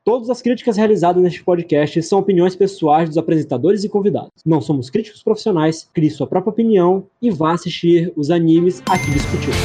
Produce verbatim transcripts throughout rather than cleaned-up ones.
Todas as críticas realizadas neste podcast são opiniões pessoais dos apresentadores e convidados. Não somos críticos profissionais, crie sua própria opinião e vá assistir os animes aqui discutidos.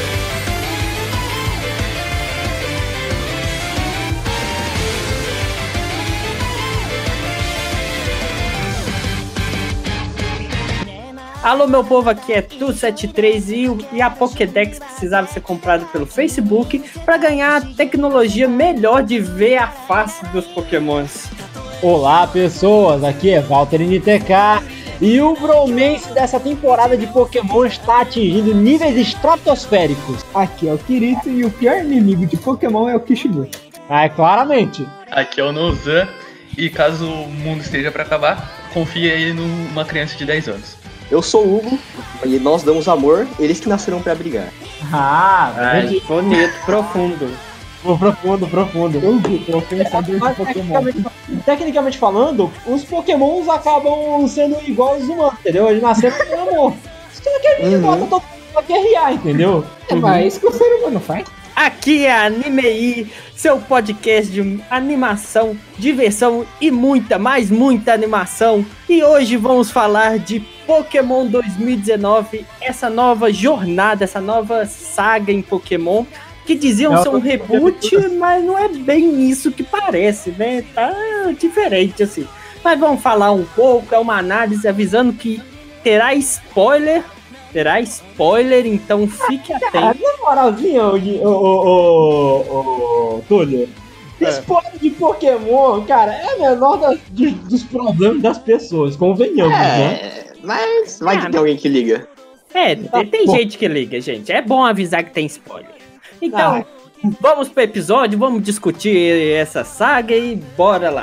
Alô, meu povo, aqui é Tu setenta e três e, e a Pokédex precisava ser comprada pelo Facebook para ganhar a tecnologia melhor de ver a face dos Pokémons. Olá, pessoas, aqui é Walter N T K e o bromance dessa temporada de Pokémon está atingindo níveis estratosféricos. Aqui é o Kirito e o pior inimigo de Pokémon é o Kishibu. Ah, é claramente. Aqui é o Nozan e caso o mundo esteja para acabar, confie aí numa criança de dez anos. Eu sou o Hugo e nós damos amor, eles que nasceram pra brigar. Ah, Ai, bonito, profundo. Profundo, profundo. Hugo, eu pensador de Pokémon. Tecnicamente falando, os Pokémons acabam sendo igual aos humanos, entendeu? Eles nasceram com amor. Isso que não quer dizer que bota todo mundo pra guerrear, entendeu? É, mas é isso que o ser humano faz. Aqui é Animei, seu podcast de animação, diversão e muita, mais muita animação. E hoje vamos falar de Pokémon dois mil e dezenove, essa nova jornada, essa nova saga em Pokémon, que diziam ser um reboot, mas não é bem isso que parece, né? Tá diferente assim. Mas vamos falar um pouco, é uma análise avisando que terá spoiler. Terá spoiler, então fique atento. Cara, na moralzinha, ô, ô, ô, ô, Túlio, é. Spoiler de Pokémon, cara, é menor das, de, dos problemas das pessoas, convenhamos, é, né? Mas vai ah, que tem alguém que liga. É, tá tem bom. gente que liga, gente. É bom avisar que tem spoiler. Então, ah. vamos pro episódio, vamos discutir essa saga e bora lá.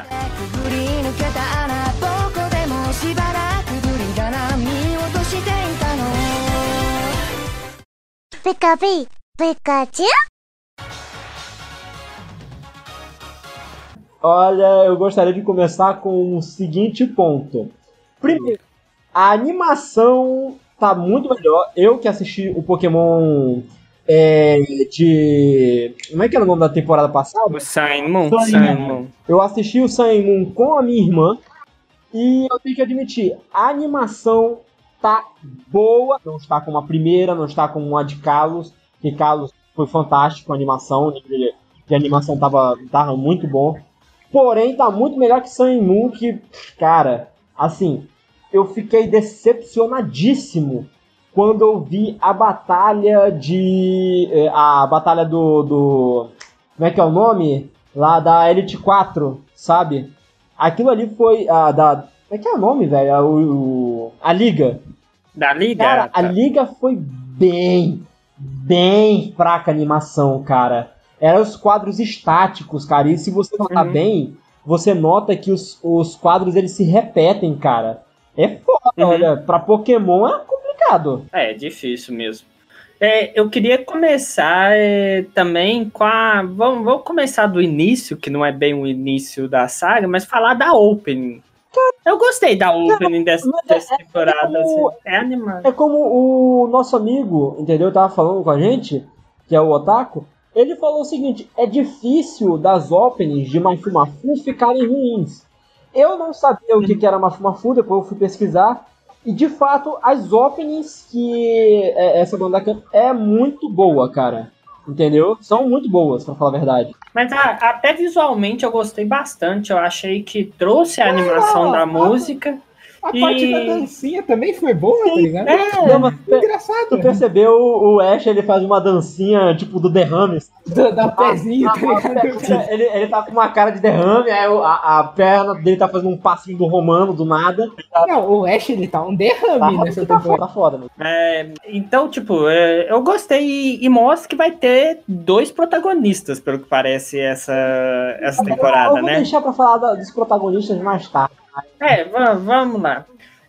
Pikachu, Pikachu? Olha, eu gostaria de começar com o seguinte ponto. Primeiro, a animação tá muito melhor. Eu que assisti o Pokémon é, de... Como é que era o nome da temporada passada? O Sun and Moon. Sun Sun Moon. Eu assisti o Sun and Moon com a minha irmã e eu tenho que admitir, a animação tá boa, não está como a primeira, não está como a de Kalos, que Kalos foi fantástico, a animação, o nível de, de animação tava, tava muito bom, porém tá muito melhor que Sun and Moon, que, cara, assim, eu fiquei decepcionadíssimo quando eu vi a batalha de... a batalha do... do como é que é o nome? Lá da Elite quatro, sabe? Aquilo ali foi a da... Como é que é o nome, velho? A, o, a Liga. Da Liga? Cara, a Liga foi bem, bem fraca a animação, cara. Eram os quadros estáticos, cara. E se você notar uhum. bem, você nota que os, os quadros, eles se repetem, cara. É foda, uhum. olha. Pra Pokémon é complicado. É, é difícil mesmo. É, eu queria começar é, também com a... Vamos, vamos começar do início, que não é bem o início da saga, mas falar da opening. Eu gostei da opening dessa, dessa é, temporada, é, como, assim, é animado. É como o nosso amigo, entendeu? Tava falando com a gente, que é o Otaku, ele falou o seguinte, é difícil das openings de Mafumafu ficarem ruins. Eu não sabia o que, que era Mafumafu, depois eu fui pesquisar, e de fato, as openings que essa banda canta é muito boa, cara. Entendeu? São muito boas, pra falar a verdade. Mas a, até visualmente eu gostei bastante. Eu achei que trouxe a animação ah, da a, música. A e... parte da dancinha também foi boa, tá ligado? É, não, mas, engraçado. Tu percebeu o Ash, ele faz uma dancinha tipo do derrame. Da, da pezinha, tá ligado? Ele, ele tá com uma cara de derrame, aí a, a perna dele tá fazendo um passinho do romano, do nada. Não, o Ash, ele tá um derrame tá, nessa tá temporada. Tá foda, mano. É, então, tipo, é, eu gostei e, e mostra que vai ter dois protagonistas, pelo que parece, essa, essa temporada, né? Eu vou né? deixar pra falar da, dos protagonistas mais tarde. É, vamos, vamos lá.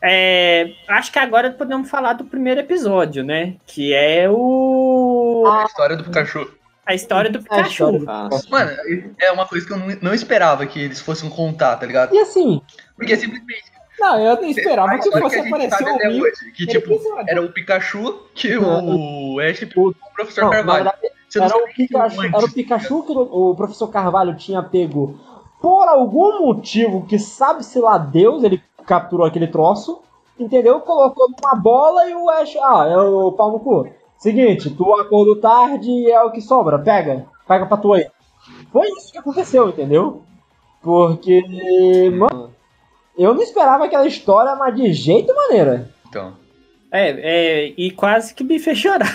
É, acho que agora podemos falar do primeiro episódio, né? Que é o... A história do Pikachu. A história do Pikachu. Mano, é uma coisa que eu não, não esperava que eles fossem contar, tá ligado? E assim... Porque simplesmente... Não, eu não esperava que fosse aparecer o Mil. Que, tipo, era o Pikachu que o Ash pegou o professor não, Carvalho. Verdade, era, o Pikachu, era o Pikachu que o professor Carvalho tinha pego por algum motivo que sabe-se lá Deus, ele capturou aquele troço, entendeu? Colocou numa bola e o Ash, ah, é o pau no cu. Seguinte, tu acordou tarde e é o que sobra, pega, pega pra tu aí. Foi isso que aconteceu, entendeu? Porque, mano, eu não esperava aquela história, mas de jeito maneira. Então. É, é, e quase que me fez chorar.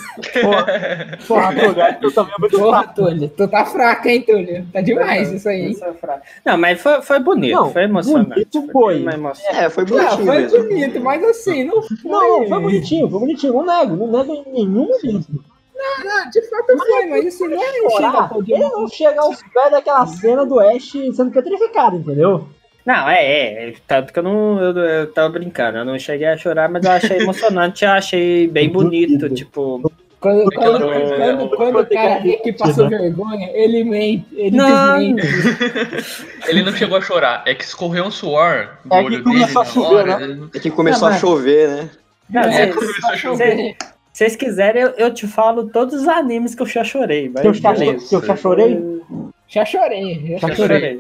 Porra, porra, Túlio, eu também vou Porra, Túlio, tu tá fraco, hein, Túlio? Tá demais isso aí, hein? Não, mas foi, foi bonito, Não, foi emocionante. bonito foi. Foi emocionante. É, foi Não, bonitinho foi mesmo. bonito, mas assim, não foi. Não, foi bonitinho, foi bonitinho, não nego, não nego em nenhum momento. Não, de fato foi, mas assim, não é Chorar, ele não chega aos pés daquela cena do Ash sendo petrificado, entendeu? Não, é, é, tanto que eu não, eu, eu tava brincando, eu não cheguei a chorar, mas eu achei emocionante, eu achei bem bonito, tipo... Quando, quando, Eu- quando, quando o cara vê que passou vergonha, ele mente, ele Não. desmente. Ele não chegou a chorar, é que escorreu um suor do É que olho dele começou a na chover, hora. né? ele- É que começou Não, a mas- chover, né? Não, É, cês- começou a chover. cês- vocês quiserem, eu, eu te falo todos os animes que eu já chorei, mas Que eu já, beleza. que eu já chorei? Já chorei, já Já chorei. chorei.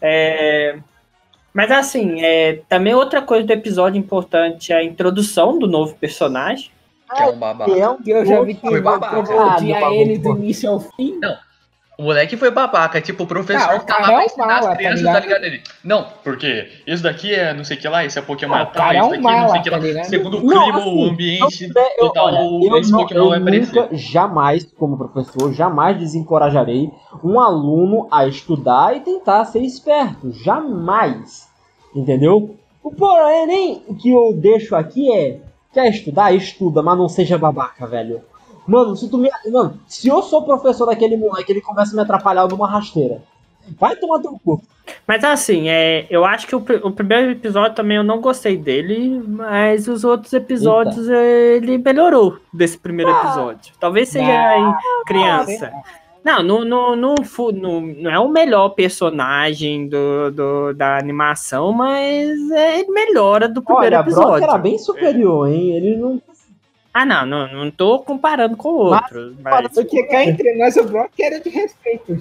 É, mas assim, é, também outra coisa do episódio importante é a introdução do novo personagem. Que é um babaca. Que é um Eu já vi que Foi eu babaca. odia Ah, ele babaca. do início ao fim. O moleque foi babaca, tipo, o professor Ah, o que tá lá cara é pra um ensinar mala, as tá crianças, ligado? tá ligado? Ele, não, porque isso daqui é não sei o que lá, esse é Pokémon Ah, o tal, cara é isso um daqui não sei mala, o que tá lá. ligado? Segundo o Não, clima, assim, o ambiente, eu, eu, total, olha, eu, esse não- Pokémon eu vai aparecer. nunca, jamais, como professor, jamais desencorajarei um aluno a estudar e tentar ser esperto. Jamais. Entendeu? O porém que eu deixo aqui é: quer estudar? Estuda, mas não seja babaca, velho. Mano, se tu me. Mano, se eu sou professor daquele moleque, ele começa a me atrapalhar numa rasteira. Vai tomar teu cu. Mas assim, é, eu acho que o, pr- o primeiro episódio também eu não gostei dele, mas os outros episódios é, ele melhorou desse primeiro episódio. Talvez seja em criança. Não, não, não, não, fu- não, não é o melhor personagem do, do- da animação, mas é, ele melhora do primeiro Olha, Brock episódio. era bem superior, hein? Ele não. Ah, não, não, não tô comparando com outros, mas, Porque cá entre nós o Brock era de respeito.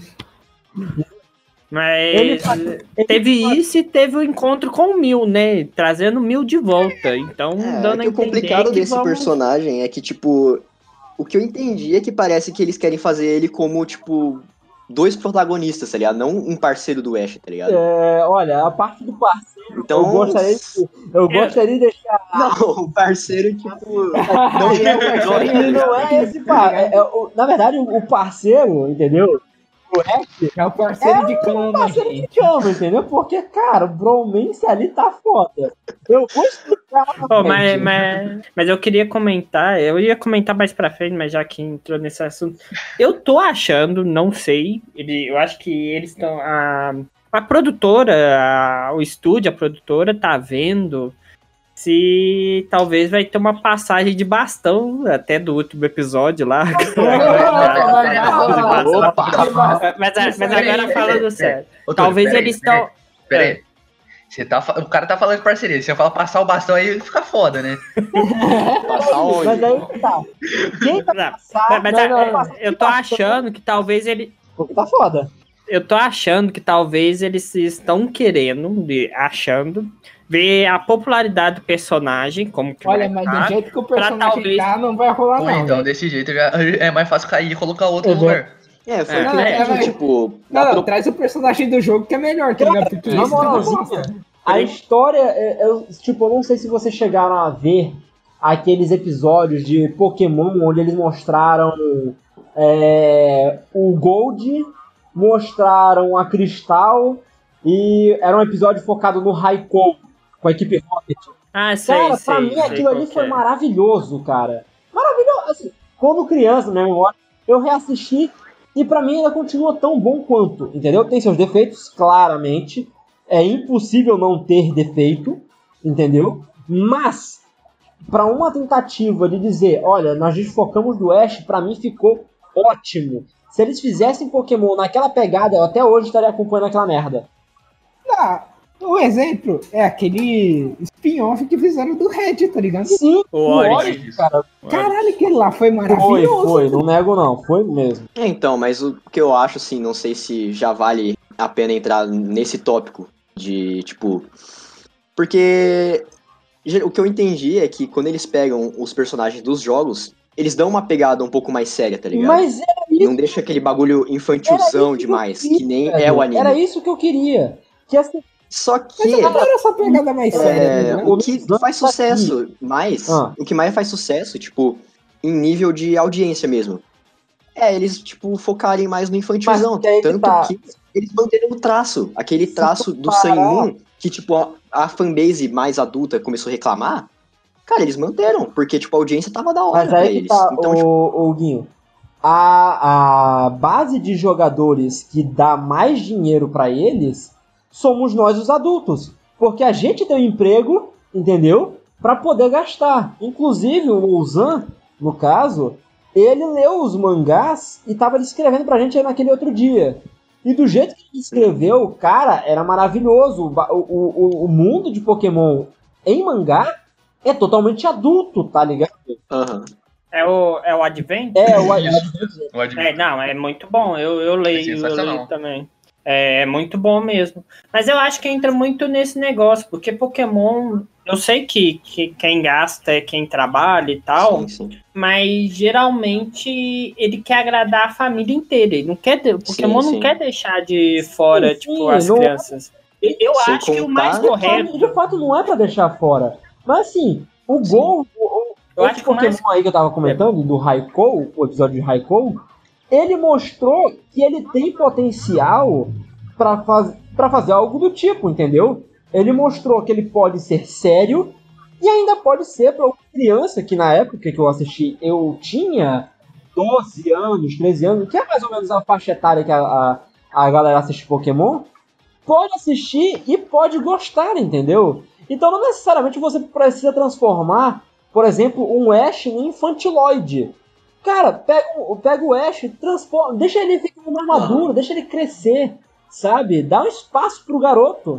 mas Ele faz- ele teve faz- isso e teve o encontro com o Mil, né? Trazendo o Mil de volta. Então, É, dando é a que o entender complicado que desse vamos... personagem é que, tipo, o que eu entendi é que parece que eles querem fazer ele como, tipo, dois protagonistas, tá ligado? Não um parceiro do Ash, tá ligado? É, olha, a parte do parceiro, Então, eu gostaria de, eu gostaria de deixar. Não, o parceiro, tipo, Não, ele é o Ele não é esse par. É, é, o- na verdade, o, o parceiro, entendeu? O Ash é o parceiro É de cama, parceiro de gente. cama, entendeu? Porque, cara, o bromance ali tá foda. Eu vou explicar lá na Pô, mas, frente. mas, mas eu queria comentar, eu ia comentar mais pra frente, mas já que entrou nesse assunto, eu tô achando, não sei, ele, eu acho que eles estão. A, a produtora, a- o estúdio, a produtora, tá vendo se talvez vai ter uma passagem de bastão até do último episódio lá. Opa! mas, mas agora falando sério, Ô, Túlio, talvez pera aí, eles pera aí, estão. Pera aí. Você tá, fa- o cara tá falando de parceria, você fala passar o bastão aí, fica foda, né? Passar onde? Mas aí que tá. Quem vai Não, passar? Mas não, a- não, passar eu de tô bastão, achando que talvez ele. Porque tá foda. Eu tô achando que talvez eles estão querendo, de- achando, ver a popularidade do personagem, como que Olha, vai mas tá. do jeito que o personagem talvez- tá, não vai rolar, Ou não. então, velho. desse jeito, já é mais fácil cair e colocar outro Exato. lugar. É, foi É, o que eu é, entendi, mas- tipo... Não, a não, pro- traz o personagem do jogo que é melhor, tá ligado? Porque Na isso tá uma moralzinha, bosta. a história, é- eu, tipo, eu não sei se vocês chegaram a ver aqueles episódios de Pokémon onde eles mostraram é, o Gold, mostraram a Cristal e era um episódio focado no Raikou com a equipe Rocket. Ah, sei, Cara, sei, pra mim sei aquilo qual ali que foi é. maravilhoso, cara. Maravilhoso. Assim, quando criança, na memória, eu reassisti e pra mim ainda continua tão bom quanto, entendeu? Tem seus defeitos, claramente. É impossível não ter defeito, entendeu? Mas, pra uma tentativa de dizer, olha, nós desfocamos do Ash, pra mim ficou ótimo. Se eles fizessem Pokémon naquela pegada, eu até hoje estaria acompanhando aquela merda. Ah, um exemplo é aquele spin-off que fizeram do Red, tá ligado? Sim, O o Origins. Origins, cara. Caralho, aquele lá foi Foi, maravilhoso. foi, não nego não, foi mesmo. É, então, mas o que eu acho, assim, não sei se já vale a pena entrar nesse tópico de, tipo... Porque o que eu entendi é que quando eles pegam os personagens dos jogos, eles dão uma pegada um pouco mais séria, tá ligado? Mas era isso, Não deixa aquele bagulho infantilzão demais, que eu que nem queria, é o anime. Era isso que eu queria. Que assim, Só Mas que... eu adoro essa pegada mais séria. É, né? o que faz sucesso mais, Ah. o que mais faz sucesso, tipo, em nível de audiência mesmo, é eles, tipo, focarem mais no infantilzão. Mas que aí que Tanto tá. que eles manteram o traço, aquele Se traço tu do parar- Sun Moon, que, tipo, a, a fanbase mais adulta começou a reclamar, cara, eles manteram, porque, tipo, a audiência tava da hora Mas pra aí que eles. tá, Então, o, tipo, o Guinho. A, a base de jogadores que dá mais dinheiro pra eles somos nós, os adultos. Porque a gente tem um emprego, entendeu? Pra poder gastar. Inclusive, o Ouzan, no caso, ele leu os mangás e tava escrevendo pra gente aí naquele outro dia. E do jeito que ele escreveu, cara, era maravilhoso. O, ba- o, o, o mundo de Pokémon em mangá é totalmente adulto, tá ligado? aham. É o, é o Advent? É, o Isso. Eu admito. É, não, é muito bom. Eu, eu leio, eu sensacional. leio também. É, é muito bom mesmo. Mas eu acho que entra muito nesse negócio, porque Pokémon, eu sei que, que quem gasta é quem trabalha e tal, Sim, sim. mas geralmente ele quer agradar a família inteira. Ele não quer, de- o Pokémon Sim, não sim. quer deixar de fora, Sim, tipo, sim, as não- crianças. E- Eu Sem acho que o contar- mais De correto. fato, de fato, não é pra deixar fora. Mas assim, o Sim. Gol, o, o, Eu esse acho que o Pokémon mais- aí que eu tava comentando, do Raikou, o episódio de Raikou, ele mostrou que ele tem potencial pra, faz, pra fazer algo do tipo, entendeu? Ele mostrou que ele pode ser sério e ainda pode ser pra uma criança que na época que eu assisti eu tinha doze anos, treze anos, que é mais ou menos a faixa etária que a, a, a galera assiste Pokémon, pode assistir e pode gostar, entendeu? Então não necessariamente você precisa transformar, por exemplo, um Ash em infantiloide. Cara, pega, o- pega o Ash, transforma, deixa ele ficar mais maduro, deixa ele crescer, sabe? Dá um espaço pro garoto.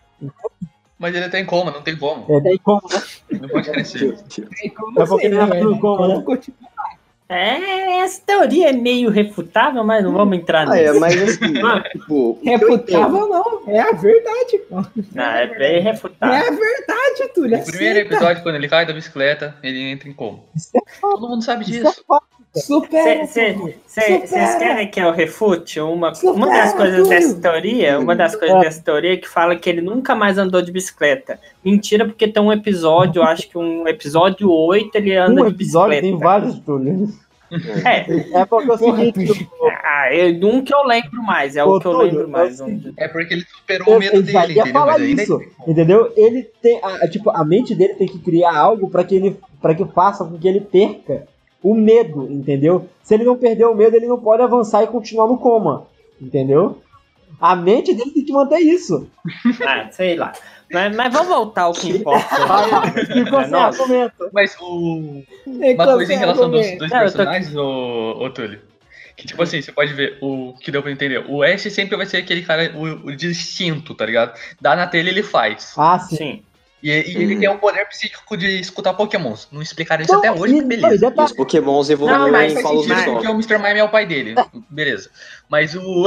Mas ele tá em coma, não tem como. É, daí como, né? Não pode crescer. É como É porque assim, não é né, tudo velho? como, né? Como continua? É, essa teoria é meio refutável, mas não vamos entrar Ah, é, nisso. mas assim, tipo, o que eu Refutável não, é a verdade, pô. Não, é bem É refutável. a verdade, Túlio. No primeiro aceita. episódio, quando ele cai da bicicleta, ele entra em coma. Isso é fato, Todo mundo sabe isso é disso. fato. Supera, Túlio. Vocês Supera. querem que eu refute uma, Supera, uma das coisas Túlio. dessa teoria? Uma das coisas É. dessa teoria é que fala que ele nunca mais andou de bicicleta. Mentira, porque tem um episódio, eu acho que um episódio oito ele anda Um de episódio bicicleta. tem vários, Túlio. É, É porque é o Porra, seguinte, ah, é um que eu lembro mais, é Ô, o que eu Túlio, lembro é o mais. seguinte, É porque ele superou Eu, o medo eu já dele, ia entendeu? falar Mas ainda isso, ele tem coma. entendeu? Ele tem, a, tipo, a mente dele tem que criar algo para que ele, para que faça com que ele perca o medo, entendeu? Se ele não perder o medo, ele não pode avançar e continuar no coma, entendeu? A mente dele tem que manter isso. Ah, sei lá. Mas, mas vamos voltar ao que importa. Vai, ficou É, sem nossa. argumento. Mas o... É uma coisa em relação dos argumento. dois Não, eu tô personagens, ô, ô Túlio. Que tipo assim, você pode ver o que deu pra entender. O Ash sempre vai ser aquele cara, o, o distinto, tá ligado? Dá na telha ele faz. Ah, sim. Sim. E, e ele Hum. tem um poder psíquico de escutar Pokémons. Não explicaram isso Não, até hoje, e- mas não, e beleza. E detalhe- os Pokémons Não, evoluem mas em faz falos de sentido, sol. Porque o mister Mime é o pai dele. Beleza. Mas o.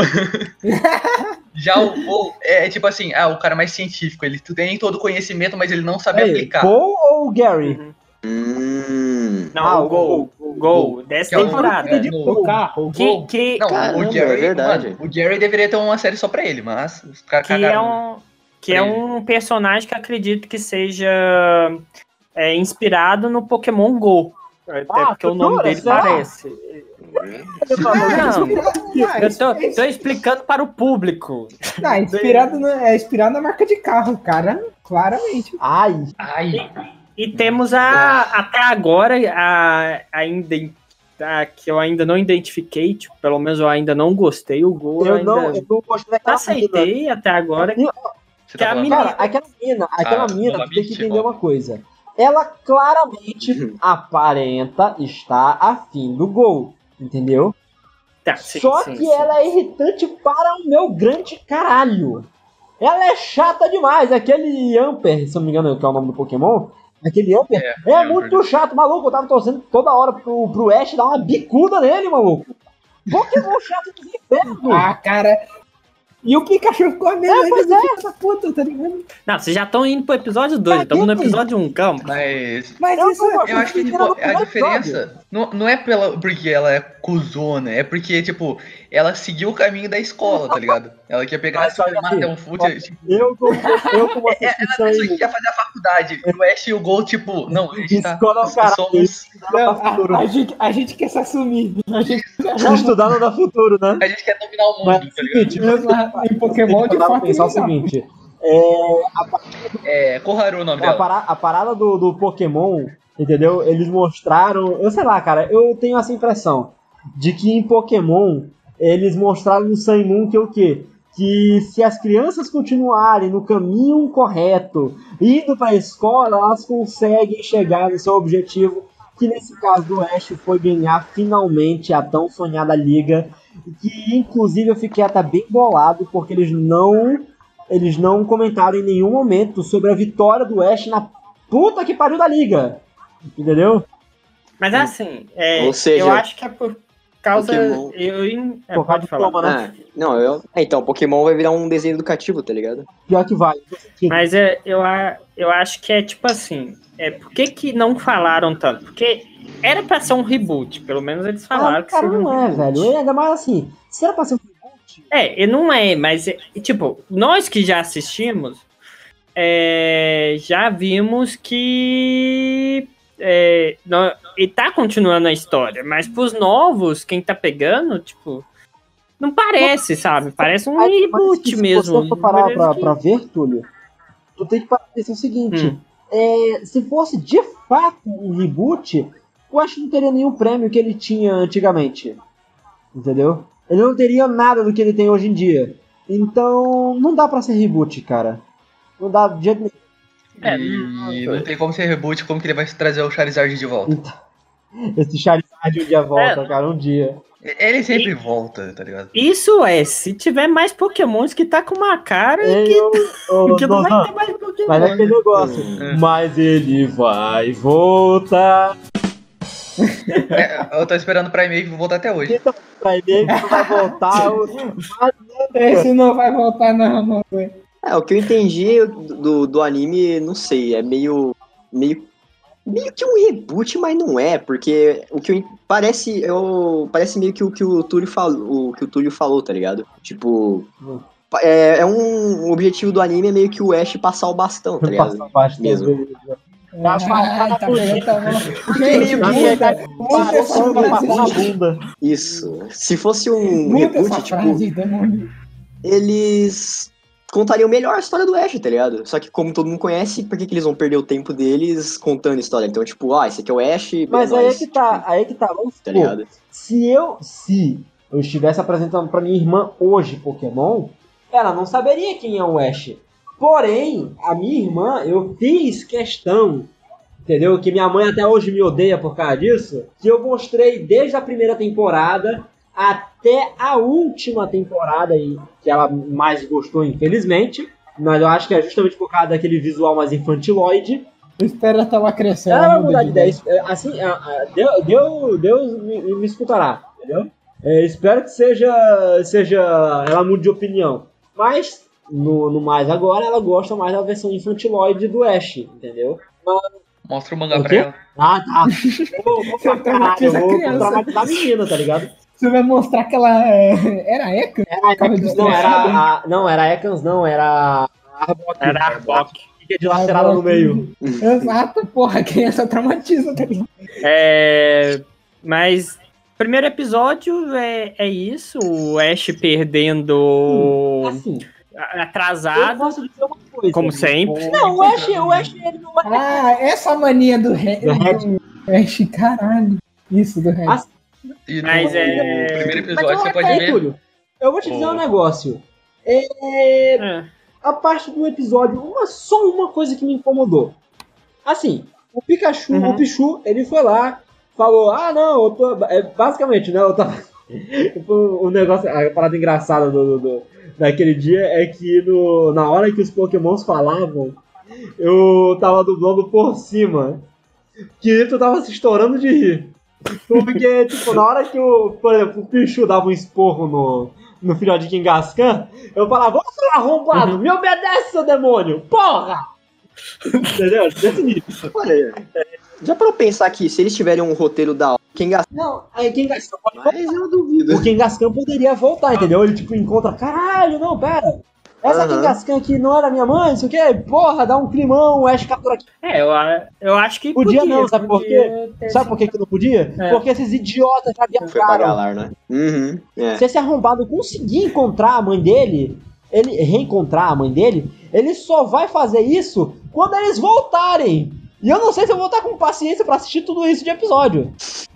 Já o Paul é tipo assim, ah, o cara mais científico. Ele tem todo o conhecimento, mas ele não sabe Peraí, aplicar. Paul ou Gary? Uhum. Hum. Não, Ah, o o Gol. O Gol. Dessa Que é o- temporada. é, no- O carro, o Que, gol. que, Não, Caramba, o Gary, é verdade. mano, o Gary deveria ter uma série só pra ele, mas os caras que é cagaram. um que é um personagem que acredito que seja é, inspirado no Pokémon Go. Até Ah, porque o tu nome jura? dele Será? parece. Não, eu tô, tô explicando para o público. Não, é inspirado, na, é inspirado na marca de carro, cara. Claramente. Ai, Ai, E temos a até agora a ainda a, que eu ainda não identifiquei, tipo, pelo menos eu ainda não gostei. O Go eu eu ainda não, eu não gostei daquela mina. aceitei até agora. você Que tá a falando? mina- Cara, aquela mina, aquela Ah, mina, ela tu tem que mente, entender ó. uma coisa. Ela claramente aparenta estar afim do Gol, entendeu? Tá, sim, Só sim, que sim. ela é irritante para o meu grande caralho. Ela é chata demais. Aquele Amper, se eu não me engano, que é o nome do Pokémon, aquele Amper É, é, é muito verdade. chato, maluco. Eu tava torcendo toda hora pro, pro Ash dar uma bicuda nele, maluco. Pokémon chato dos infernos. Ah, cara. E o Pikachu ficou a mesma É, pois ainda do filho da puta, tá ligado? Não, vocês já estão indo pro episódio dois, estamos no episódio um, calma. Mas. Mas Eu isso não- é... Eu acho que, tipo, a diferença não, não é pela, porque ela é cuzona, é porque, tipo, ela seguiu o caminho da escola, tá ligado? Ela quer pegar Mas a olha matar assim, um fute, tipo, Eu, como, eu, como é, ela assistente pensou que ia fazer a faculdade. E o Ash e o Gol, tipo, não, a gente tá. Escola é o caralho. Somos, Não, a, a gente, a gente quer se assumir. A gente quer estudar não dá futuro, né? a gente quer dominar o mundo, Mas é tá o ligado? seguinte, em Pokémon de eu tava fato pensar o não dá. seguinte, é, É, Koharu o nome a, dela. para- a parada do, do Pokémon, entendeu? Eles mostraram, eu sei lá, cara, eu tenho essa impressão de que em Pokémon eles mostraram no Sun e Moon que o quê? Que se as crianças continuarem no caminho correto, indo para a escola, elas conseguem chegar no seu objetivo, que nesse caso do Ash foi ganhar finalmente a tão sonhada liga, que inclusive eu fiquei até bem bolado, porque eles não eles não comentaram em nenhum momento sobre a vitória do Ash na puta que pariu da liga, entendeu? Mas assim, é, Ou seja, eu acho que é por causa. Pokémon- Eu, em- é, Por causa pode do falar. Toma, né? Ah, não, eu. é, Então, Pokémon vai virar um desenho educativo, tá ligado? Pior que vai. Mas é, eu, a- eu acho que é tipo assim. É, por que, que não falaram tanto? Porque era pra ser um reboot, pelo menos eles falaram Ah, que cara, seria um não é, reboot. velho. E ainda mais assim, se era pra ser um reboot, É, e não é, mas é, tipo, nós que já assistimos, é, já vimos que é, nó- e tá continuando a história, mas pros novos, quem tá pegando, tipo, não parece, sabe? Parece um Aí, mas reboot se mesmo. você for parar Parece pra, que- pra ver, Túlio, tu tem que parar pra pensar o seguinte: Hum. é, se fosse de fato um reboot, eu acho que não teria nenhum prêmio que ele tinha antigamente. Entendeu? Ele não teria nada do que ele tem hoje em dia. Então, não dá pra ser reboot, cara. Não dá de jeito nenhum. É, E não- não tem como ser reboot, como que ele vai trazer o Charizard de volta. Esse Charizard um dia volta, É. cara, um dia. Ele sempre volta, tá ligado? Isso é, se tiver mais pokémons que tá com uma cara que, Eu, ô, que não vai Nohan, ter mais pokémon. mas é aquele negócio. Mas ele vai voltar. É, eu tô esperando o Prime Wave voltar até hoje. Vai ver que vai voltar. o- Esse não vai voltar, não, não. velho. É, o que eu entendi do, do anime, não sei, é meio. meio. meio que um reboot, mas não é, porque o que eu, en- parece. Eu, parece meio que o que o Túlio falou, o que o Túlio falou, tá ligado? Tipo. É, é um. O objetivo do anime é meio que o Ash passar o bastão, tá ligado? Passa abaixo Mesmo. dele. Tá, Ah, tá pegando, tá bom. meio Gente, que- muda, muda essa Passou pra passar na frase. bunda. Isso. Se fosse um Muda reboot, essa tipo, frase, demônio. eles contariam melhor a história do Ash, tá ligado? Só que como todo mundo conhece, por que, que eles vão perder o tempo deles contando a história? Então, tipo, ah, esse aqui é o Ash, Mas é aí é nóis, que tá, aí é que tá. Vamos tá supor, ligado? se eu, se eu estivesse apresentando pra minha irmã hoje Pokémon, ela não saberia quem é o Ash. Porém, a minha irmã, eu fiz questão, entendeu? Que minha mãe até hoje me odeia por causa disso, que eu mostrei desde a primeira temporada até a última temporada aí, que ela mais gostou, infelizmente. Mas eu acho que é justamente por causa daquele visual mais infantiloide. Espera até ela crescer. Ela vai muda mudar de ideia. É, Assim, a- a- Deus, Deus, Deus me, me escutará, entendeu? É, espero que seja, seja. Ela mude de opinião. Mas, no, no mais agora, ela gosta mais da versão infantiloide do Ash, entendeu? Mostra o mangá O pra quê? ela. Ah, tá. Eu vou, vou pra caralho, eu vou Criança. traumatizar a menina, tá ligado? Você vai mostrar que ela é... era Eca? Era Cara Ekans, de não, era. estressado. A, não, era Ekans, não, era. Arbok. Era Arbok. Fica dilacerada no meio. Exato, porra, a criança traumatiza, tá ligado? É, mas primeiro episódio é, é isso, o Ash perdendo Assim, eu atrasado, posso dizer uma coisa. como sempre. Não, o Ash, o Ash ele não é. Ah, essa mania do Red. Do Red. Do Ash, caralho. Isso, do Red. Ah, E no Mas é- primeiro Mas episódio não você é pode aí, ver. Túlio, eu vou te dizer o- um negócio. É, É. a parte do episódio, uma, só uma coisa que me incomodou. Assim, o Pikachu, Uhum. o Pichu, ele foi lá, falou, ah não, eu tô. É, basicamente, né? Eu tava. O negócio, a parada engraçada do, do, do- daquele dia é que no, na hora que os Pokémons falavam, eu tava dublando por cima. Que tu tava se estourando de rir. Porque, tipo, na hora que o, por exemplo, o Pichu dava um esporro no, no filhote de Kangaskhan, eu falava, ô seu arrombado, me obedece, seu demônio, porra! Entendeu? Desse nível. Olha, já pra eu pensar aqui, se eles tiverem um roteiro da hora, Kangaskhan, Não, aí Kangaskhan pode mas eu duvido. O Kangaskhan poderia voltar, entendeu? Ele, tipo, encontra, caralho, não, pera. Essa Aham. Kangaskhan aqui não era minha mãe, não sei o quê. Porra, dá um climão, o Ash captura aqui. É, eu, a- eu acho que Podia podia. não, sabe por podia ter Sabe por que que não podia? É. Porque esses idiotas já Foi pra viajaram. galar, né? Uhum. É. Se esse arrombado conseguir encontrar a mãe dele, ele reencontrar a mãe dele, ele só vai fazer isso quando eles voltarem. E eu não sei se eu vou estar com paciência pra assistir tudo isso de episódio.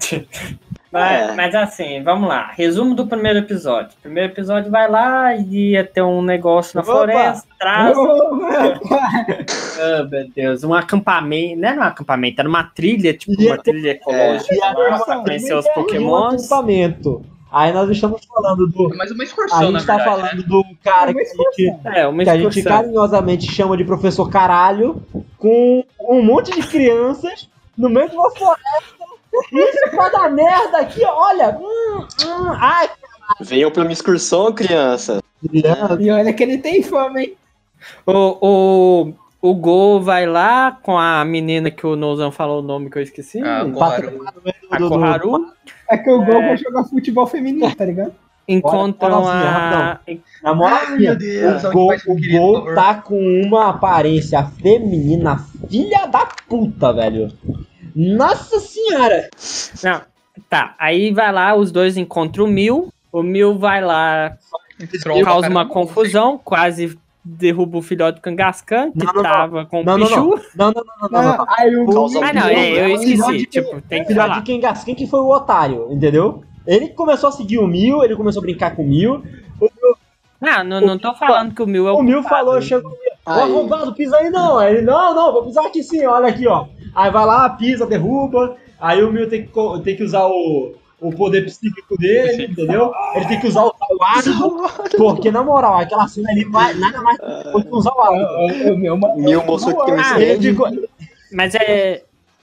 Mas, É. mas assim, vamos lá. Resumo do primeiro episódio. O primeiro episódio vai lá e ia ter um negócio na Opa! floresta, traz. Opa! Oh, meu Deus, um acampamento. Não era um acampamento, era uma trilha, tipo Ia uma trilha ecológica E a lá, pra conhecer os um pokémons. acampamento. Aí nós estamos falando do... É mais uma A excursão, na gente tá verdade, né? falando do cara É que uma a gente... É, uma que a gente excursão. carinhosamente chama de professor caralho, com um monte de crianças no meio de uma floresta. Isso vai dar merda aqui, olha. Hum, hum, ai, Venham pra uma excursão, criança. criança. E olha que ele tem fome, hein? O, o, o Go vai lá com a menina que o Nozão falou o nome que eu esqueci. Ah, Koharu. a Koharu. É que o Gol É. vai jogar futebol feminino, tá ligado? Encontram Bora, bora, a. Na moral, Ai, meu Deus, o onde Gol, vai ser o querido, Gol por favor? tá com uma aparência feminina, filha da puta, velho. Nossa senhora. Não, tá. Aí vai lá, os dois encontram o Mil. O Mil vai lá, Troll pra causa uma caramba, confusão, quase derruba o filhote do Kangaskhan, que Não, não, não. tava com Não, o não, Pichu. não. Não, não, não, não, não, não. Aí o Causa Ah, não, é, eu esqueci. Filhote- Tipo, tem que Filhote falar. de Kangaskhan que foi o otário, entendeu? Ele começou a seguir o Mil, ele começou a brincar com o Mil. Não, não, não tô falando que o Mil é o O Mil culpado. falou, chegou, ô Aí. arrombado, pisa aí não. Aí ele, não, não, vou pisar aqui sim, olha aqui, ó. Aí vai lá, pisa, derruba. Aí o Mil tem que, co- tem que usar o, o poder psíquico dele, entendeu? Ele tem que usar o, o ácido, porque na moral, aquela cena ali vai nada mais do que usar o ácido. o meu mano. Mil mostrou que tem um Ah, Ele stand. ficou, Mas é.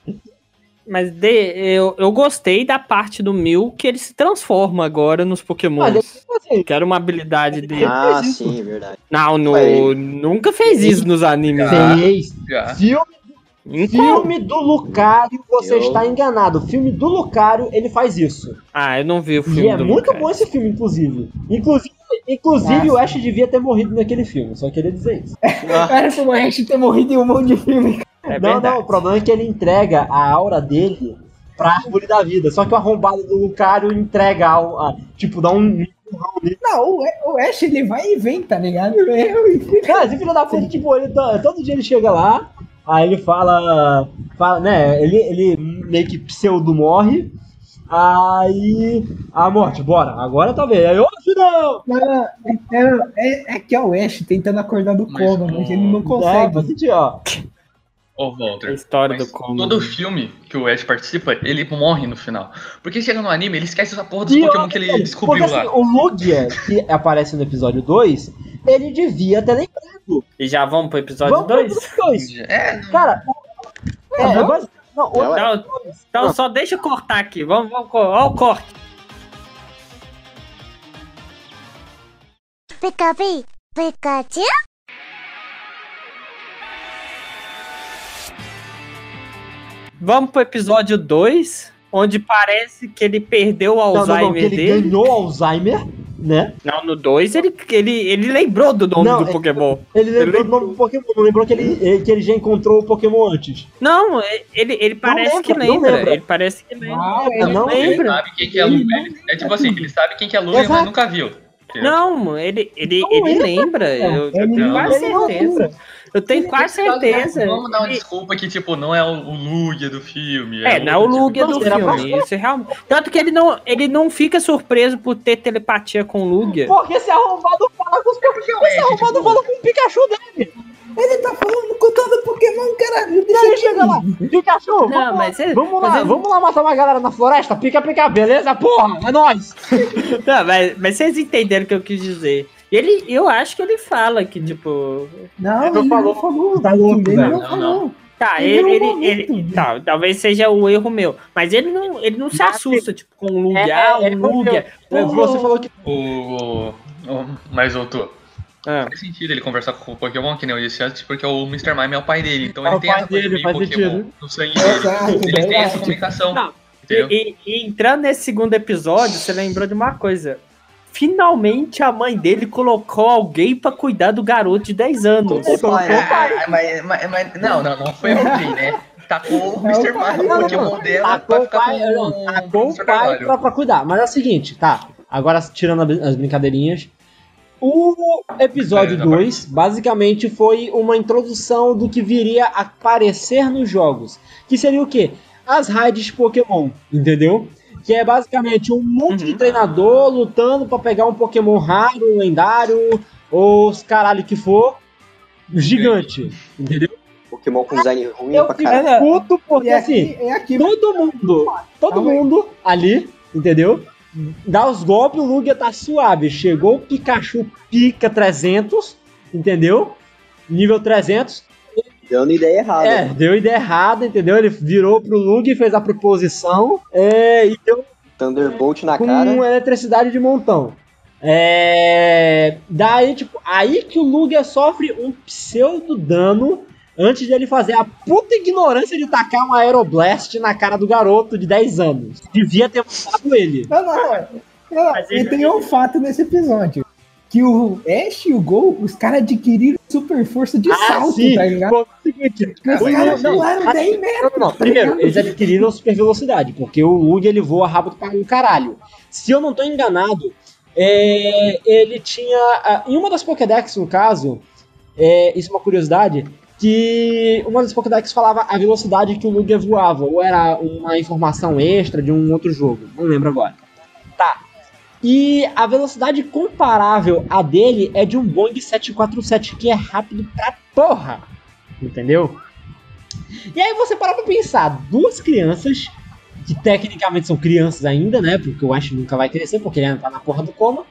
Mas de, eu, eu gostei da parte do Mil que ele se transforma agora nos Pokémon. mas ele ficou assim, Que era uma habilidade dele. Ah, fez isso. sim, verdade. Não, no, Ué. nunca fez isso nos animes. Ah. fez. Já. Filme, Em qual? filme do Lucario, você Eu- está enganado. Filme do Lucario, ele faz isso. Ah, eu não vi o filme. E é do muito Lucario. bom esse filme, inclusive. Inclusive, inclusive Ah, o Ash devia ter morrido naquele filme, só queria dizer isso. Era como a gente ter morrido em um monte de filme. É não, verdade. não, o problema é que ele entrega a aura dele pra árvore da vida. Só que o arrombado do Lucario entrega a, a- tipo, dá um empurrão nele. Não, o, o Ash ele vai e vem, tá ligado? Eu, Cara, esse filho da puta, tipo, ele tá- todo dia ele chega lá, aí ele fala, fala né, ele, ele meio que pseudo morre, aí a morte, bora, agora tá vendo. Aí, ô, não! não, é, é, é que é o Ash tentando acordar do Mas coma, o- mas ele não É, consegue. pra sentir, ó. Ô, A Walter. história Mas do como. todo filme que o Ash participa, ele morre no final. Porque chega no anime, ele esquece essa porra dos E Pokémon outra que ele coisa, descobriu porque, lá. assim, o Lugia, que aparece no episódio dois, ele devia ter lembrado. E já vamos pro episódio Vamos pro dois? episódio dois. É, Cara, o- é, é basi- não, o- É, Então, então só deixa eu cortar aqui. Vamos, vamos, ó o corte. Pikachu, Pikachu. Vamos pro episódio dois, onde parece que ele perdeu o não, não, Alzheimer não, que ele dele. ganhou Alzheimer, né? Não, no dois ele, ele, ele lembrou do nome Não, do é- Pokémon. Ele lembrou Ele do nome do Pokémon, não lembrou que ele, que ele já encontrou o Pokémon antes. Não, ele, ele parece lembra, que não lembra. lembra. Ele parece que lembra. Não, Ele ele não Ele lembra. sabe quem que é a Lua. Ele- É tipo assim, ele sabe quem que é a Lua, Exato. mas nunca viu. Entendeu? Não, ele, ele, Não ele lembra, lembra. Eu, eu Ele tenho não- quase ele não certeza. lembra. Eu tenho quase certeza. Vamos dar uma Ele- desculpa que, tipo, não é o, o Lugia do filme. É, não é o outro Lugia tipo do de- Era pra filme. Isso é realmente. Tanto que ele não, ele não fica surpreso por ter telepatia com o Lugia. Porque esse arrombado fala com os Pokémon. Esse Ash, arrombado tipo, fala com o Pikachu dele. Ele tá falando com todo Pokémon, caralho. E aí chega lá, Pikachu, vamos, Não, mas você- vamos mas lá, ele- vamos lá matar uma galera na floresta, pica, pica, beleza? Porra, é nóis. Não, mas, mas vocês entenderam o que eu quis dizer. Ele, eu acho que ele fala que, tipo. Não, Ele não ele falou. não falou. Tá louco, ele velho. não Não, falou. Tá, Ele ele. é um ele, momento. ele- tá, talvez seja o erro meu. Mas ele não, ele não se Mas assusta, tipo, com o Lugia. É, Ah, é, o Lugia. É, Você falou que O, Oh, mas voltou. Ah. Faz sentido ele conversar com o Pokémon, que nem eu disse antes, porque o mister Mime é o pai dele. Então É ele o tem pai essa coisa dele, de faz Pokémon sentido. no sangue dele. Exato, Eles têm essa verdade. comunicação. Não, Entendeu? E, e, e entrando nesse segundo episódio, você lembrou de uma coisa. Finalmente a mãe dele colocou alguém pra cuidar do garoto de dez anos. Colocou o pai, né? Ah, mas, mas, mas- não, não, não foi alguém, né? Tacou o mister Mime, Não, o não, Pokémon não. dela, Tacou pra o ficar pai, com não, tacou o mister pai Carvalho. pra, pra cuidar. Mas é o seguinte, tá? Agora, tirando a brin- as brincadeirinhas. O episódio É, tá dois, basicamente, foi uma introdução do que viria a aparecer nos jogos. Que seria o quê? As raids Pokémon, entendeu? Que é basicamente um monte de Uhum. treinador lutando pra pegar um Pokémon raro, lendário, ou os caralho que for, gigante, entendeu? Pokémon com design ruim Eu pra fico caralho. Cara, puto porque, E assim, aqui, é aqui, todo mundo, todo Calma aí. mundo ali, entendeu? Dá os golpes, o Lugia tá suave. Chegou o Pikachu pica trezentos, entendeu? Nível trezentos. Dando ideia errada. É, deu ideia errada, entendeu? Ele virou pro Lugia e fez a proposição. É, e deu Thunderbolt na com cara. eletricidade de montão. É, daí, tipo, aí que o Lugia sofre um pseudo dano antes de ele fazer a puta ignorância de tacar um Aeroblast na cara do garoto de dez anos. Devia ter matado ele. Não, não, não. Não, Mas e ele- tem um fato nesse episódio. Que o Ash e o Gol, os caras adquiriram super força de salto, tá ligado? Pô, é o seguinte, Os o caras Lugia- voaram assim, dez metros. não, não, não. Primeiro, ligado? eles adquiriram super velocidade, porque o Lugia ele voa rápido para um caralho. Se eu não tô enganado, é, ele tinha. ah, Em uma das Pokédex, no caso, é, isso é uma curiosidade, que uma das Pokédex falava a velocidade que o Lugia voava, ou era uma informação extra de um outro jogo, não lembro agora. Tá. E a velocidade comparável a dele é de um Boeing sete quatro sete, que é rápido pra porra. Entendeu? E aí você para pra pensar, duas crianças, que tecnicamente são crianças ainda, né? Porque o Ash nunca vai crescer, porque ele ainda tá na porra do coma.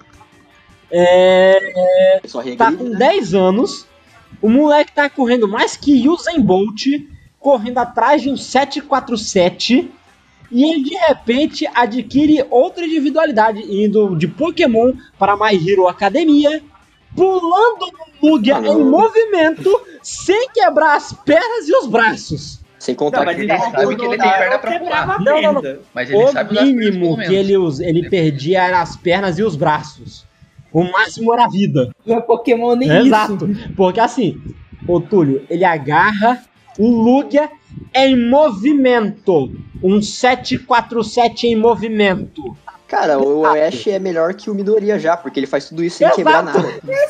É, Só regride, tá com né? dez anos, o moleque tá correndo mais que Usain Bolt, correndo atrás de um sete quatro sete, e ele de repente adquire outra individualidade, indo de Pokémon para My Hero Academia, pulando no Lugia Ah, em não. movimento, sem quebrar as pernas e os braços. Sem contar Não, mas que ele ele sabe que ele tem perna pra quebrava a Não, não, não. perna. Mas ele O sabe usar as pernas mínimo pelo que menos. ele, us- ele perdia era as pernas e os braços. O máximo era a vida. Não é Pokémon nem Exato. isso. Porque assim, o Túlio, ele agarra o Lugia em movimento. Um sete quatro sete em movimento. Cara, o Ash é melhor que o Midoriya já, porque ele faz tudo isso sem Exato. quebrar nada.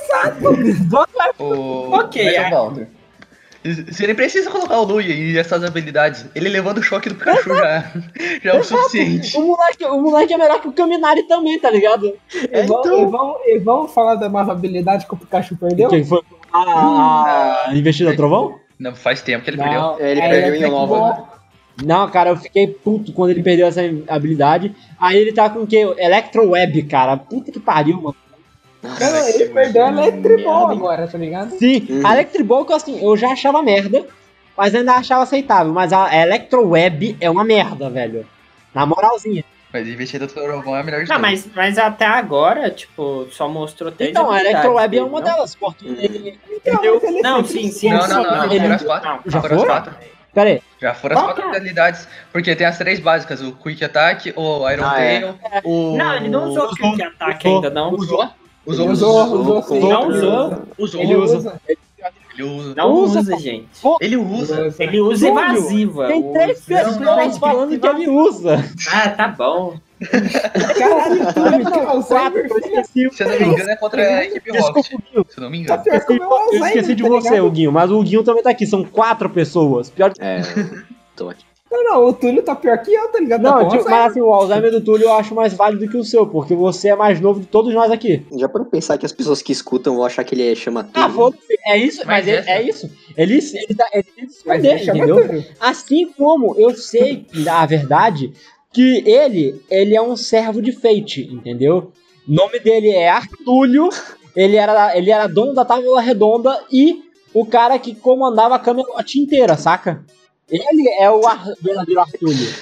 O... Ok, Mas, é. ô, Walter, se ele precisa colocar o Lugia e essas habilidades, ele levando o choque do Pikachu já, já é o suficiente. O moleque, o moleque é melhor que o Kaminari também, tá ligado? É, E vamos, então. e vamos, e vamos falar da nova habilidade que o Pikachu perdeu? Quem foi? A, a investida trovão? Não, faz tempo que ele perdeu. Não, É, ele é perdeu em Electric Nova. Ball. Não, cara, eu fiquei puto quando ele perdeu essa habilidade. Aí ele tá com o quê? Electro Web, cara. Puta que pariu, mano. Nossa, Não, ele que perdeu a Electric Ball merda, hein? agora, tá ligado? Sim, Uhum. a Electric Ball que assim, eu já achava merda, mas ainda achava aceitável. Mas a Electro Web é uma merda, velho. Na moralzinha. Mas investida do Trovão é a melhor de Não, todas. mas, mas até agora, tipo, só mostrou três Então, a habilidades Electro Web é dele, uma não? delas, porque Uhum. ele Então, perdeu. mas ele Não, sempre sim, sim. Não, sim, não, não, ele- foram as quatro. não. Já Foram as foi? quatro. Pera aí. Já foram as Qual quatro que é? habilidades, porque tem as três básicas, o Quick Attack, o Iron Ah, é. Tail, o... Não, ele não usou o Usou, Quick Attack usou. ainda, não. Usou? Usou? Ele Usou, usou, usou com- sim. Não usou. Usou. Ele usa. Ele usa. Não Usa, usa, pô. gente. Ele usa. Usa. Ele usa Túlio, evasiva. Tem O- três não, pessoas não. falando que ele usa. Ah, tá bom. Caralho, Túlio, que Quatro, Alzheimer, eu filho. esqueci. Se eu não me engano, é contra a equipe Desculpa, Rocket. Guinho. Se eu não me Tá engano. pior que o meu Eu Alzheimer, esqueci de tá você, ligado? o Guinho, mas o Guinho também tá aqui. São quatro pessoas. Pior que. É, tô aqui. Não, não, o Túlio tá pior que eu, tá ligado? Não, Tá com tipo, Alzheimer. mas assim, o Alzheimer do Túlio eu acho mais válido que o seu, porque você é mais novo de todos nós aqui. Já para pensar que as pessoas que escutam vão achar que ele chama tudo. Ah, foda-se. É isso, mas, Mas ele- essa- é isso. Ele, ele, tá, ele tem que se Mas esconder, ele chama entendeu? Túlio. Assim como eu sei, na verdade, que ele, ele é um servo de Fate, entendeu? O nome dele é Artúlio, ele era, ele era dono da Távola Redonda e o cara que comandava a Camelot inteira, saca? Ele é o Ar, verdadeiro Artúlio.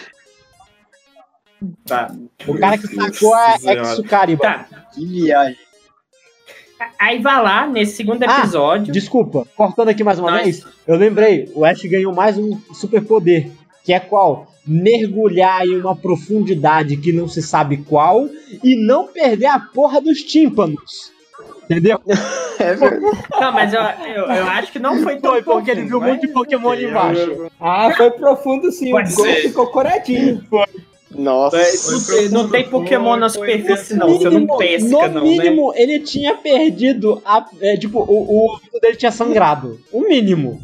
Tá. O cara que sacou a Nossa Senhora. Exucariba. Tá. Que viagem. Aí vai lá, nesse segundo Ah, episódio... Desculpa, cortando aqui mais uma Nós- vez, eu lembrei, o Ash ganhou mais um superpoder, que é qual? Mergulhar em uma profundidade que não se sabe qual e não perder a porra dos tímpanos. Entendeu? É verdade. Não, mas eu, eu, eu acho que não foi tão Foi porque ele viu um profundo, monte de mas- Pokémon ali embaixo. Ah, foi profundo sim. Pode o gol ser. ficou coradinho. Nossa. Não tem- não tem Pokémon na superfície, não. Você não Mínimo- pesca, no não, né? mínimo, ele tinha perdido a. É, tipo, o, o ouvido dele tinha sangrado. O mínimo.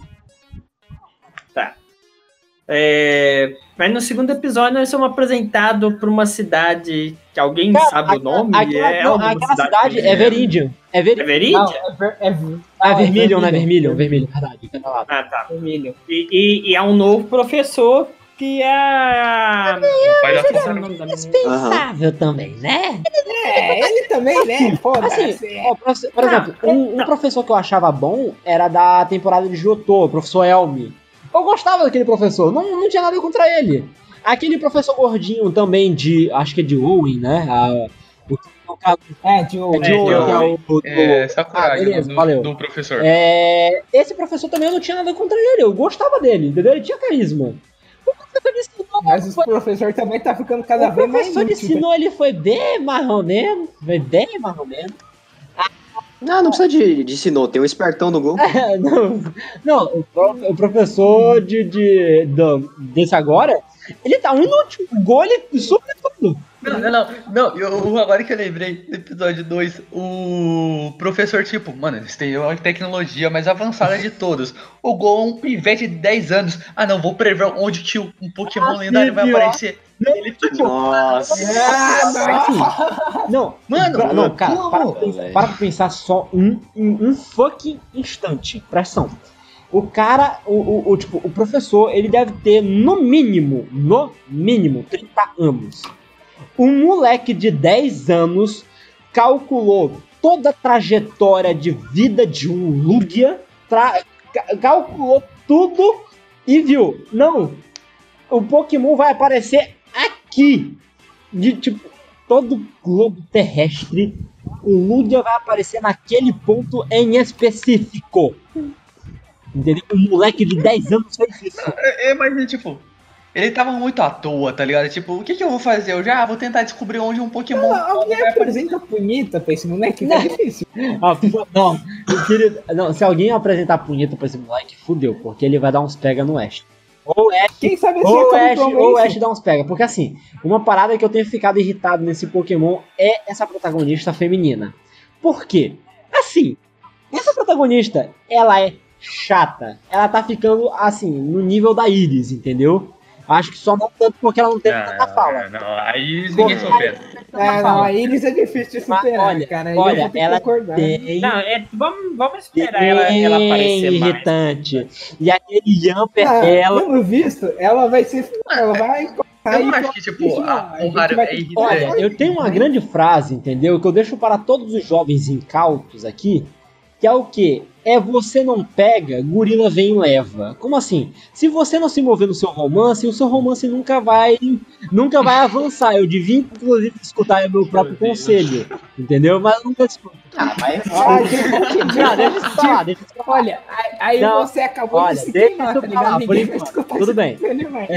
É, mas no segundo episódio nós somos apresentados para uma cidade que alguém Cara, sabe o nome. Aquela, é não, alguma aquela cidade é Veridian. É É Veridian. Veridian? Não, é, ver, é, ver- Ah, não, é Vermilion, né? Vermilion. Vermilion, Vermilion, verdade. Tá lá. Ah, tá. Vermilion. E, e, e é um novo professor que é. a- Pai da Esqueci o Sara. nome da menina. Dispensável também, né? É, ele também, né? Foda-se. Assim, ó, por, por exemplo, um, um professor que eu achava bom era da temporada de Jotô, o professor Elmi. Eu gostava daquele professor, não, não tinha nada contra ele. Aquele professor gordinho também de, acho que é de Owen, né? A, o, o, caso- É, de o. é de É, Owen, de que é o... o- É, Ah, Sakurai, beleza, do, valeu. do professor. É, esse professor também eu não tinha nada contra ele, eu gostava dele, entendeu? Ele tinha carisma. O professor de Sinnoh, Mas os professores também tá ficando cada o vez mais professor de inútil, né? Sinnoh, ele foi bem mais ou menos, foi bem mais ou menos. Não, não precisa de, de Sinnoh, tem um espertão no gol. É, não, não o, prof- o professor de, de, do- desse agora, ele tá um inútil. O gol, ele supre tudo. Não, não, não, não, eu, agora que eu lembrei do episódio dois, o professor, tipo, mano, eles têm a tecnologia mais avançada de todos. O Gol é um pivete de dez anos. Ah, não, vou prever onde que um Pokémon Ah, lendário sim, vai pior. aparecer. Não, Ele, tipo, Nossa. assim, não, Mano, pra- não, cara, como, para, pra pensar, velho? para pra pensar só um, um, um fucking instante. Presta atenção. O cara, o, o, o, tipo, o professor, ele deve ter no mínimo, no mínimo, trinta anos. Um moleque de dez anos calculou toda a trajetória de vida de um Lugia, tra- ca- calculou tudo e viu, não, o Pokémon vai aparecer aqui, de tipo, todo o globo terrestre, o Lugia vai aparecer naquele ponto em específico. Entendeu? Um moleque de dez anos fez isso. é, é, mas tipo, ele tava muito à toa, tá ligado? Tipo, o que que eu vou fazer? Eu já vou tentar descobrir onde um Pokémon Alguém vai aparecer. apresenta punheta pra esse moleque, tá difícil. Ah, fu- não, eu queria- não, se alguém apresentar punheta pra esse moleque, fudeu, porque ele vai dar uns pega no Ash. Ou Ash, Quem sabe assim ou é Ash, ou Ash dá uns pega. Porque assim, uma parada que eu tenho ficado irritado nesse Pokémon é essa protagonista feminina. Por quê? Assim, essa protagonista, ela é chata. Ela tá ficando, assim, no nível da Iris, entendeu? Acho que só não tanto porque ela não tem tanta fala. Não, não, aí ninguém supera. É, não, a Iris é difícil de Mas superar, olha, cara. aí olha, eu vou ter ela que concordar. tem... Não, é, vamos, vamos esperar ela, ela aparecer mais. irritante. E aquele Yamper Ah, dela. pelo visto, ela vai ser. Ela vai. Eu não acho que, tipo, a, o Haru é irritante. Olha, eu tenho uma grande frase, entendeu? Que eu deixo para todos os jovens incautos aqui. Que é o quê? É você não pega, gorila vem e leva. Como assim? Se você não se mover no seu romance, o seu romance nunca vai nunca vai avançar. Eu devia, inclusive, escutar o meu próprio conselho. Entendeu? Mas eu nunca escuto. Ah, mas Ah, gente, Não, deixa eu falar, deixa eu falar. olha, aí, aí Não, você acabou olha, de se deixa queimar, eu tá falar, ligado? por Ninguém vai enquanto. escutar Tudo esse bem. conselho mais.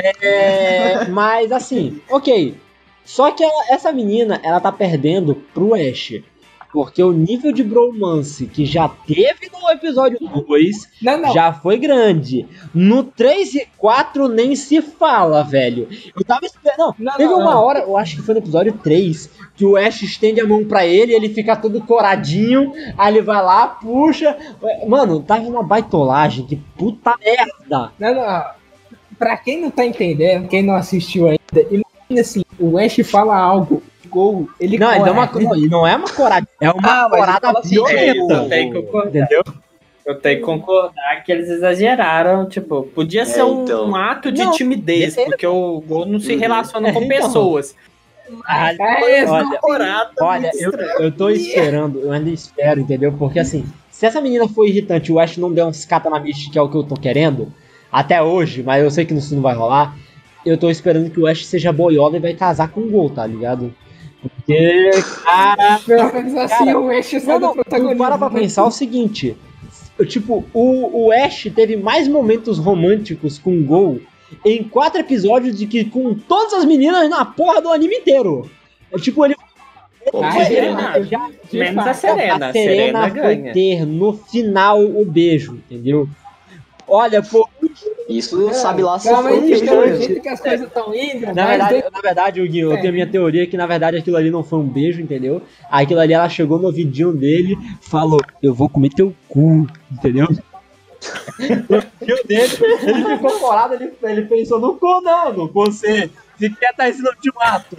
É, mas assim, ok. Só que ela- essa menina, ela tá perdendo pro Ash. Porque o nível de bromance que já teve no episódio dois Não, não. já foi grande. No três e quatro nem se fala, velho. Eu tava esperando. Não, Não, teve não, uma não. hora, eu acho que foi no episódio três, que o Ash estende a mão pra ele, ele fica todo coradinho, aí ele vai lá, puxa. Mano, tava uma baitolagem, que puta merda. Não, não. Pra quem não tá entendendo, quem não assistiu ainda, imagina assim, o Ash fala algo, gol, ele Não, ele dá uma, corre. não, e não é uma corada, é uma Ah, mas ele corada fala assim, violenta. Eu tenho que concordar. Entendeu? Eu tenho que concordar que eles exageraram. Tipo, podia ser um, então. um ato de Não, timidez, beleza. porque o Gol não se Uhum. relaciona com Então. pessoas. Ah, É, olha, Exagerado. olha, eu, eu tô esperando, eu ainda espero, entendeu? Porque assim, se essa menina for irritante e o Ash não der uns cata na bicha, que é o que eu tô querendo, até hoje, mas eu sei que isso não vai rolar, eu tô esperando que o Ash seja boiola e vai casar com o Gol, tá ligado? Porque, cara. Pelo menos assim Cara, o Ash sai Não, do não, tu protagonismo. para pra pensar o seguinte. Tipo, o, o Ash teve mais momentos românticos com o Gol em quatro episódios de que com todas as meninas na porra do anime inteiro. É, tipo, ele. Ah, ele- Serena, ele já- de menos fato. a Serena. a A Serena Serena foi ganha. ter no final o beijo, entendeu? Olha, pô, Isso sabe lá se Calma foi um aí, que beijo pelo mesmo. jeito que as coisas estão indo, na mas verdade, dois- na verdade, o Gui, eu tenho a minha teoria que na verdade aquilo ali não foi um beijo, entendeu? Aquilo ali ela chegou no ouvidinho dele, falou, eu vou comer teu cu, entendeu? No ouvidinho dele, ele ficou colado, ele, ele pensou, no cu não, no cu você, se quer tá ensinando te mato.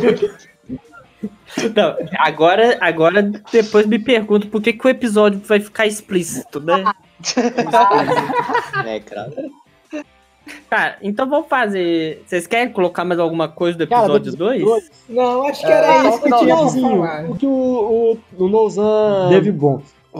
Não, agora, agora depois me pergunto por que, que o episódio vai ficar explícito, né? É, cara. Tá, então vamos fazer. Vocês querem colocar mais alguma coisa do Cara, do episódio dois? dois, Não, acho que É, era só isso o que eu tinha pra finalzinho, falar. o que o, o, o Nozan teve bom.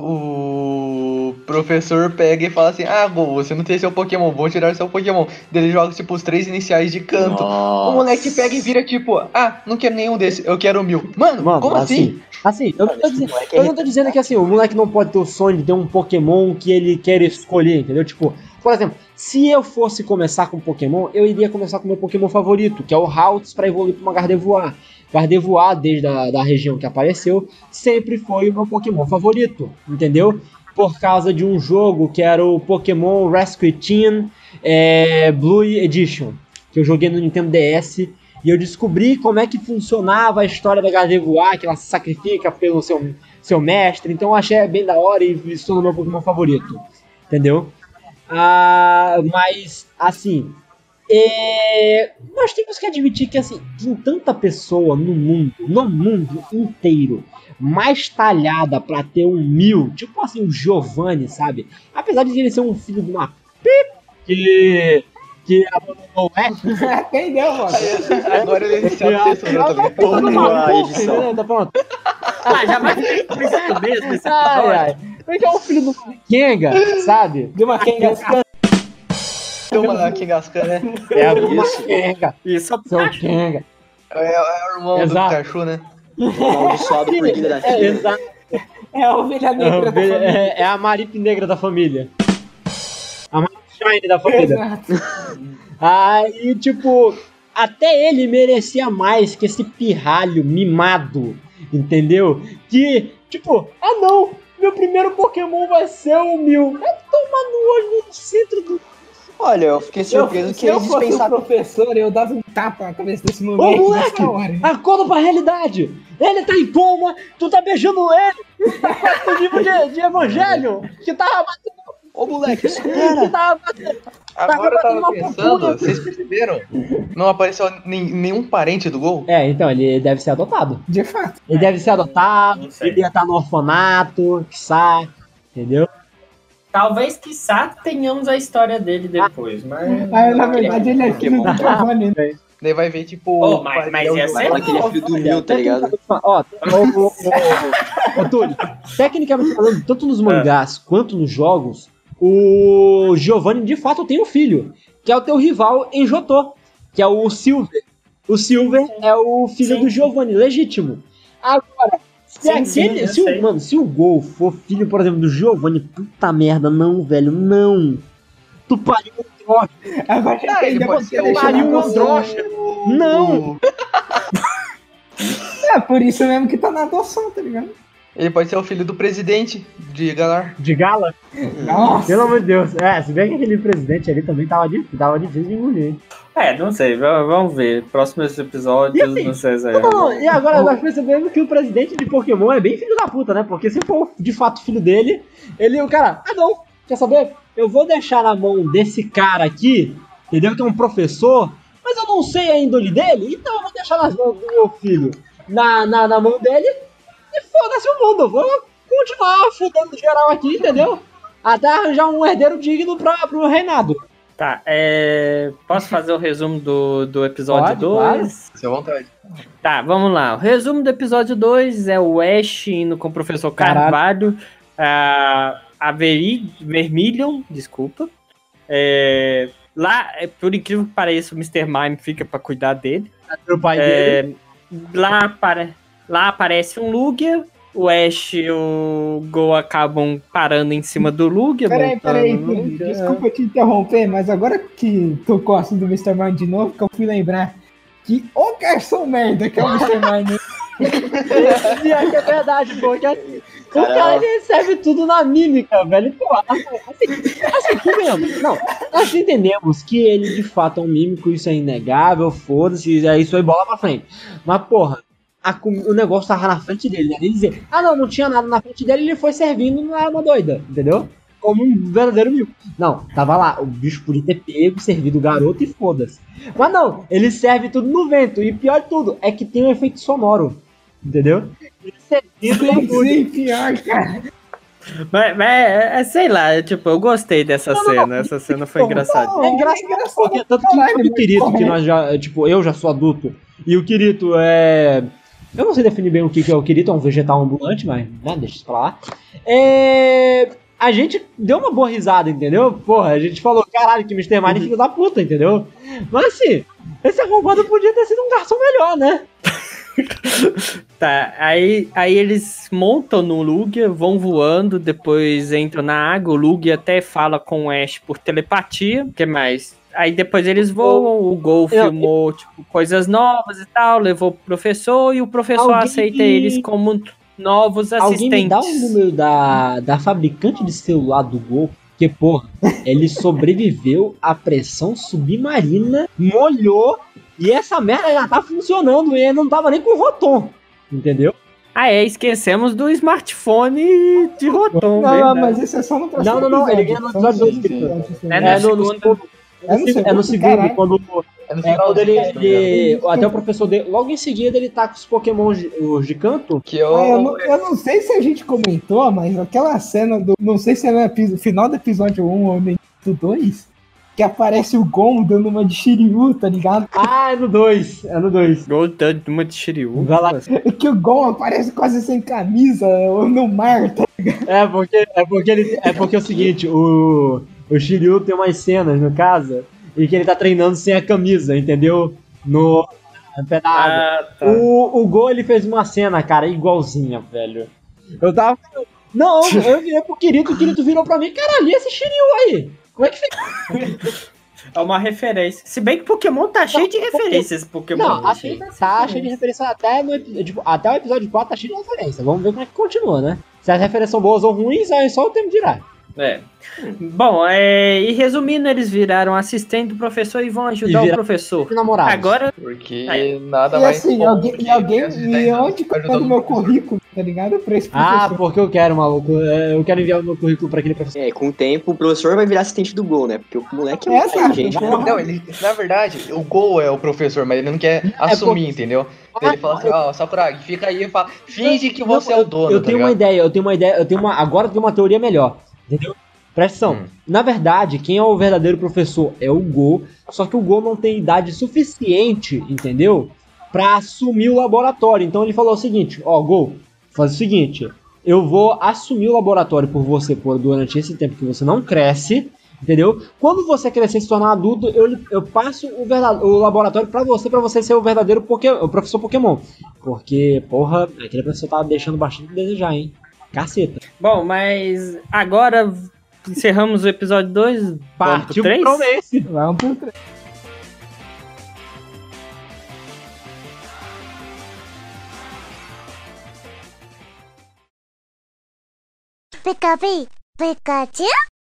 O professor pega e fala assim: Ah, Gol, você não tem seu Pokémon, vou tirar seu Pokémon. Daí ele joga tipo os três iniciais de canto. Nossa. O moleque pega e vira tipo: Ah, não quero nenhum desse, eu quero o mil. Mano, Mano, como assim? assim? Assim, eu, não tô Esse dizendo, moleque é eu não tô dizendo que assim, o moleque não pode ter o sonho de ter um Pokémon que ele quer escolher, entendeu? Tipo, por exemplo, se eu fosse começar com Pokémon, eu iria começar com o meu Pokémon favorito, que é o Haltz, pra evoluir pra uma Gardevoir. Gardevoir, desde a da região que apareceu, sempre foi o meu Pokémon favorito, entendeu? Por causa de um jogo que era o Pokémon Rescue Team é, Blue Edition, que eu joguei no Nintendo D S, e eu descobri como é que funcionava a história da Gardevoir, que ela se sacrifica pelo seu, seu mestre, então eu achei bem da hora e isso é o meu Pokémon favorito, entendeu? Ah, mas, assim, é, nós temos que admitir que, assim, tem tanta pessoa no mundo, no mundo inteiro, mais talhada pra ter um mil, tipo assim, o Giovanni, sabe? Apesar de ele ser um filho de uma pip, que, que abandonou o Ash, Entendeu, mano? Agora ele se abençoou também. Porra, a edição. entendeu? Tá pronto. Ah, já vai ficar isso mesmo esse Ai, episódio. ai. Porque é um filho do Kenga, sabe? Deu uma Kenga. Toma lá, Kingascan, né? É a Kenga, Isso seu Kenga. É, é o irmão Exato. do Pikachu, né? Amaldiçoado por guia da É, filha. exato. É a ovelha negra da família. É, é a Maripe Negra da família. A Maripe Shine da família. Exato. Aí, tipo, até ele merecia mais que esse pirralho mimado, entendeu? Que, tipo, ah não, meu primeiro Pokémon vai ser o Mil. Vai tomar no olho no centro do... Olha, eu fiquei Se eu, surpreso se que eu eles fosse o dispensaram. professor, eu dava um tapa na cabeça desse Ô, moleque moleque, nessa hora. acorda pra realidade. Ele tá em coma, tu tá beijando ele. Tá quase no nível de, de evangelho, que tava batendo, Ô, moleque, que supera. tava batendo. Agora eu batendo tava uma pensando, procura. vocês perceberam? Não apareceu nem- nenhum parente do Gol? É, então, ele deve ser adotado. De fato. Ele deve ser adotado, Não sei. ele ia estar no orfanato, quiçá, entendeu? Talvez, quiçá, tenhamos a história dele depois, mas... Aí, na verdade, ele é filho do Giovanni. né? Daí vai ver, tipo. Ô, o mas- pai mas dele é o ia Giovanni. ser Fala que ele é filho do Mil, tá ligado? Ó, ô, ô, ô, ô, Túlio, tecnicamente falando, tanto nos mangás quanto nos jogos, o Giovanni de fato tem um filho, que é o teu rival em Jotô, que é o Silver. O Silver é o filho Sim. do Giovanni, legítimo. Agora, se, Sim, sim, aquele, eu se, sei. o, mano, se o Gol for filho, por exemplo, do Giovanni, puta merda, não, velho, não. Tu pariu um troço. Agora já Ah, ele entendeu pode porque ser deixou o pariu na um adoção. drocha. Não. É por isso mesmo que tá na adoção, tá ligado? Ele pode ser o filho do presidente de Galar. De gala? Nossa. Pelo amor de Deus. É, se bem que aquele presidente ali também tava difícil, tava difícil de engolir. É, não sei, v- vamos ver. Próximos episódios, E assim, não sei se é. Não, não, e agora nós percebemos que o presidente de Pokémon é bem filho da puta, né? Porque se for de fato filho dele, ele, o cara, ah não, quer saber? Eu vou deixar na mão desse cara aqui, entendeu? Que é um professor, mas eu não sei a índole dele, então eu vou deixar nas mãos do meu filho, na, na, na mão dele, e foda-se o mundo, eu vou continuar fudendo geral aqui, entendeu? Até arranjar um herdeiro digno pra, pro reinado. Tá, é... posso fazer o resumo do, do episódio Pode, dois? Seu vontade. Tá, vamos lá. O resumo do episódio dois é o Ash indo com o professor Caralho. Carvalho, a, a Veri, Vermilion, desculpa. É, lá, é, por incrível que pareça, o mister Mime fica pra cuidar dele. Pro pai É, dele. lá, para, lá aparece um Lugia, o Ash e o Go acabam parando em cima do Lugia. Peraí, peraí, montando o Felipe, Lugia. desculpa te interromper, mas agora que tocou o assunto do mister Mime de novo, que eu fui lembrar que o garçom merda que é o mister Mime. Pior que é verdade, porque assim, o Caramba. cara ele recebe tudo na mímica, velho. Pô, assim, assim, que mesmo. Não, nós entendemos que ele de fato é um mímico, isso é inegável, foda-se, é isso aí, bola pra frente. Mas, porra, a com- o negócio tava na frente dele, né? Ele dizer, ah não, não tinha nada na frente dele, ele foi servindo na uma doida, entendeu? Como um verdadeiro mimo. Não, tava lá, o bicho podia ter pego, servido o garoto e foda-se. Mas não, ele serve tudo no vento, e pior de tudo, é que tem um efeito sonoro, entendeu? Ele servido no Sim, sim, pior, cara. Mas, mas é, é, sei lá, tipo, eu gostei dessa Não, não, cena. não. Essa cena foi Não, engraçada. não. É engraçado, É engraçado porque tanto que caralho, o Kirito, mas que nós já, tipo, eu já sou adulto, e o Kirito é... Eu não sei definir bem o que que é o Kirito, é um vegetal ambulante, mas, né, deixa isso pra lá. É... A gente deu uma boa risada, entendeu? Porra, a gente falou, caralho, que mister Mine é filho da puta, entendeu? Mas assim, esse arrombado podia ter sido um garçom melhor, né? Tá, aí, aí eles montam no Lugia, vão voando, depois entram na água. O Lugia até fala com o Ash por telepatia. O que mais? Aí depois eles voam, o Gol Eu- filmou tipo, coisas novas e tal, levou pro professor e o professor Alguém- aceita eles como novos Alguém me dá o assistentes. número da, da fabricante de celular do Gol, porque, porra, ele sobreviveu à pressão submarina, molhou, e essa merda já tá funcionando, e ele não tava nem com o Rotom, entendeu? Ah, é, esquecemos do smartphone de Rotom, Não, verdade. mas isso é só no próximo Não, não, não, ele ganha no episódio dois, Kirito. É É no no, no segundo. segundo. É no É no segundo, segundo, caralho. quando, É no é, quando ele, finalzinho, ele- Até o professor dele. Logo em seguida ele tá com os Pokémon de, os de canto. Que eu, Ah, eu, não, eu não sei se a gente comentou, mas aquela cena do. Não sei se é no epi- final do episódio um ou no início do dois, que aparece o Gon dando uma de Shiryu, tá ligado? Ah, é no dois. É no dois. Gol de uma de Shiryu. Vai lá. E que o Gon aparece quase sem camisa ou no mar, tá? É porque, é porque ele. É porque é o seguinte, o. O Shiryu tem umas cenas no caso em que ele tá treinando sem a camisa, entendeu? No. no pé da água. Ah, tá. O, o Gol ele fez uma cena, cara, igualzinha, velho. Eu tava. Não, eu virei pro Kirito, o Kirito virou pra mim, caralho, e esse Shiryu aí? Como é que fica? É uma referência. Se bem que Pokémon tá cheio de referências. Pokémon. Não, assim, tá cheio de referência até, no, epi- tipo, até o episódio quatro tá cheio de referência. Vamos ver como é que continua, né? Se as referências são boas ou ruins, aí só o tempo dirá. É. Bom, é, e resumindo, eles viraram assistente do professor e vão ajudar E o vira- professor. Namorados. Agora, Porque Aí. nada E mais. assim, comum alguém, que e alguém. crianças de E dez anos onde que eu ajudando mando meu o professor. currículo, tá ligado? Pra esse Ah, professor. porque eu quero, maluco. É, Eu quero enviar o meu currículo pra aquele professor. É, com o tempo o professor vai virar assistente do Gol, né? Porque o moleque é É, um sabe? gente. Porra. Não, ele, na verdade, o Gol é o professor, mas ele não quer assumir, porque- entendeu? Ele fala assim, ó, Sakuragi, fica aí e fala, finge que você Não, é o dono, Eu tá tenho uma ligado? ideia, eu tenho uma ideia, eu tenho uma. Agora eu tenho uma teoria melhor. Entendeu? Presta atenção. Hum. Na verdade, quem é o verdadeiro professor é o Gol. Só que o Gol não tem idade suficiente, entendeu? Pra assumir o laboratório. Então ele falou o seguinte: ó, Gol, faz o seguinte. Eu vou assumir o laboratório por você por durante esse tempo que você não cresce. Entendeu? Quando você crescer e se tornar adulto, eu, eu passo o, verdade, o laboratório pra você, pra você ser o verdadeiro poké, o professor Pokémon. Porque, porra, aquele professor tava deixando bastante a desejar, hein? Caceta. bom, mas agora encerramos o episódio dois. Vamos pro Partiu três? pro esse. Vamos pro três. Pikapi, Pikachu?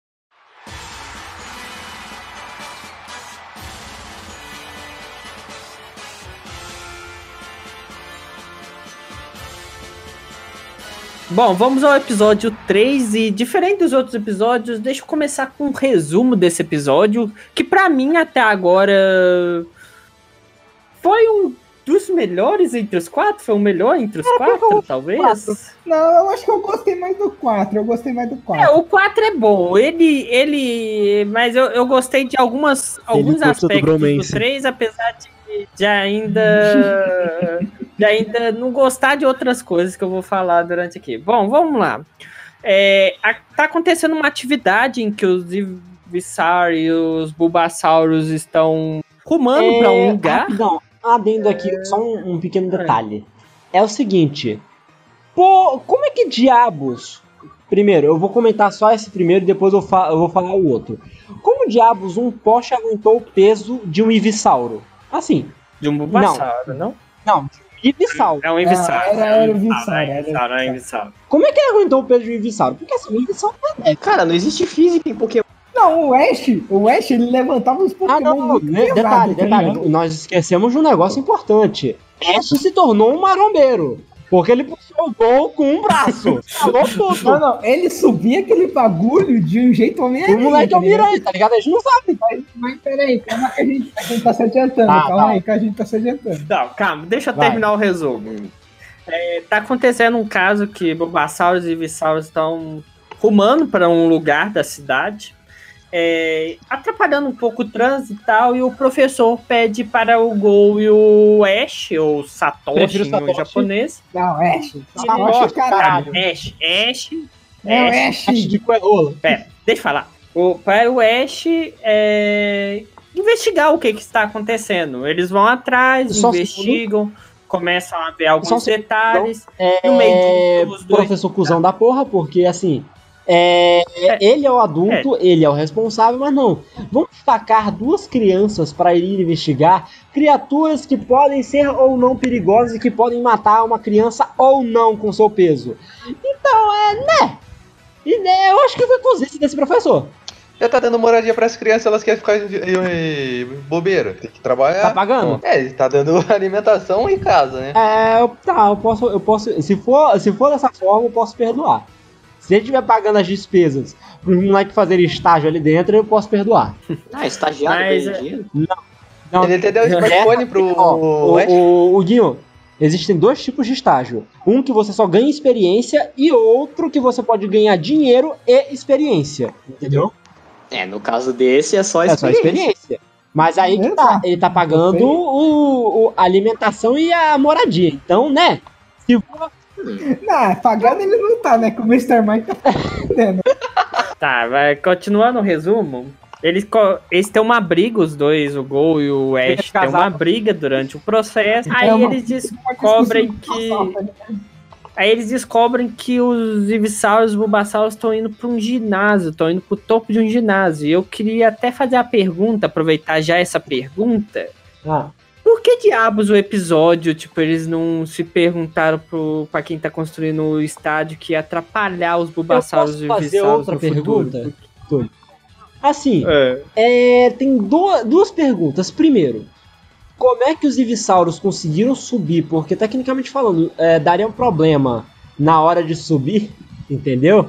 Bom, vamos ao episódio três e, diferente dos outros episódios, deixa eu começar com um resumo desse episódio, que pra mim até agora foi um dos melhores entre os quatro, foi o melhor entre os quatro, talvez. quatro. Não, eu acho que eu gostei mais do quatro. Eu gostei mais do É, quatro. o quatro é bom, ele, ele, mas eu, eu gostei de algumas, alguns gostou do aspectos do bromance. três, apesar de, de ainda, de ainda não gostar de outras coisas que eu vou falar durante aqui. Bom, vamos lá. É, a- tá acontecendo uma atividade em que os Ivysaur e os Bulbasauros estão rumando É, pra um lugar. Rapidão. adendo aqui, só um, um pequeno detalhe. É o seguinte, pô, como é que diabos... Primeiro, eu vou comentar só esse primeiro e depois eu, fa- eu vou falar o outro. Como diabos um Porsche aguentou o peso de um Ivisauro? Assim, De um Bulbasauro, não? não, de um Ivisauro. É um Ivisauro. Era- é um era o Ivisauro, Ivisauro, é um era o Ivisauro, é um Ivisauro. Como é que ele aguentou o peso de um Ivisauro? Porque assim, o Ivisauro é... Cara, não existe física em Pokémon. Não, o Ash, o Ash, ele levantava os Pokémon Ah, não, muito né, pesado, detalhe, tá detalhe, ligado? nós esquecemos de um negócio importante. Ash se tornou um marombeiro, porque ele puxou o gol com um braço. Falou tudo. Não, não, ele subia aquele bagulho de um jeito homem O moleque é o Miranha, tá ligado? A gente não sabe. Mas, mas peraí, calma que a gente, a gente tá se adiantando, Tá, calma tá. aí que a gente tá se adiantando. Não, calma, deixa eu Vai. terminar o resumo. É, tá acontecendo um caso que Bulbasauros e Ivisauros estão rumando para um lugar da cidade, é, atrapalhando um pouco o trânsito e tal, e o professor pede para o Gol e o Ash, ou Satoshi Prefiro no Satoshi. japonês. Não, Ash, Satoshi, Satoshi, caralho. Ash, Ash, É o Ash, Ash. Ash de coerrola. Pera, deixa eu falar. O, para o Ash é, investigar o que, que está acontecendo. Eles vão atrás, Só um investigam, começam a ver alguns Só um segundo. detalhes. É, No meio dos dois. professor cuzão da porra, porque assim, é, É. ele é o adulto, ele é o responsável, mas não. Vamos destacar duas crianças para ir investigar criaturas que podem ser ou não perigosas e que podem matar uma criança ou não com seu peso. Então, é, né? E, né, eu acho que foi cozice desse professor. Já tá dando moradia pras crianças, elas querem ficar eh, bobeira. Tem que trabalhar. Tá pagando? É, ele tá dando alimentação em casa, né? É, eu- tá, eu posso, eu posso, se for, se for dessa forma, eu posso perdoar. Se ele estiver pagando as despesas para os moleques fazerem estágio ali dentro, eu posso perdoar. Ah, estagiário Mas, ganha é- dinheiro? Não, Ele até deu o smartphone pro Ó, o, Ash. o, o Guinho, existem dois tipos de estágio. Um que você só ganha experiência e outro que você pode ganhar dinheiro e experiência. Entendeu? É, no caso desse é só É só experiência. experiência. Mas aí que tá, Exato. ele tá pagando o, o- a alimentação e a moradia. Então, né? Se for, Não, pagando ele não tá, né? Que o mister Mike tá fudendo. Tá, vai continuando o resumo. Eles, co- eles têm uma briga, os dois, o Gol e o Ash, Eles têm uma casaram. briga durante o processo. Aí É uma- eles descobrem que. Aí eles descobrem que os Ivisauros e os Bulbasauros estão indo para um ginásio, estão indo pro topo de um ginásio. E eu queria até fazer a pergunta, aproveitar já essa pergunta. ah, Por que diabos o episódio, tipo, eles não se perguntaram pro, pra quem tá construindo o estádio que ia atrapalhar os Bulbasauros e posso os fazer Ivisauros outra no futuro? pergunta? assim, É. é, tem do- duas perguntas. Primeiro, como é que os Ivisauros conseguiram subir? Porque, tecnicamente falando, é, daria um problema na hora de subir, entendeu?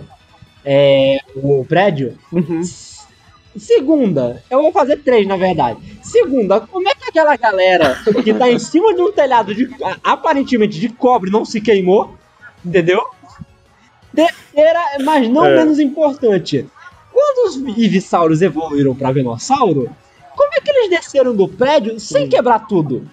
É, o prédio. Uhum. Segunda, eu vou fazer três, na verdade. Segunda, como é que aquela galera que tá em cima de um telhado de, aparentemente de cobre não se queimou? Entendeu? Terceira, mas não É. menos importante. Quando os Ivisauros evoluíram pra Venossauro, como é que eles desceram do prédio sem quebrar tudo?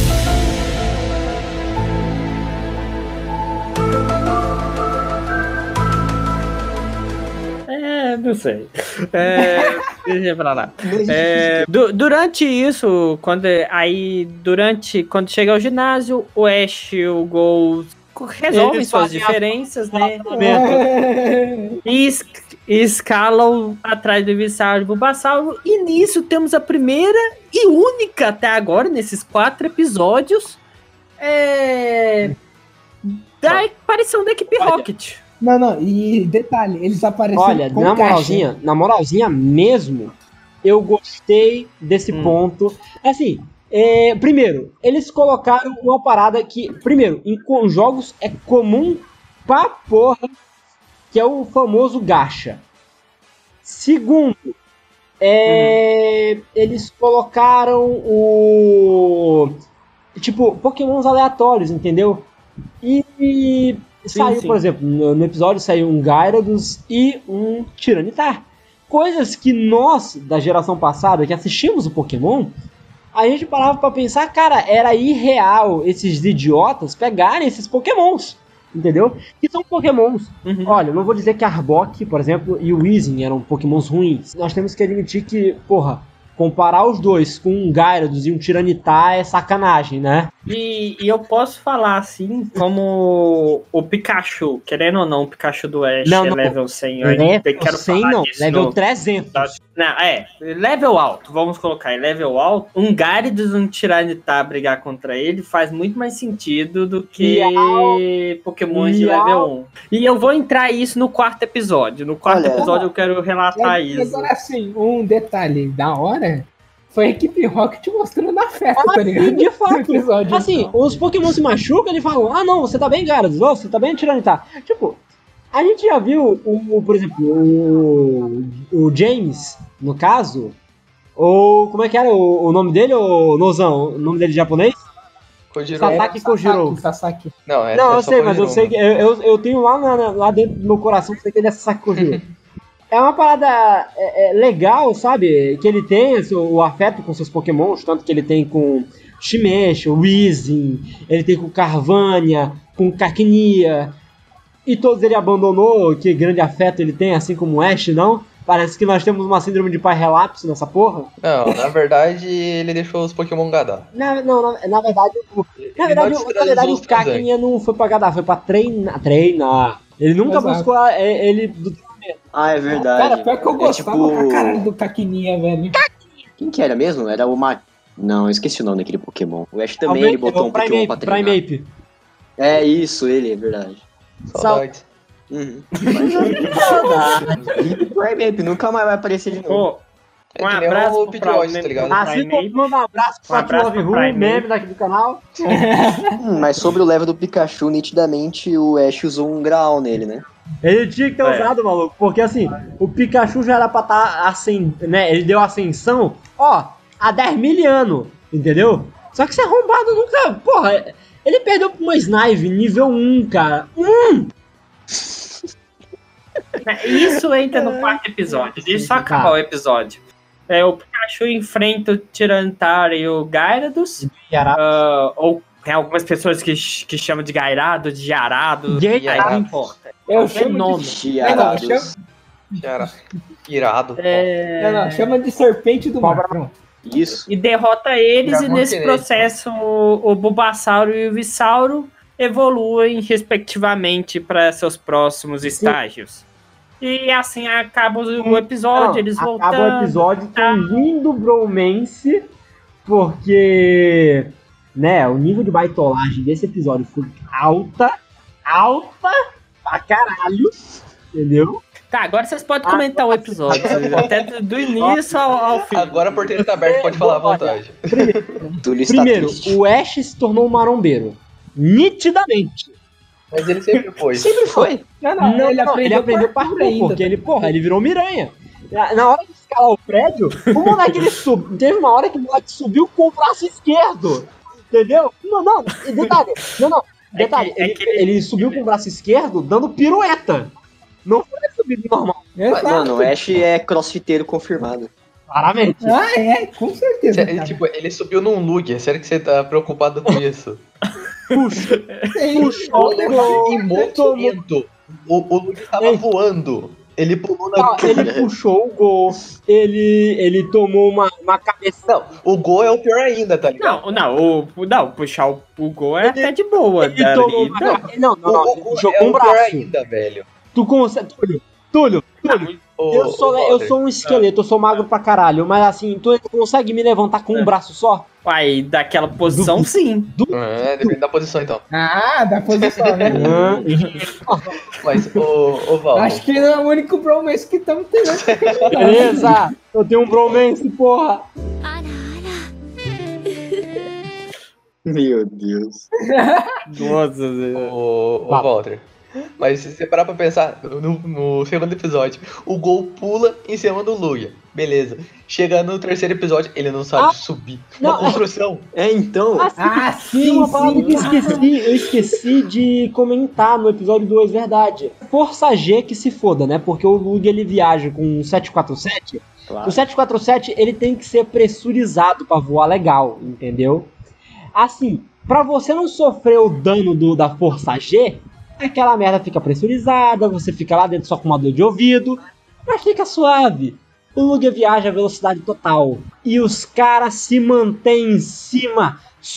É, não sei. É, deixa pra lá. É, du- durante isso, quando aí durante quando chega ao ginásio, o Ash e o Gol resolvem Eles suas fazem a- diferenças, né? É. E es- e escalam atrás do Ivisauro e do Bulbasauro. E nisso temos a primeira e única até agora, nesses quatro episódios, é, da aparição da equipe Olha. Rocket. Não, não, e detalhe, eles apareceram Olha, com na caixa. moralzinha, na moralzinha mesmo, eu gostei desse Hum. ponto. Assim, é, primeiro, eles colocaram uma parada que, primeiro, em co- jogos é comum pra porra, que é o famoso gacha. Segundo, é, eles colocaram o... tipo, pokémons aleatórios, entendeu? E... e Sim, saiu, sim. por exemplo, no, no episódio saiu um Gyarados e um Tiranitar. Coisas que nós, da geração passada, que assistimos o Pokémon, a gente parava pra pensar, cara, era irreal esses idiotas pegarem esses Pokémons, entendeu? Que são Pokémons. Uhum. Olha, eu não vou dizer que Arbok, por exemplo, e o Weezing eram Pokémons ruins. Nós temos que admitir que, porra, comparar os dois com um Gyarados e um Tyranitar é sacanagem, né? E, e eu posso falar assim, como o Pikachu, querendo ou não, o Pikachu do Ash Não, é não. level cem. Eu Level quero cem falar não, disso level no- trezentos. Não, é, level alto, vamos colocar, em level alto, um Gyarados e um Tyranitar brigar contra ele faz muito mais sentido do que Pokémon de Miau. level um. E eu vou entrar isso no quarto episódio. No quarto Olha. episódio eu quero relatar E isso. agora, assim, um detalhe da hora foi a equipe Rocket mostrando a festa, Ah, tá ligado? sim, de fato. No episódio. Assim, os Pokémon se machucam, eles falam, ah não, você tá bem, Gyarados, oh, você tá bem, Tyranitar. Tipo, a gente já viu, o, o, por exemplo, o, o James, no caso, ou como é que era o, o nome dele, o Nozão, o nome dele japonês? Kojiro. Sasaki Sasaki, Kojiro. Sasaki. Não, é, Não, é eu só sei, mas eu Kojiro, sei que eu, eu, eu tenho lá, na- na- lá dentro do meu coração que ele é Sasaki Kojiro. É uma parada é, é, legal, sabe? Que ele tem assim, o afeto com seus pokémons, tanto que ele tem com Shimesh, o Weezing, ele tem com Carvanha, com Cacnea, e todos ele abandonou, que grande afeto ele tem, assim como o Ash, não? Parece que nós temos uma síndrome de pai relapso nessa porra. Não, na verdade, ele deixou os Pokémon gadar. Na, não, na, na verdade, o- na Ele verdade, não o- na verdade desestabilizou o os Transact. Cacnea não foi pra Gadar, foi pra treinar. treinar. Ele nunca Exato. buscou a- é- ele do Ah, é verdade. Cara, pior que eu É gostava tipo- pra caralho do Caquininha, velho. Quem que era mesmo? Era o Ma... Não, eu esqueci o nome daquele Pokémon. O Ash também, Ao ele meio- botou é o um Pokémon pra Primeape, treinar. Primeape. É isso, ele, é verdade. Saudades. Uhum. Mas é saudade. Primeape nunca mais vai aparecer de novo. Pô, É um que nem abraço o pro Pidgeot, Prime- tá ligado? Ah, Assim Primeape. como manda um abraço Um pra abraço Love pro Room, Primeape. meme daqui do canal. Hum, mas sobre o level do Pikachu, nitidamente o Ash usou um grau nele, né? Ele tinha que ter É. usado, maluco, porque assim, o Pikachu já era pra estar assim, né? Ele deu ascensão, ó, há dez mil anos, entendeu? Só que esse arrombado nunca, porra, ele perdeu pra uma Snive nível um, cara. Um! Isso entra no quarto episódio. Deixa eu só acabar Tá. o episódio. É, o Pikachu enfrenta o Tyranitar e o Gyarados. ah, ou tem algumas pessoas que, ch- que chamam de Gairado, de Arado. Gyarados. Aí não importa. Eu Qualquer chamo nome. de... Chiarados. Não, chama- Cara, irado. É, Não, não, chama de serpente do mar. Pronto. Isso. E derrota eles, Dragão e nesse chinês. processo o, o Bulbasauro e o Visauro evoluem respectivamente para seus próximos estágios. E assim acaba o episódio, Não, eles acaba voltando. o episódio com tá. um lindo bromance, porque, né, o nível de baitolagem desse episódio foi alta, alta pra caralho, entendeu? Tá, agora vocês podem comentar o episódio, até do, do início ao, ao fim. Agora a porteira tá aberta, pode falar à vontade. Túlio está Primeiro, triste. o Ash se tornou um marombeiro, nitidamente. Mas ele sempre foi. Sempre foi. Não, não, Não, ele não, aprendeu ele aprendeu parkour parkour, ainda. porque ele, porra, ele virou miranha. Na na hora de escalar o prédio, o moleque ele subiu. Teve uma hora que o moleque subiu com o braço esquerdo. Entendeu? Não, não, e detalhe, não, não. Detalhe, É que- é ele, que ele- ele subiu com o braço esquerdo dando pirueta. Não foi subida normal. Mas, Exato. mano, o Ash é crossfiteiro confirmado. Claramente. Ah, é, com certeza. Ele, cara. tipo, ele subiu num Lug. Sério que você tá preocupado com isso? Puxa, Sim. puxou Em o movimento. O, o Lug tava Ei. voando. Ele pulou na. Não, ele puxou o gol, ele, ele tomou uma, uma cabeça. Não, o gol é o pior ainda, tá ligado? Não, não, o, não, puxar o, o gol é até de boa. Ele dali. tomou uma. Não, não, não, o, ele o, puxou é com o o pior braço. ainda, velho. Tu consegue. Túlio, Túlio, Túlio. O- Eu sou, o eu Walter. sou um esqueleto, eu sou magro pra caralho, mas assim, tu consegue me levantar com um É. braço só? Uai, daquela posição, sim. É, depende da posição então. Ah, da posição, né? Mas, o, o Walter. Acho que não é o único bromance que estamos tendo. Beleza? Eu tenho um bromance, porra. Meu Deus. Nossa, O, o Fala. Walter. Mas se você parar pra pensar, no, no segundo episódio, o Gol pula em cima do Lugia. Beleza. Chega no terceiro episódio, ele não sabe Ah, subir. não, Uma construção. É, então. Ah, Tem sim, uma palavra que eu sim. esqueci, eu esqueci de comentar no episódio dois, verdade. Força G que se foda, né? Porque o Lug ele viaja com um sete quatro sete. Claro. O sete quatro sete ele tem que ser pressurizado pra voar legal, entendeu? Assim, pra você não sofrer o dano do, da Força G, aquela merda fica pressurizada, você fica lá dentro só com uma dor de ouvido, mas fica suave. O Lugia viaja a velocidade total. E os caras se mantêm em cima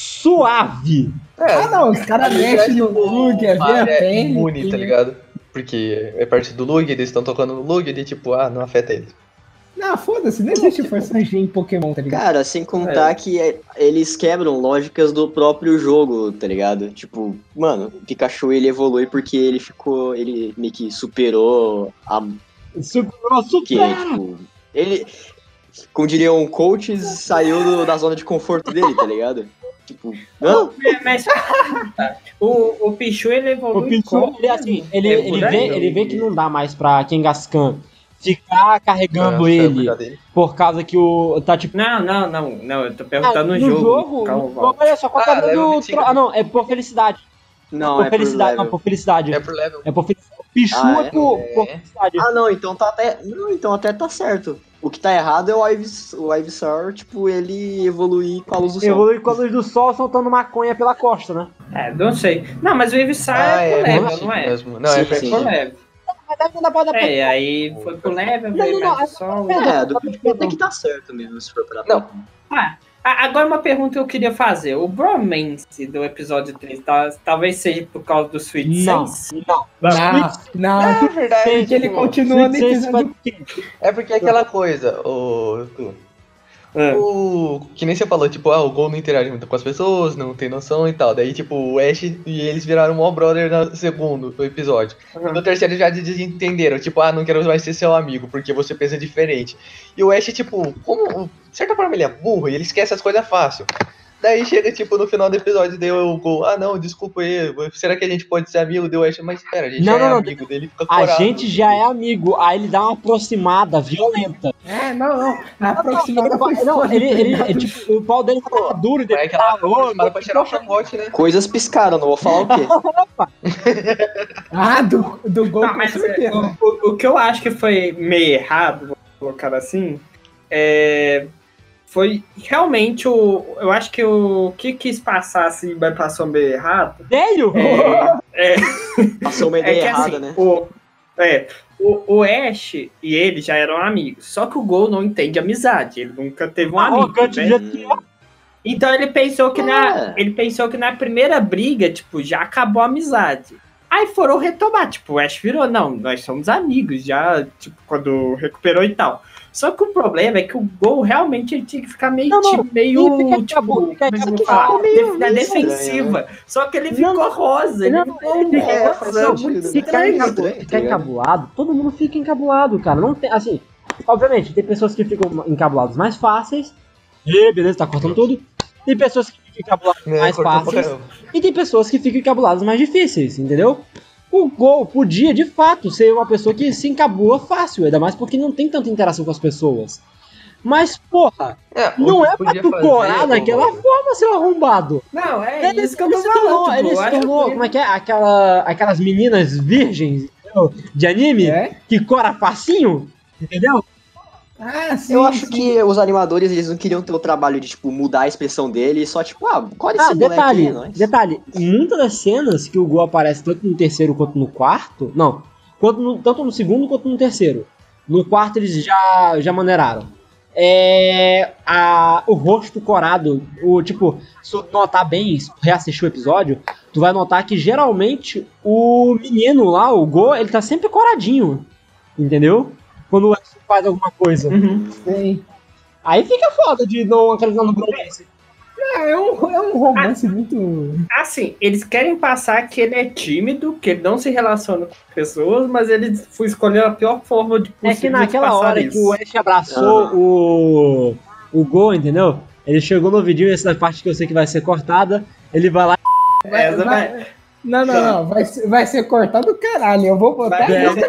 suave. Ah, não, os caras mexem no Lugia, vê a é pele. imune, tá ligado? Porque é parte do Lugia, eles estão tocando no Lugia e tipo, ah, não afeta ele. Não, foda-se, não existe força G em Pokémon, tá ligado? Cara, sem contar É. que é- eles quebram lógicas do próprio jogo, tá ligado? Tipo, mano, o Pikachu ele evolui porque ele ficou. Ele meio que superou a. Superou, Que, supera. tipo, ele. Como diriam coaches, saiu do- da zona de conforto dele, tá ligado? Tipo, não? É, mas o, o Pichu, ele evolui O Pichu, como? ele, assim, ele, É, ele, por vê, aí, ele vê que não dá mais pra Kangaskhan ficar carregando É, ele foi a dele. por causa que o. Tá tipo. Não, não, não, não, eu tô Ah, perguntando no, no jogo. jogo, Calma, no Val. jogo, olha só, qual Ah, é level do. vinte e cinco. tro- Ah, não, é por felicidade. Não, por é felicidade, por não, level. por felicidade. É por level. É por felicidade. Pichu Ah, é, é? por, É. por felicidade. Ah, não, então tá até. Não, então até tá certo. O que tá errado é o Ivysaur, o Ivysaur, tipo, ele evoluir com a luz do sol. Evolui com a luz do sol soltando maconha pela costa, né? É, não sei. Não, mas o Evisar Ah, é é, pro level, sim, não é? mesmo. Não, Sim, é sim. perfeito. Pro level. Mas deve dar pra dar pra- É, aí foi pro level, Não, veio não, não, mais do sol. É, do Pikachu até que tá certo mesmo, se for pra Não. Ah, a- agora uma pergunta que eu queria fazer. O Bromance do episódio três, tá, talvez seja por causa do Sweet Não, Sense? não. Não, não, É verdade. porque ele tipo, continua no Sweet Sense episódio. faz- É porque é aquela coisa, o. Ah. O. Que nem você falou, tipo, ah, o Gol não interage muito com as pessoas, não tem noção e tal. Daí, tipo, o Ash e eles viraram mó brother no segundo episódio. Uhum. No terceiro já desentenderam, tipo, ah, não quero mais ser seu amigo, porque você pensa diferente. E o Ash, tipo, como. De certa forma ele é burro e ele esquece as coisas fácil. Daí chega, tipo, no final do episódio, deu o Gol, ah não, desculpa aí, será que a gente pode ser amigo? Deu o Ash, mas espera, a gente Não, já não, é não. amigo dele, fica A corado. gente já é amigo, aí ele dá uma aproximada violenta. É, não, não. A aproximada foi Não, foda, ele, ele, tá é, ligado? tipo, o pau dele tá duro e Mas é dele aquela tá aproximada pra tirar o chacote, né? Coisas piscaram, não vou falar o quê. Ah, do, do gol Não, com mas certeza. o, o- o que eu acho que foi meio errado, vou colocar assim, é, foi realmente o. Eu acho que o que quis passar assim, vai passou meio errado. Sério? É, Passou uma é ideia que errada, assim, né? o, é, o, o Ash e ele já eram amigos. Só que o Gol não entende amizade. Ele nunca teve um amigo. Arrogante né? do jeito que é. Então ele pensou que na. É. Ele pensou que na primeira briga, tipo, já acabou a amizade. Aí foram retomar, tipo, o Ash virou, não, nós somos amigos, já, tipo, quando recuperou e tal. Só que o problema é que o Gol realmente ele tinha que ficar meio, Não, não, tipo, meio, ele fica tipo, acabou, fica como é que eu vou acabou, falar? meio- Def- na meio defensiva. estranho, Só que ele Não, ficou rosa, ele não, ficou ele- é, rosa, faz muito sentido, né? Ficar estranho. Estranho, encabu- tá ficar ligado? encabulado, todo mundo fica encabulado, cara. Não tem, assim, obviamente, tem pessoas que ficam encabuladas mais fáceis. E beleza, tá cortando tudo. Tem pessoas que ficam encabuladas Né, mais cortou pra fáceis. caramba. E tem pessoas que ficam encabuladas mais difíceis, entendeu? O Gol podia, de fato, ser uma pessoa que se encabula fácil, ainda mais porque não tem tanta interação com as pessoas. Mas, porra, É, não o é que pra podia tu fazer, corar daquela Walter, forma, seu arrombado. Não, é Ele, isso que eu tô ele se tornou, falando. ele tipo, se eu acho tornou, que- como é que é? Aquela, aquelas meninas virgens, entendeu? De anime, É? que cora facinho, entendeu? Ah, sim. Eu acho sim. que os animadores, eles não queriam ter o trabalho de, tipo, mudar a expressão dele e só, tipo, ah, qual é esse Ah, moleque detalhe, aí, é nóis. detalhe, muitas das cenas que o Gol aparece tanto no terceiro quanto no quarto, não, quanto no- tanto no segundo quanto no terceiro. No quarto eles já, já maneiraram. É, a, o rosto corado, o tipo, se tu notar bem, se tu reassistir o episódio, tu vai notar que geralmente o menino lá, o Go, ele tá sempre coradinho, entendeu? Quando o Ash faz alguma coisa. Uhum. Sim. Aí fica foda de não acreditar no bromance. Ah, é um, é um romance muito. Assim, eles querem passar que ele é tímido, que ele não se relaciona com pessoas, mas ele foi escolher a pior forma de É possível que de naquela passar hora isso. que o Ash abraçou o, o Go, entendeu? Ele chegou no vídeo, essa parte que eu sei que vai ser cortada, ele vai lá É, Essa vai- vai- Não, não, não. Vai, ser- vai ser cortado do caralho. Eu vou botar. vai- Eu,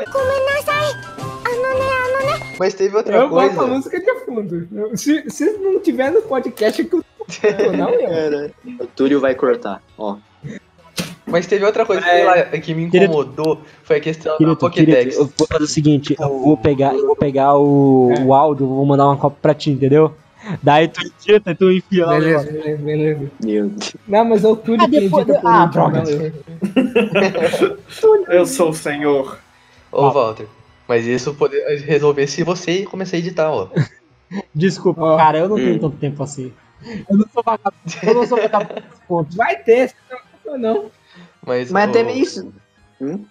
Mas teve outra eu boto a coisa. música de fundo. Eu- se, se não tiver no podcast, que eu não eu. Cara, o Túlio vai cortar, ó. Mas teve outra coisa É. sei lá, que me Querido- incomodou. Foi a questão da Querido, querido, Pokédex. eu vou fazer o seguinte, eu vou pegar, eu vou pegar o, É. o áudio, vou mandar uma cópia pra ti, entendeu? Daí tu edita e tu enfia lá. o Beleza, negócio. beleza, beleza. Meu Deus. Não, mas eu tudo Ah, depois- edita por ah, último, droga. não eu. Eu sou o senhor. Ô, Walter. Mas isso pode resolver se você começar a editar, ó. Desculpa, Ó. cara, eu não tenho Hum. tanto tempo assim. Eu não sou vagabundo. Eu não sou vagabundo nesse ponto. Vai ter, você não, não. Mas, Mas ô, até meio isso. Hum?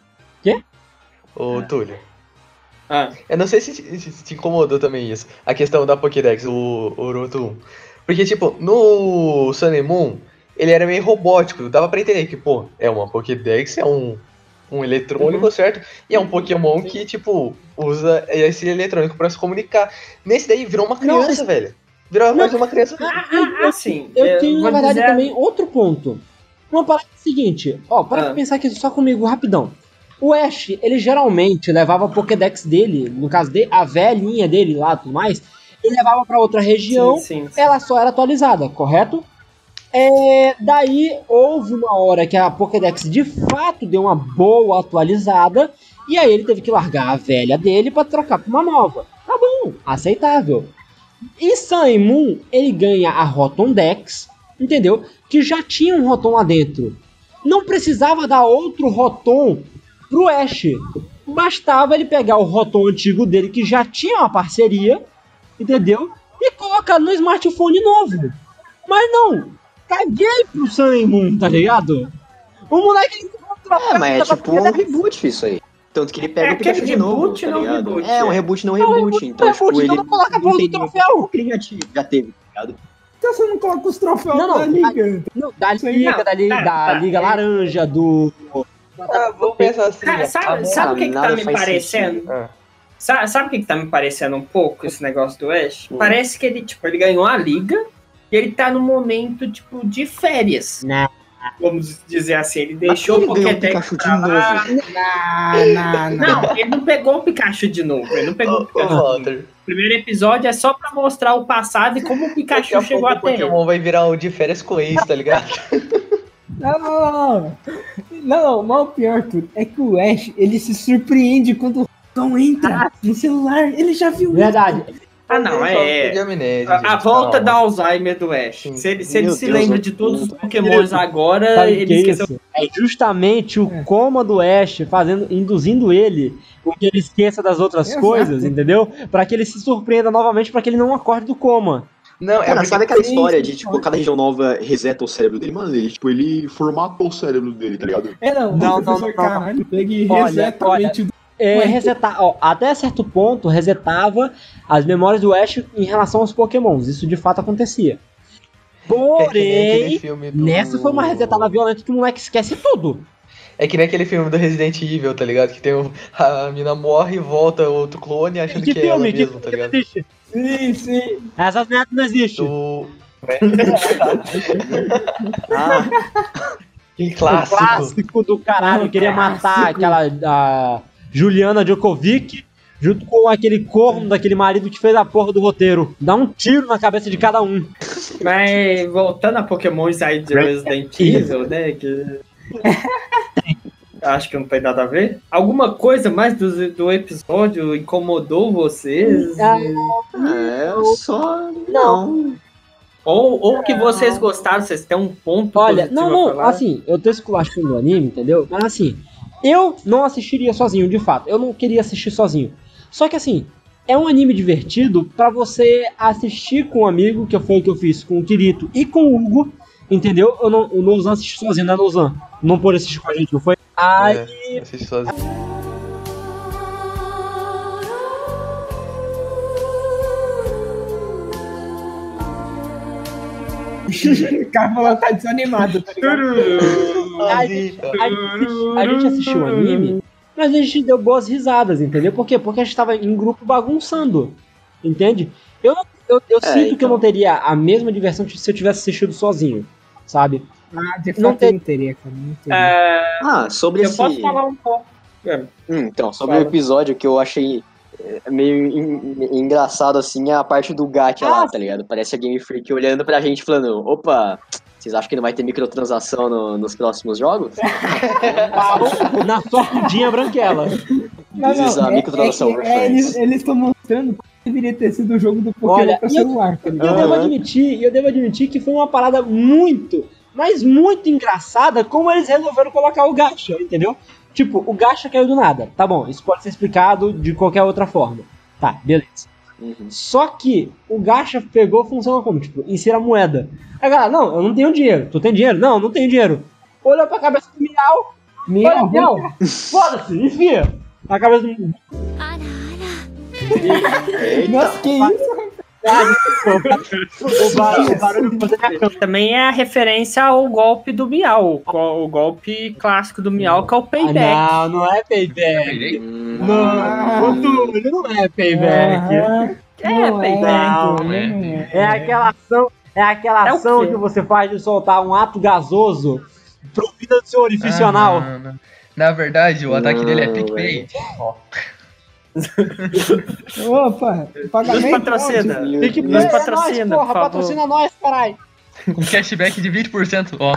ô Túlio, Ah, eu não sei se te, se te incomodou também isso, a questão da Pokédex, o, o Roto um. Porque, tipo, no Sun and Moon, ele era meio robótico, dava pra entender que, pô, é uma Pokédex, é um, um eletrônico, certo? E é um Pokémon que, tipo, usa esse eletrônico pra se comunicar. Nesse daí virou uma criança, esse- velho. Virou a voz de uma criança. ah, assim, Eu tenho, na vou verdade, dizer- também outro ponto. Uma parada é a seguinte, ó, para Ah. pra pensar aqui só comigo, rapidão. O Ash, ele geralmente levava a Pokédex dele, no caso dele, a velhinha dele lá e tudo mais, ele levava pra outra região, Sim, sim, sim. ela só era atualizada, correto? É, daí houve uma hora que a Pokédex de fato deu uma boa atualizada, e aí ele teve que largar a velha dele pra trocar pra uma nova. Tá bom, aceitável. E Sun and Moon, ele ganha a Rotom Dex, entendeu? Que já tinha um Rotom lá dentro. Não precisava dar outro Rotom pro Ash. Bastava ele pegar o Rotom antigo dele, que já tinha uma parceria, entendeu? E colocar no smartphone novo. Mas não, caguei pro Sun and Moon, tá ligado? O moleque ele encontrou a É, mas é carta da tipo um Pokédex. reboot isso aí. Tanto que ele pega É o Pikachu aquele de novo, reboot, tá não ligado? reboot, É, um é. reboot não Não, reboot. Então, reboot, tipo, então ele não coloca a porra do tem troféu. que ele já tive- já teve, tá ligado? Então você não coloca os troféus Não, não, da liga. Não, da Isso aí Liga, não. da, li- Tá, da tá. Liga Laranja, do... Ah, vamos pensar assim. Cara, ó. sabe, sabe o que, que tá nada me faz parecendo? sentido. Ah. Sabe, sabe o que, que tá me parecendo um pouco esse negócio do Ash? Hum. Parece que ele, tipo, ele ganhou a liga e ele tá num momento, tipo, de férias. Não. Vamos dizer assim, ele deixou ele o ganhou o Pokédex Pikachu de pra lá. Não, não, não. Não, ele não pegou o Pikachu de novo. Ele não pegou Ô, o ô, Pikachu. de novo. Walter, O primeiro episódio é só pra mostrar o passado e como o daqui Pikachu a chegou pouco o até ele. Pokémon vai virar um de férias com ex, tá ligado? Não, não, não. Não, mas o pior tudo é que o Ash, ele se surpreende quando o Tom entra no celular. Ele já viu Verdade. Ah, não, É é. de amnésia, A, a gente, volta da calma. Alzheimer do Ash. Sim. Se ele, se ele Meu se Deus, lembra eu- de todos os eu- Pokémons agora, Sabe o que ele é esqueceu. isso? É justamente o É. coma do Ash fazendo, induzindo ele com que ele esqueça das outras Exato. coisas, entendeu? Pra que ele se surpreenda novamente, pra que ele não acorde do coma. Não, é Cara, porque sabe aquela Sim, história sim, de, tipo, pode. cada região nova reseta o cérebro dele? Mano, ele, tipo, ele formatou o cérebro dele, tá ligado? É, não, Não, o não, professor, não, não. caralho, pega e Olha, reseta olha. a mente do... É, Ué. resetar, ó, até certo ponto, resetava as memórias do Ash em relação aos Pokémons. Isso de fato acontecia. é que nem aquele Porém, filme do... nessa foi uma resetada violenta que o moleque esquece tudo. É que nem aquele filme do Resident Evil, tá ligado? Que tem um... a mina morre e volta outro clone achando Que que, é ela filme? Que mesma, filme tá que não ligado? existe? Sim, sim. Essas merdas não existem. Do... Ah, Que O clássico. clássico do caralho, queria matar aquela a Juliana Djokovic junto com aquele corno daquele marido que fez a porra do roteiro. Dá um tiro na cabeça de cada um. Mas voltando a Pokémons aí de Resident Evil, né? Que... Acho que não tem nada a ver. Alguma coisa mais do, do episódio incomodou vocês? Ah, é, eu só... Não. Ou, ou que vocês gostaram, vocês têm um ponto Olha, positivo não, a não, falar? assim, eu tô esculachando o anime, entendeu? Mas assim, eu não assistiria sozinho, de fato. Eu não queria assistir sozinho. Só que assim, é um anime divertido pra você assistir com um amigo, que foi o que eu fiz com o Kirito e com o Hugo, entendeu? Eu não, o Nouzan assistiu sozinho, né, Nouzan? Não pôde assistir com a gente, não foi? Aí, É, assiste sozinho. O cara falou que tá desanimado, tá ligado? a, gente, a gente assisti- a gente assistiu o anime, mas a gente deu boas risadas, entendeu? Por quê? Porque a gente tava em grupo bagunçando, entende? Eu, não- eu, eu É, sinto que eu então. não teria a mesma diversão se eu tivesse assistido sozinho, sabe? Ah, de Não fato tem- não teria, cara. Não teria. É, Ah, sobre eu esse... posso falar um pouco. É, Hum, então, sobre Fala. o episódio que eu achei é, meio en- engraçado, assim, é a parte do Gacha Ah, lá, tá ligado? Parece a Game Freak olhando pra gente falando, opa, vocês acham que não vai ter microtransação no- nos próximos jogos? Parou na sua pudinha branquela. Não, This is a não, é, microtransação é, que- é, eles reference. estão mostrando como deveria ter sido o jogo do Pokémon Olha, pra e eu- celular, tá E ligado? eu devo Aham. admitir, e eu devo admitir que foi uma parada muito, mas muito engraçada como eles resolveram colocar o gacha, entendeu? Tipo, o gacha caiu do nada. Tá bom, isso pode ser explicado de qualquer outra forma. Tá, beleza. Uhum. Só que o gacha pegou, funciona como? Tipo, insira a moeda. Aí, galera, não, eu não tenho dinheiro. Tu tem dinheiro? Não, eu não tenho dinheiro. Olha pra cabeça do Miau. Olha, Miau. Foda-se, enfia. A cabeça do... Nossa, que isso? O barulho, o barulho foi da minha cama. Também é a referência ao golpe do Miau. O golpe clássico do Miau, que é o payback. Ah, não, não é payback. Hum, Não, Túlio, não é payback. Aham. É, Não payback. Não, não é. É aquela ação, é aquela É o ação quê? que você faz de soltar um ato gasoso provida do seu orifício anal. Ah, não. Na verdade, o ataque Não, dele é PicPay. Ó, Opa, Nos pagamento. patrocina. Meu Tem que Deus. Nos é patrocina, nós, porra, por favor. patrocina nós, caralho. com cashback de vinte por cento. Ó.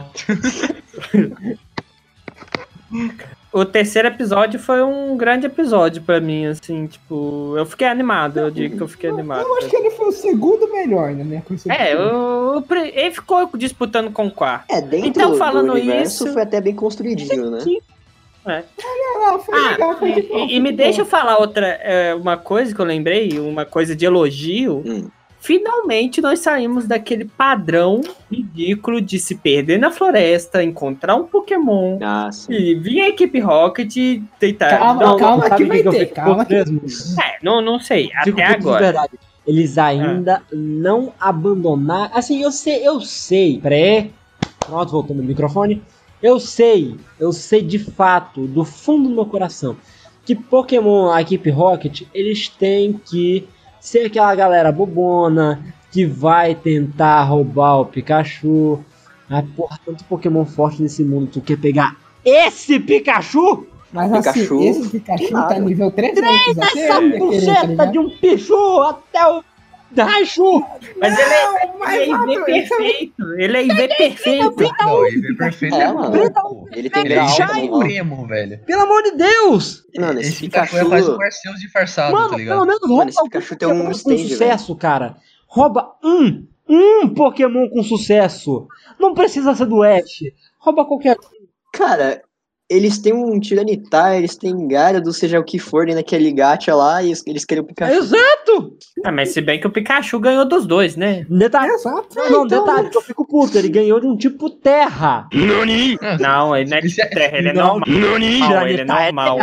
O terceiro episódio foi um grande episódio pra mim, assim, tipo, eu fiquei animado, eu digo que eu fiquei animado. Eu acho que ele foi o segundo melhor na minha concepção. É, o, o pre- ele ficou disputando com o quarto. É, dentro Então, do falando universo isso- foi até bem construidinho, né? Ah, foi Ah, legal, foi de boa, e, foi e me de deixa eu boa. falar outra, é, uma coisa que eu lembrei, uma coisa de elogio. Hum. Finalmente nós saímos daquele padrão ridículo de se perder na floresta, encontrar um Pokémon Ah, sim. e vir a equipe Rocket e tentar. Calma, Não, calma sabe que o vai eu ter, fico calma puto que- mesmo? É, não, não sei, Fico até puto de agora. verdade. Eles ainda não abandonaram. Assim, eu sei, eu sei. Pré. Pronto, voltando no microfone. Eu sei, eu sei de fato, do fundo do meu coração, que Pokémon, a equipe Rocket, eles têm que ser aquela galera bobona que vai tentar roubar o Pikachu. Ah, porra, tanto Pokémon forte nesse mundo, tu quer pegar esse Pikachu? Mas Pikachu, assim, esse Pikachu nada. tá nível trezentos. até Essa eu ia querer, tá buceta ligado? de um Pichu até o Raichu! Mas ele é, Não, mas ele é I V não, perfeito. Ele é I V perfeito. Não, ele é perfeito. É, É, mano. louco. Ele tem Ele é grau. extremo, velho. Pelo amor de Deus! Mano, Esse esse Pikachu Pikachu. faz um Arceus disfarçado, Mano, tá pelo ligado? menos rouba esse algum Pikachu tem um Pokémon com stage, sucesso, cara. Rouba um, um Pokémon com sucesso. Não precisa ser do Ash. Rouba qualquer um. Cara, eles têm um Tiranitar, eles têm Gyarados, seja o que for, naquele gacha lá, e eles querem o Pikachu. Exato! Ah, mas se bem que o Pikachu ganhou dos dois, né? Detalhe. Exato. Não, não, Então, detalhe, que eu fico puto. Ele ganhou de um tipo terra. Não, ele não é de Isso é- terra, ele é Não, normal. Não, ele é Tiranitar é normal.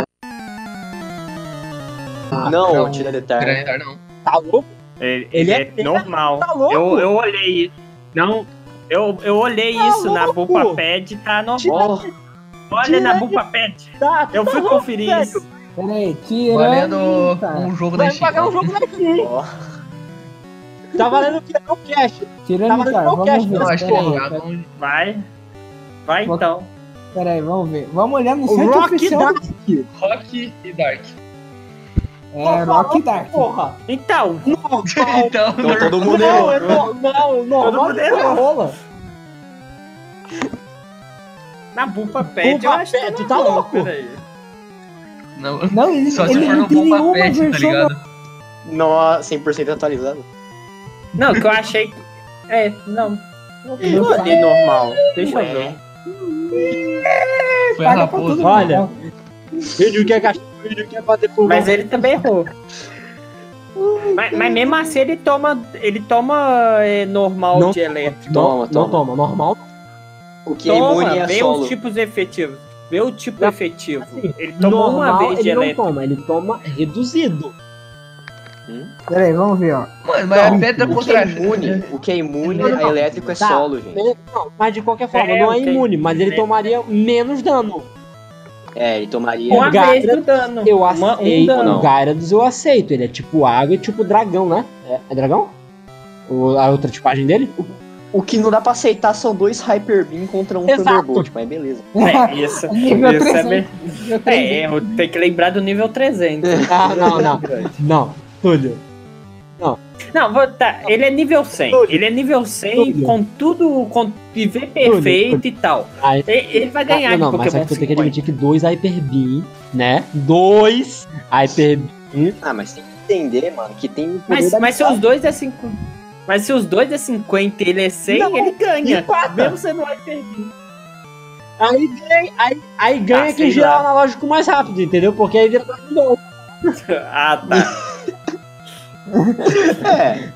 Não, Não. o Tiranitar. Tiranitar não. Tá louco? Ele, Ele ele é é, terra, normal. tá louco? Eu, eu olhei isso. Não, eu, eu olhei Tá isso na louco? Bulbapad, tá normal. Ó, Olha na Tira- Bulbapad. Tá, Eu tá fui louco, conferir velho. isso. Peraí, tirando. Valendo um jogo da Vai Steam. pagar um jogo da Steam. ó. Tá valendo o que? É o cash. Tirando, Tava no cara, vamos podcast, ver. Não, acho que Peraí, ele peraí, não. Vai. Vai Vou- então. peraí, vamos ver. Vamos olhar no O site Rock oficial. Dark. Rock e Dark. É, Rock Dark. Porra. Então, Normal. Então, Então todo mundo Não, é errou. normal. Normal mundo de errou. rola. na Bulbapad eu acho que Bulbapad, tá tá normal, louco? peraí. Não, Não, ele, só ele se for não no tem Bomba nenhuma Pet, tá versão. ligado? Não, cem por cento atualizado. Não, que eu achei que... É, não. Não Não sabe. é normal. Deixa eu ver. Foi a Paga pra raposa. todo Olha. mundo. Vídeo que é cachorro, vídeo que é bater por Mas ele também errou. Mas, mas mesmo assim ele toma. Ele toma é, normal Não de elétrico. Não, Toma, não toma. toma. Normal. O que é Toma, imune é vê solo. os tipos efetivos. Vê o tipo Não, efetivo. assim, Ele toma uma normal, vez de ele não elétrico. toma, ele toma reduzido. Peraí, vamos ver, ó. Mano, mas Não, é pedra O que contra é imune, o que é imune Não, não, a não. elétrico é Tá. solo, gente. Ele- Não, mas de qualquer forma, É, não é ok. imune, mas ele É. tomaria menos dano. É, ele tomaria. Uma Gyarados, vez do dano. Eu Uma- um aceito, dano. o Gyarados eu aceito. Ele é tipo água e tipo dragão, né? É, é dragão? O- a outra tipagem dele? O que não dá pra aceitar são dois Hyper Beam contra um Exato. Thunderbolt, mas beleza. É, isso. Nível isso é, trezentos. bem- Nível é, trezentos. eu tenho que lembrar do nível trezentos. Ah, não, não. Não, Túlio. Não, vou, tá, ele é nível cem. Túlio. Ele é nível cem Túlio. com tudo, com viver perfeito Túlio. e tal. Aí, Ele, ele vai ganhar Ah, não, de mas só Pokémon que tu tem que cinquenta. admitir que dois Hyper Beam, né? Dois Hyper Beam. Ah, mas tem que entender, mano, que tem o poder Mas, da mas se amizade. os dois é cinquenta. Mas se os dois é cinquenta e ele é cem, Não, ele ganha. empata. Mesmo sendo Hyper Beam. Aí ganha, aí, aí ganha Ah, quem sei gira lá. o analógico mais rápido, entendeu? Porque aí vira Dragon Ball. Ah, tá. É,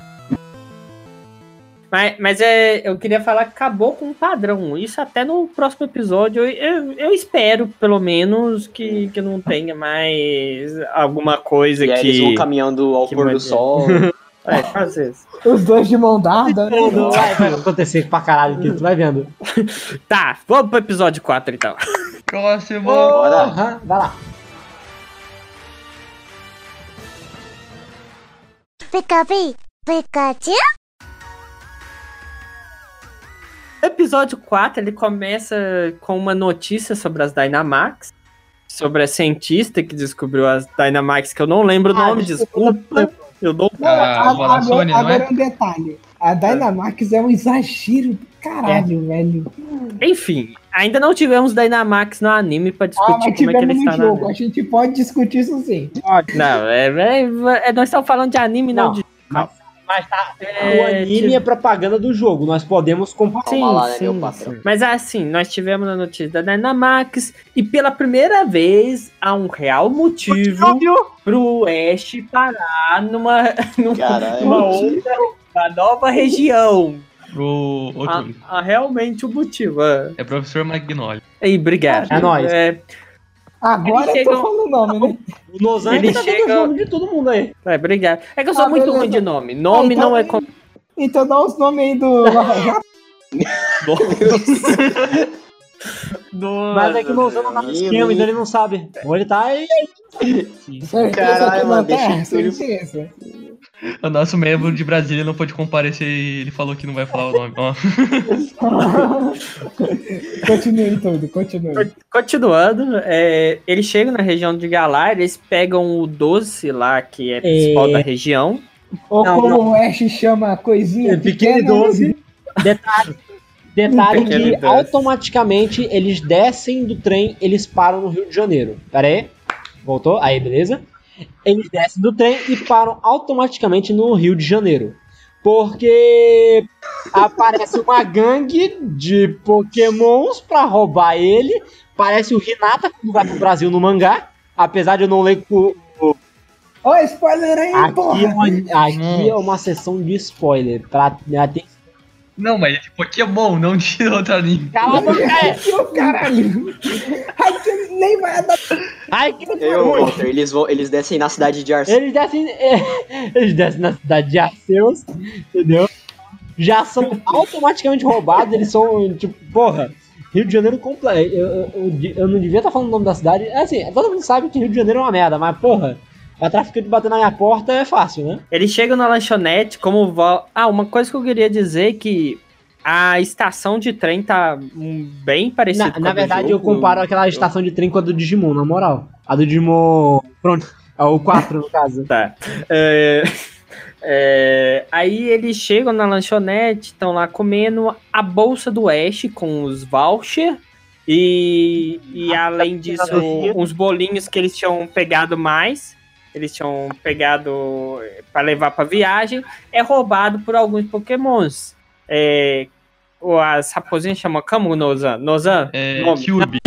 Mas, mas é, eu queria falar que acabou com um padrão. Isso até no próximo episódio. Eu, eu, eu espero, pelo menos, que, que não tenha mais alguma coisa e aí que. eles vão caminhando ao que pôr do mande- sol. É, faz isso. Os dois de mão dada, né? Não, vai, vai acontecer pra caralho aqui, tu vai vendo. Tá, vamos pro episódio quatro então. Próximo. Bora. Aham, vai lá. Pikachu, Pikachu. O episódio quatro ele começa com uma notícia sobre as Dynamax. Sobre a cientista que descobriu as Dynamax, que eu não lembro o Ah, nome, desculpa. Eu não. Não, Ah, a- bola agora, Sony, não é? agora um detalhe. A Dynamax é um exagero do caralho, velho. Enfim, ainda não tivemos Dynamax no anime pra Ah, discutir mas como é que tivemos ele no está no jogo. anime. A gente pode discutir isso sim. Não, é, é- é- nós estamos falando de anime, não, Não, de. mas, mas tá. É, o anime tipo- é propaganda do jogo. Nós podemos comparar. Calma lá, né, meu patrão? Mas assim, nós tivemos a notícia da Dynamax e pela primeira vez há um real motivo pro Ash parar numa, numa, Caralho. numa outra, uma nova região. Pro outro. Há, há realmente um motivo. É. É professor Magnoli. Aí, obrigado. É nóis. É, Agora Ele eu tô chega- falando o nome, né? O Nozan Ele ele tá chega- dando o nome de todo mundo aí. é, obrigado. É que eu sou Ah, muito beleza. ruim de nome. Nome Ah, então- não é como. Então dá os nomes aí do Lava Jato. Mas é que o Nozan não tá no esquema, então ele não sabe. Ou ele tá aí. Certeza Caralho, que não mano, tá? deixa tudo- Certeza. O nosso membro de Brasília não pôde comparecer e ele falou que não vai falar o nome. Ó. Continue tudo, continue. Continuando, é, eles chegam na região de Galar, eles pegam o doce lá, que é principal É. da região. Ou Não, como não. o Ash chama a coisinha É pequeno pequena, idoso. Detalhe. Detalhe Pequeno que idoso. automaticamente eles descem do trem, eles param no Rio de Janeiro. Pera aí. Voltou? Aí, beleza? Eles descem do trem e param automaticamente no Rio de Janeiro. Porque aparece uma gangue de pokémons pra roubar ele. Parece o Hinata quando vai pro Brasil no mangá. Apesar de eu não ler o. Ó, spoiler aí, Aqui, porra! é uma, aqui é uma sessão de spoiler. Pra, ter... Não, mas é de Pokémon, não de outro anime. Cala a boca! Ô, caralho! Ai, que nem vai dar. Ai, que Eu, Walter, eles, vão, eles descem na cidade de Arceus. Eles descem, é, eles descem na cidade de Arceus, entendeu? Já são automaticamente roubados, eles são, tipo, porra, Rio de Janeiro completo. Eu, eu, eu, eu não devia estar falando o nome da cidade. É assim, todo mundo sabe que Rio de Janeiro é uma merda, mas, porra, a traficante bater na minha porta é fácil, né? Eles chegam na lanchonete, como... vo- Ah, uma coisa que eu queria dizer é que a estação de trem tá hum, bem parecida Na, com a na do verdade, jogo. eu comparo aquela estação de trem com a do Digimon, na moral. A do Digimon. Pronto, é o quatro no caso. Tá. É, é, aí eles chegam na lanchonete, estão lá comendo a bolsa do Ash com os voucher e, e além disso, uns bolinhos que eles tinham pegado mais, eles tinham pegado para levar para viagem, é roubado por alguns pokémons. É, o- as raposinhas chamam como, Nozan? Nozan? É. Nome? Kyubi.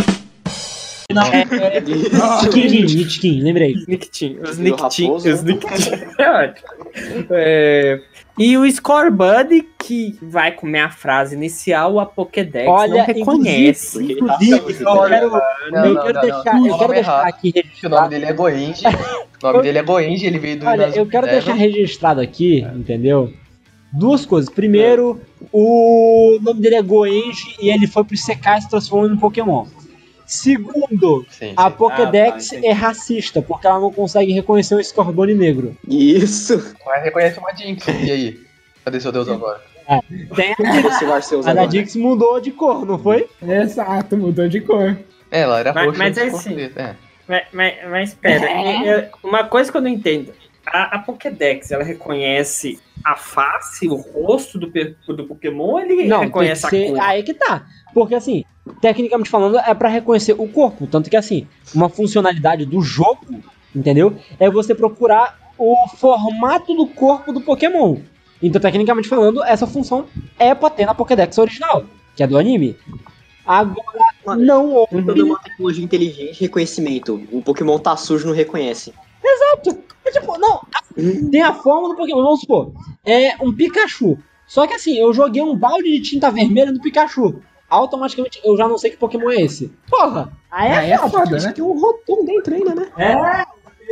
Nitkin, Nitkin, lembrei. Nictin, os Virou Nictin, raposo, os né? Nictin. É ótimo. É, e o Scorbunny, que vai comer a frase inicial, a Pokédex Olha, não reconhece. Inclusive, eu quero, Não, eu não, quero não, deixar, não. eu O quero nome é deixar errado. aqui O nome registrado. dele é Goenji. O nome dele é Goenji, ele veio do Olha, eu quero deixar registrado aqui, entendeu? Duas coisas. Primeiro, o nome dele é Goenji e ele foi pro Isekai e se transformou em um Pokémon. Segundo, Sim, a sim. Pokédex Ah, tá, entendi. é racista, porque ela não consegue reconhecer o Scorbunny negro. Isso. Mas reconhece uma Jinx. E aí? Cadê seu Deus agora? Tem Esse é o Arceus a da agora. Dix mudou de cor, não foi? Exato, mudou de cor. É, ela era Mas- roxa. mas é antes assim. de é. Mas, mas, mas espera, eu- uma coisa que eu não entendo. A, a Pokédex, ela reconhece a face, o rosto do, pe- do Pokémon ou ele Não, tem que reconhece a ser. cor? Aí que tá. Porque assim, tecnicamente falando, é pra reconhecer o corpo. Tanto que assim, uma funcionalidade do jogo, entendeu? É você procurar o formato do corpo do Pokémon. Então, tecnicamente falando, essa função é pra ter na Pokédex original, que é do anime. Agora, Mano, Não houve. Quando é uma tecnologia inteligente, reconhecimento. O Pokémon tá sujo, não reconhece. Exato. É tipo, não, tem a forma do Pokémon, vamos supor, é um Pikachu. Só que assim, eu joguei um balde de tinta vermelha no Pikachu. Automaticamente eu já não sei que Pokémon é esse. Porra, aí é, Aí é foda, foda, porque né? tem um rotom dentro ainda, né? É,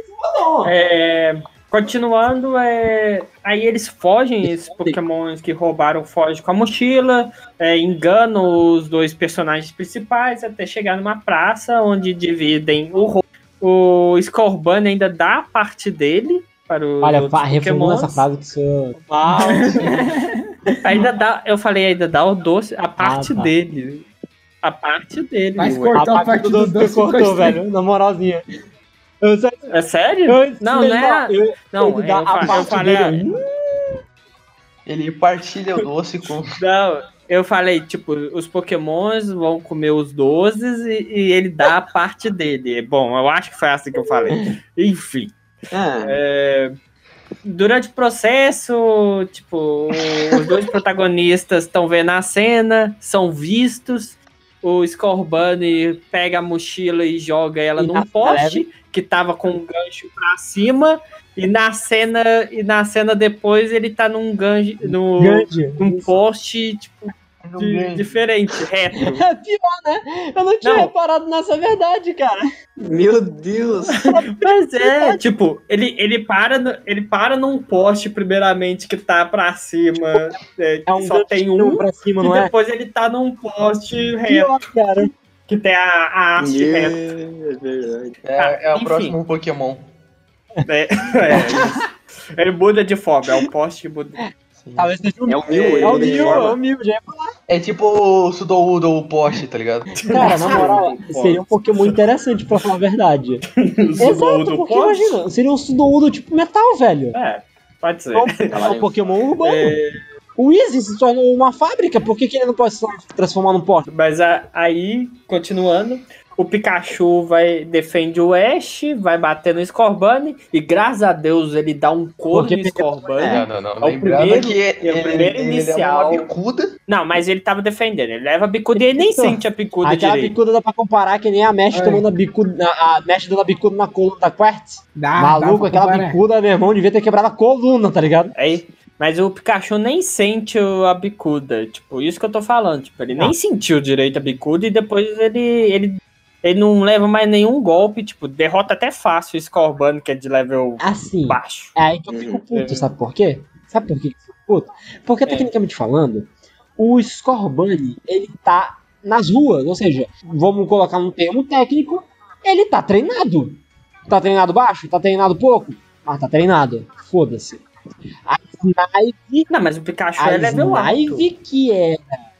é, continuando, é, aí eles fogem, esses pokémons que roubaram fogem com a mochila, é, enganam os dois personagens principais até chegar numa praça onde dividem o roubo. O Scorbunny ainda dá a parte dele para os Olha, outros pá, reformulando pokémons. essa frase que você... Ainda dá, eu falei ainda dá o doce, a parte Ah, tá. dele. A parte dele. Mas ué. cortou a parte do doce, ficou cortou, estranho. velho, na moralzinha. Eu, sei- É sério? eu, Não, não é. eu, Não, ele dá eu, a fa- eu parte falei. dele. Ele partilha o doce com. Não, eu falei, tipo, os pokémons vão comer os doces e, e ele dá a parte dele. Bom, eu acho que foi assim que eu falei. Enfim. Ah, É, durante o processo, tipo, os dois protagonistas estão vendo a cena, são vistos. O Scorbunny pega a mochila e joga ela E num na- poste que tava com um gancho pra cima. E na cena, e na cena depois ele tá num gancho, no, Grande. num poste, tipo, de- diferente, reto. É pior, né? Eu não tinha Não. reparado nessa verdade, cara. meu Deus. Mas é, tipo, ele, ele, para, no- ele para num poste, primeiramente, que tá pra cima, é, É um só tem um, pra cima, e não é? depois ele tá num poste reto, Pior, cara. que tem a, a haste reta. É verdade. É, Tá, é o enfim. próximo Pokémon. É, é isso. Ele muda de forma, é o poste que muda. Talvez seja É o Mil, É ele o muda de Mil, forma. é o Mil, já ia É tipo o Sudoudo ou o Poste, tá ligado? Cara, na moral, seria um Pokémon interessante pra falar a verdade. Exato, porque imagina, seria um Sudoudo tipo metal, velho. É, pode ser. É um Pokémon urbano. É, O Easy se tornou uma fábrica, por que, que ele não pode se transformar num poste? mas a- aí, continuando, o Pikachu vai defende o Ash, vai bater no Scorbunny, e graças a Deus ele dá um couro Porque no tem- Scorbunny. Não, não, não. É o Lembrando primeiro- que é o ele, primeiro ele inicial. leva uma bicuda. Não, mas ele tava defendendo, ele leva a bicuda e ele nem Então, sente a bicuda Aquela direito. bicuda dá pra comparar que nem a Mesh Ai. tomando a bicuda, a a Mesh dando a bicuda na coluna da Quartz. Dá, dá Maluco, pra aquela comparar. bicuda, meu irmão, devia ter quebrado a coluna, tá ligado? Aí, mas o Pikachu nem sente o- a bicuda, tipo, isso que eu tô falando, tipo, ele Não. nem sentiu direito a bicuda e depois ele, ele, ele não leva mais nenhum golpe, tipo, derrota até fácil o Scorbunny, que é de level Assim, baixo. é aí que eu fico puto, Uhum. sabe por quê? Sabe por que eu fico puto? Porque, tecnicamente falando, o Scorbunny, ele tá nas ruas, ou seja, vamos colocar num termo técnico, ele tá treinado. Tá treinado baixo? Tá treinado pouco? Mas tá treinado. Foda-se. A Snipe, Não, mas o Pikachu a é level alto. Snipe que era...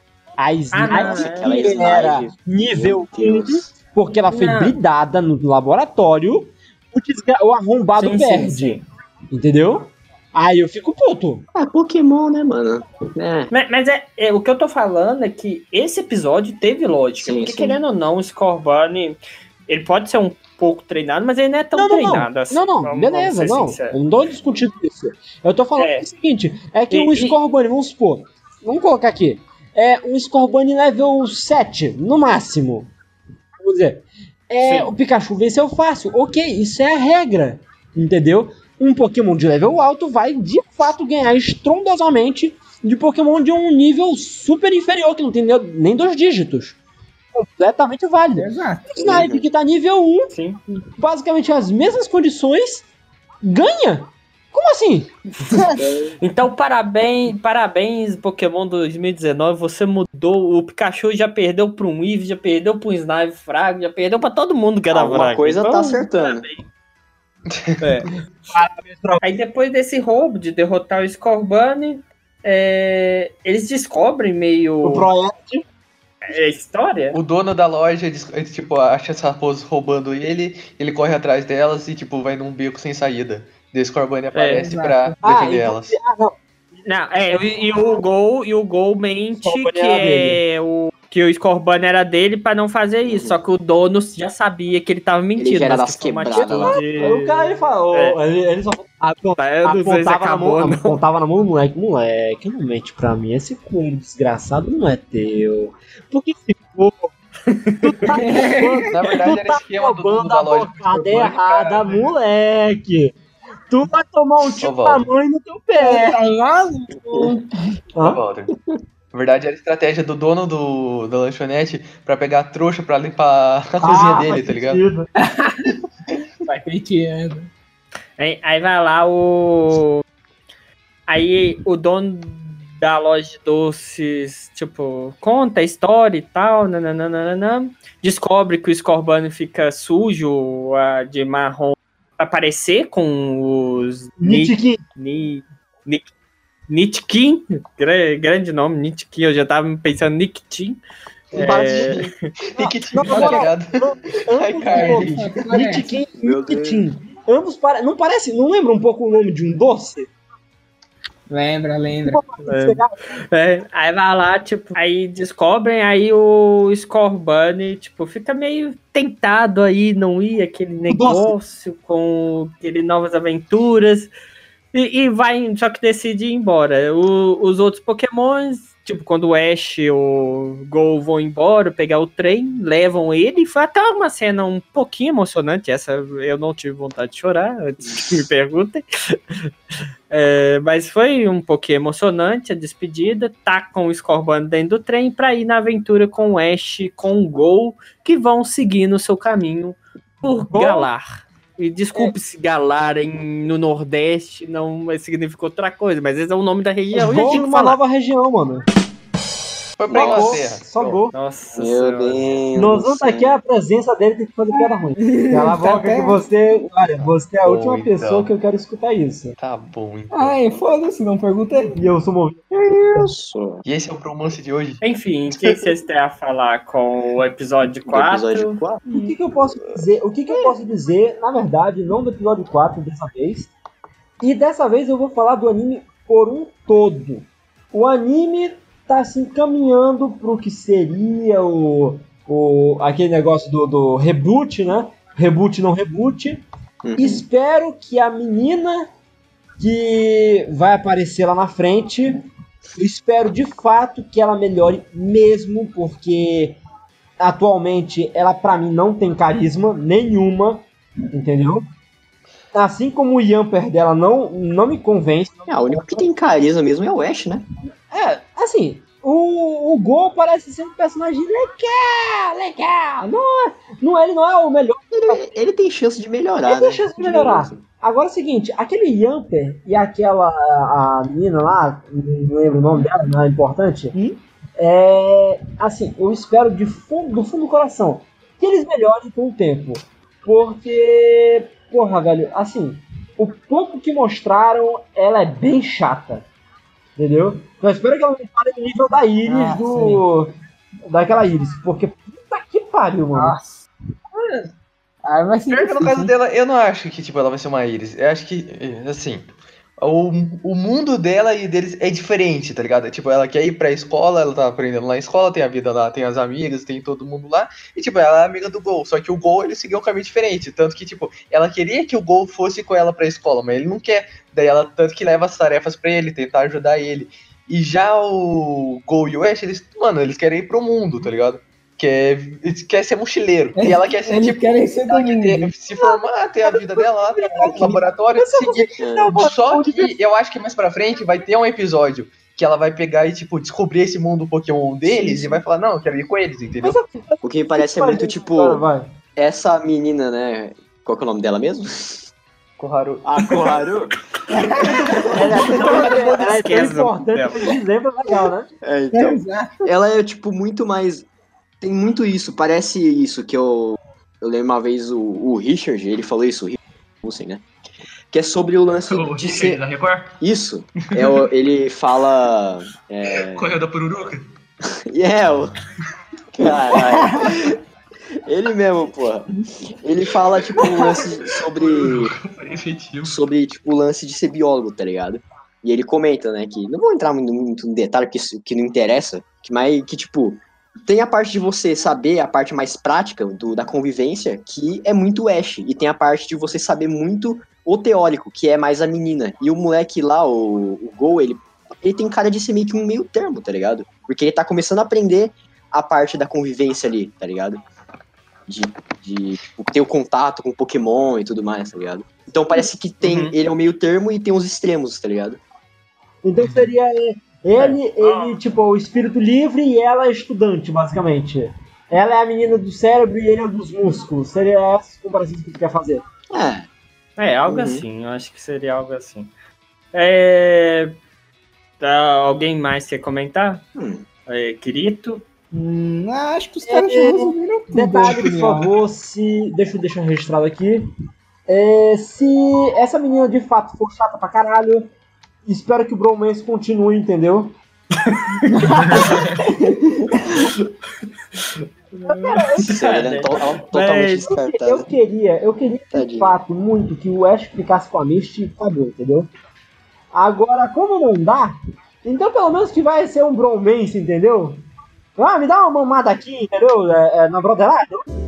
A Ah, Snipe não, aquela que era Snipe. nível Meu um, Deus. porque ela foi Não. bridada no laboratório, o, desgra... o arrombado Sim, sim, perde. sim. Entendeu? Aí eu fico puto. Ah, Pokémon, né, mano? É. Mas, mas é, é, o que eu tô falando é que esse episódio teve lógica, Sim, porque sim. querendo ou não, o Scorbunny, ele pode ser um pouco treinado, mas ele não é tão Não, não, treinado não. assim. Não, não, vamos- beleza, vamos ser não. sinceros. Eu não tô discutindo isso. Eu tô falando É. o seguinte: é que E- um e- Scorbunny, vamos supor, vamos colocar aqui, é um Scorbunny level sete, no máximo. Vamos dizer. É, Sim. o Pikachu venceu fácil. Ok, isso é a regra. Entendeu? Um Pokémon de level alto vai de fato ganhar estrondosamente de Pokémon de um nível super inferior, que não tem nem dois dígitos. Completamente válido. Exato. Snipe, que tá nível um, Sim. basicamente as mesmas condições, ganha? Como assim? Então, parabéns, parabéns, Pokémon dois mil e dezenove. Você mudou. O Pikachu já perdeu pra um Eevee, já perdeu pra um Snipe Frago, já perdeu pra todo mundo que era Alguma Frago. coisa Então, tá acertando. é. Aí depois desse roubo de derrotar o Scorbunny, é, eles descobrem meio O Proerd, é, história. O dono da loja, ele, ele, tipo, acha as raposas roubando ele, ele corre atrás delas e, tipo, vai num beco sem saída. Daí o Scorbunny aparece exato. pra Ah, defender então- elas. ah, não. Não, é, e, e o Gol, e o Gol mente Scorbunny que era é o que o Scorbunny era dele pra não fazer isso, só que o dono já sabia que ele tava mentindo. já era mas das que foi uma quebradas lá. atitude- O cara ele falou, É. ele, ele só ah, pô, Eu não sei se apontava, na acabou, mão, não. apontava na mão do moleque, moleque, não mente pra mim, esse coelho desgraçado não é teu. Porque se for, Tu tá roubando, Na verdade, tu era tá esquema do dono roubando da a loja. bocada errada, moleque. Tu vai tomar um tiro Ô, da Walter. mãe no teu pé. Tá maluco? Ô, Hã? Walter. Na verdade, era a estratégia do dono do, da lanchonete pra pegar a trouxa pra limpar a cozinha Ah, dele, faz tá ligado? sentido. Vai penteando. Aí, aí vai lá o. Aí o dono da loja de doces, tipo, conta a história e tal, nananana, descobre que o Scorbunny fica sujo, ah, de marrom, pra aparecer com os Nitiki. Ni- Ni- Nitkin, gra- grande nome, Nitkin, eu já tava pensando Nicktin. É, Piquetinho, Não, tá não, não. ligado? Ai, Ambos cara. nomes, Nitkin e Meu Deus. Nikitin. Ambos pare... não parece, não lembra um pouco o nome de um doce? Lembra, lembra. É, aí vai lá, tipo, aí descobrem, aí o Scorbunny, tipo, fica meio tentado aí, não ir aquele negócio com aquele novas aventuras, e, e vai, só que decide ir embora. O- os outros Pokémons, tipo, quando o Ash e o Gol vão embora, pegar o trem, levam ele, foi até uma cena um pouquinho emocionante, essa eu não tive vontade de chorar, antes que me perguntem. É, mas foi um pouquinho emocionante a despedida. Tá com o Scorbunny dentro do trem pra ir na aventura com o Ash, com o Gol, que vão seguindo o seu caminho por Gol? Galar. E desculpe se Galar em, no Nordeste não significa outra coisa, mas esse é o nome da região. E eu Gol tinha que numa falar. nova região, mano. Foi pra Só gol, Inglaterra. só gol. Nossa Meu senhora. Deus. Nozão do tá aqui, céu. a presença dele tem que fazer piada ruim. Cala a boca até- que você. Olha, você é a Bom, última então. pessoa que eu quero escutar isso. Tá bom, então. Ai, foda-se, não perguntei. E eu sou movido. Isso. E esse é o Promance de hoje? Enfim, o que vocês têm a falar com o episódio Do quatro? episódio quatro. O que, que eu posso dizer? O que, que eu posso dizer, na verdade, não do episódio quatro dessa vez. E dessa vez eu vou falar do anime por um todo. O anime tá se encaminhando pro que seria o, o aquele negócio do, do reboot, né? Reboot não reboot. Uhum. Espero que a menina que vai aparecer lá na frente, eu espero de fato que ela melhore mesmo, porque atualmente ela pra mim não tem carisma nenhuma, entendeu? Assim como o Yamper dela não, não me convence. É, o único que tem carisma mesmo é o Ash, né? É, assim, o, o Gol parece ser um personagem legal, legal. Não, é- não, ele não é o melhor. Ele, ele tem chance de melhorar, Ele tem né? chance de melhorar. Agora é o seguinte, aquele Yamper e aquela a menina lá, não lembro o nome dela, não é importante. Hum? É, assim, eu espero de fundo, do fundo do coração que eles melhorem com o tempo. Porque, porra, velho, assim, o pouco que mostraram, ela é bem chata. Entendeu? Eu espero que ela não pare no nível da Iris Ah, do. Daquela Iris. Porque puta que pariu, mano. Nossa. Aí vai ser Pior que no difícil, caso hein? dela, eu não acho que tipo, ela vai ser uma Iris. Eu acho que, assim, o, o mundo dela e deles é diferente, tá ligado? Tipo, ela quer ir pra escola, ela tá aprendendo lá na escola, tem a vida lá, tem as amigas, tem todo mundo lá. E, tipo, ela é amiga do Gol. Só que o Gol, ele seguiu um caminho diferente. Tanto que, tipo, ela queria que o Gol fosse com ela pra escola, mas ele não quer. Daí ela, tanto que leva as tarefas pra ele, tentar ajudar ele. E já o Gol e o Ash, eles, mano, eles querem ir pro mundo, tá ligado? Quer, eles quer ser mochileiro. E ela quer ser, Eles tipo, querem ser do ela quer ter- mundo. se formar, ter a vida dela lá, trabalhar no laboratório, seguir. Só que eu acho que mais pra frente vai ter um episódio que ela vai pegar e, tipo, descobrir esse mundo Pokémon deles e vai falar, não, eu quero ir com eles, entendeu? O que me parece é muito, tipo, Vai. essa menina, né? Qual que é o nome dela mesmo? Koharu. A Koharu. Ela é tão, ela é tão Esquece importante que dizer pra legal, né? É, então. Exato. Ela é, tipo, muito mais. Tem muito isso, parece isso que eu. Eu lembro uma vez o, o Richard, ele falou isso, o Richard, né? Que é sobre o lance de ser. da Record? Isso. É, o- ele fala. É, Correu da Pururuca? e é, o. Caralho. Ele mesmo, porra. Ele fala, tipo, um lance sobre. Foi efetivo. Sobre, tipo, o lance de ser biólogo, tá ligado? E ele comenta, né, que. Não vou entrar muito, muito no detalhe, porque isso que não interessa. Que, mas que, tipo. Tem a parte de você saber a parte mais prática do, da convivência, que é muito Ash. E tem a parte de você saber muito o teórico, que é mais a menina. E o moleque lá, o, o Gol, ele, ele tem cara de ser meio que um meio termo, tá ligado? Porque ele tá começando a aprender a parte da convivência ali, tá ligado? De, de tipo, ter o contato com o Pokémon e tudo mais, tá ligado? Então parece que tem, Uhum. ele é o meio termo e tem os extremos, tá ligado? Então seria ele, ele, tipo, o espírito livre e ela é estudante, basicamente. Ela é a menina do cérebro e ele é dos músculos. Seria essa comparação que tu quer fazer. É, É, algo Uhum. assim, eu acho que seria algo assim. É... tá, alguém mais quer comentar? hum, É, Kirito? Hum, acho que os caras já É, resolveram tudo. Detalhe, na por opinião. favor, se. Deixa eu deixar registrado aqui. É, se essa menina de fato for chata pra caralho, espero que o Bromance continue, entendeu? sério, né? To- ela totalmente Mas- Eu descartada. queria, eu queria de Tadinho. fato muito que o Ash ficasse com a Misty e acabou, entendeu? Agora, como não dá, então pelo menos que vai ser um bromance, entendeu? Ah, me dá uma mamada aqui, entendeu? É, é, na broderagem.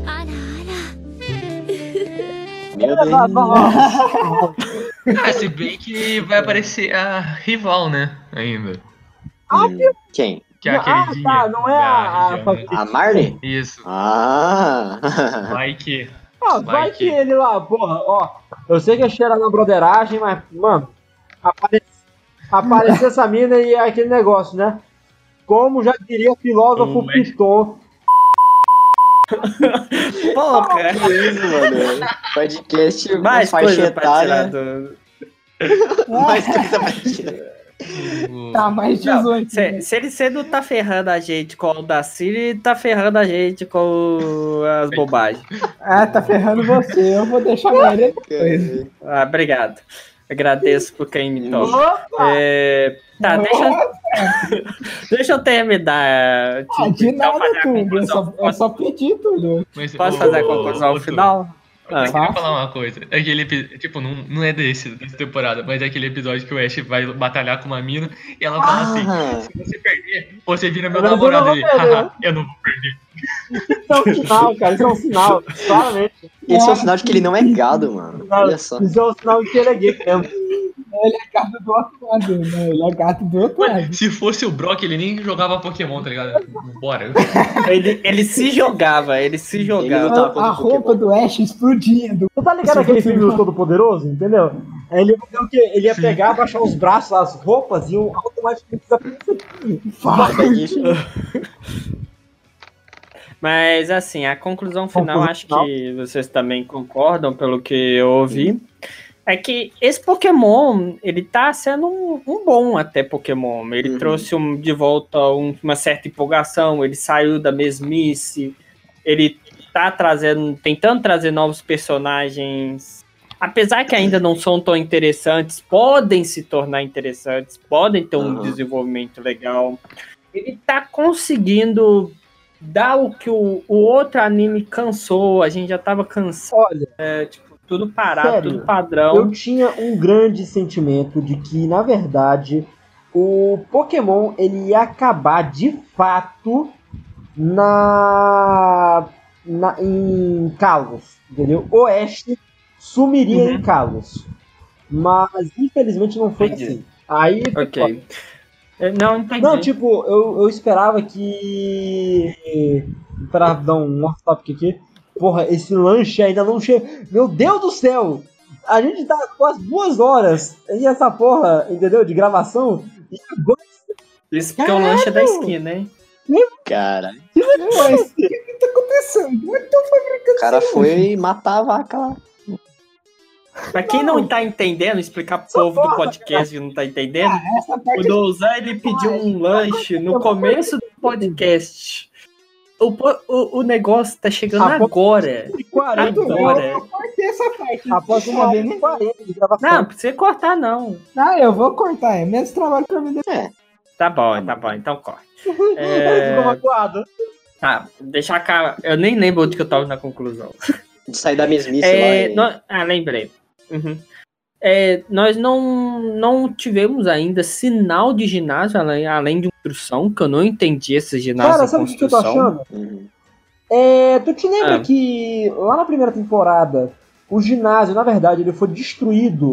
Meu Vai, vai, Deus. vai. Ah, se bem que vai aparecer a rival, né? Ainda. Hum, Quem? Que é a Ah, queridinha. tá, não é da a- a região, né? favorita. A Marley? Isso. Ah! Vai que. Ah, Vai vai que- que ele lá, porra, ó. Eu sei que é cheira na broderagem, mas, mano, apare... apareceu essa mina e é aquele negócio, né? Como já diria o filósofo O Ash- Piton. Porra! Isso, mano. Podcast Mais faixa coisa pra tirar etária. do... Mais coisa pra tirar. o- Tá, mais Não, dezoito. se, se ele cedo tá ferrando a gente com o Audacity, ele tá ferrando a gente com as bobagens. Ah, tá ferrando você. Eu vou deixar a maioria depois. Ah, obrigado. Agradeço por quem me toca. Opa! É, tá, deixa, deixa eu terminar. Ah, de Então, nada, fazer a Túlio. É conclusão. só, é só pedir, Túlio. Mas, Posso ô, fazer a ô, conclusão ô, ao Tô, final? Eu Ah. queria falar uma coisa. Aquele epi- tipo, não, não é desse, dessa temporada, mas é aquele episódio que o Ash vai batalhar com uma mina e ela fala assim: Ah, se você perder, você vira meu Mas eu namorado. não vou Ele, perder. haha, eu não vou perder. Isso é um sinal, cara, isso é um sinal, claramente. esse é o sinal de que ele não é gado, mano. Olha só. Isso é um sinal de que ele é gay mesmo. Ele é gato do outro lado, né? Ele é gato do outro lado. Se fosse o Brock, ele nem jogava Pokémon, tá ligado? Bora. Ele, ele se jogava, ele se Ele jogava. não tá- A, contra a o roupa do Ash explodia. Do... Tu tá ligado Se aquele você filme não- do Todo-Poderoso, entendeu? Aí ele ia fazer o quê? Ele ia pegar, abaixar os braços, as roupas e um automaticamente desaparecer. Mas assim, a conclusão final, Conclusão acho final. que vocês também concordam pelo que eu ouvi. É que esse Pokémon, ele tá sendo um, um bom até Pokémon. Ele Uhum. trouxe um- de volta um- uma certa empolgação, ele saiu da mesmice, ele tá trazendo, tentando trazer novos personagens. Apesar que ainda não são tão interessantes, podem se tornar interessantes, podem ter um Uhum. desenvolvimento legal. Ele tá conseguindo dar o que o, o outro anime cansou, a gente já tava cansado, Olha, é, tipo, tudo parado, Sério? tudo padrão. eu tinha um grande sentimento de que, na verdade, o Pokémon ele ia acabar de fato na, na em Kalos, entendeu? O Ash sumiria Uhum. em Kalos, mas infelizmente não foi Entendi. assim. Aí, Ok. Eu não entendi. não, tipo, eu, eu esperava que. Pra dar um off-topic aqui. Porra, esse lanche ainda não chega. Meu Deus do céu! A gente tá quase duas horas e essa porra, entendeu? De gravação. E agora. Isso porque o lanche é da esquina, hein? Cara, Mas o que, que tá acontecendo? Como é que estão fabricando o cara esse foi matar a vaca lá. Pra quem não tá entendendo, explicar pro povo do podcast que não tá entendendo, lanche? Essa o parte Douzan, ele pediu um lanche no começo do podcast. O, po- o, o negócio tá chegando Após- agora. quarenta, eu, Agora. eu cortei essa parte. após uma hora Sabe, né? e quarenta de gravação. Não, não precisa cortar, não. Ah, eu vou cortar. É menos trabalho pra mim. Tá bom, tá bom, então corta. Ele É, ficou magoado. tá, deixa cá. Eu nem lembro onde que eu tava na conclusão. De sair da mesmice É, lá. e- nó- ah, lembrei. Uhum. É, nós não, não tivemos ainda sinal de ginásio além, além de construção, que eu não entendi esse ginásio Cara, em sabe o que eu tô construção. achando? Uhum. É, tu te lembra Ah. que lá na primeira temporada o ginásio, na verdade, ele foi destruído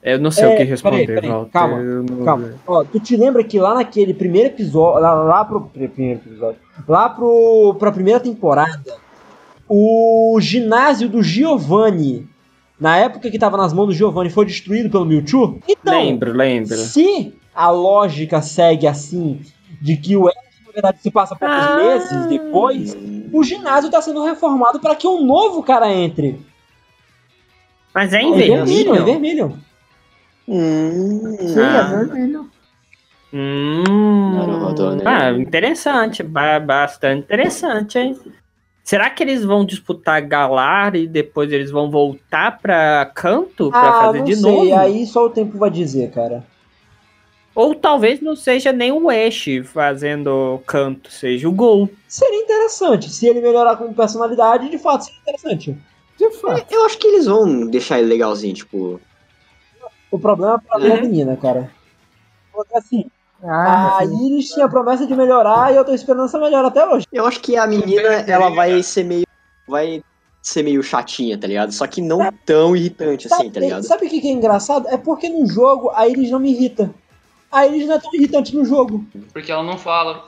Eu não sei É, o que responder, peraí, peraí, Walter. calma, eu não- Calma. Ó, tu te lembra que lá naquele primeiro episódio, lá, lá pro primeiro episódio, lá pro pra primeira temporada, o ginásio do Giovanni, na época que tava nas mãos do Giovanni, foi destruído pelo Mewtwo? Então, Lembro, lembro. se a lógica segue assim, de que o Ash, na verdade, se passa poucos Ah. meses depois, o ginásio tá sendo reformado para que um novo cara entre. Mas é É em vermelho, é vermelho? vermelho. Hum, Sim, é Ah. vermelho. Hum. Naruto, né? Ah, interessante. ba- Bastante interessante, hein? Será que eles vão disputar Galar e depois eles vão voltar pra Canto pra Ah, fazer não de sei, novo? aí só o tempo vai dizer, cara. Ou talvez não seja nem o Ash fazendo Canto, seja o Gol. Seria interessante. Se ele melhorar como personalidade, de fato seria interessante. De fato. Eu acho que eles vão deixar ele legalzinho, tipo. O problema pra mim é a Uhum. menina, cara. Porque assim, Ah, a Iris tinha a promessa de melhorar e eu tô esperando essa melhora até hoje. Eu acho que a menina, ela vai ser meio. Vai ser meio chatinha, tá ligado? Só que não tão irritante assim, tá ligado? Sabe o que que é engraçado? É porque no jogo a Iris não me irrita. A Iris não é tão irritante no jogo. Porque ela não fala.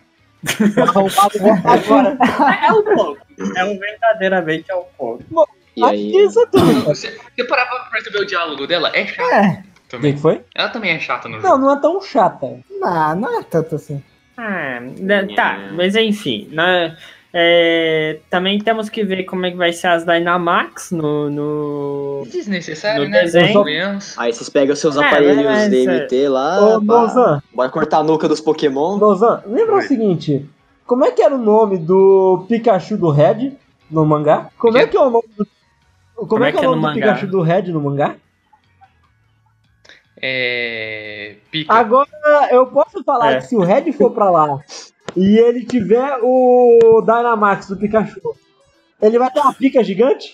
Agora, É um pouco. É um verdadeiramente é um pouco. E aí. isso é tudo. Você, você parar pra perceber o diálogo dela? É chato é. O que também. que foi? Ela também é chata no Não, jogo. não é tão chata. Não, não é tanto assim. Ah, né, tá, mas enfim, né, é, também temos que ver como é que vai ser as Dynamax no... no... Desnecessário, No né? desenho. Convenhamos. Aí vocês pegam seus É, aparelhos mas, D é. M T lá. Ô, pá, Nozan, bora cortar a nuca dos Pokémon. Nozan, lembra Oi. o seguinte? Como é que era o nome do Pikachu do Red no mangá? Como é que é o nome do... Como, é que é o nome do no Pikachu mangá? do Red no mangá? É. Pica. Agora, eu posso falar É. que se o Red for pra lá e ele tiver o Dynamax do Pikachu, ele vai ter uma pica gigante?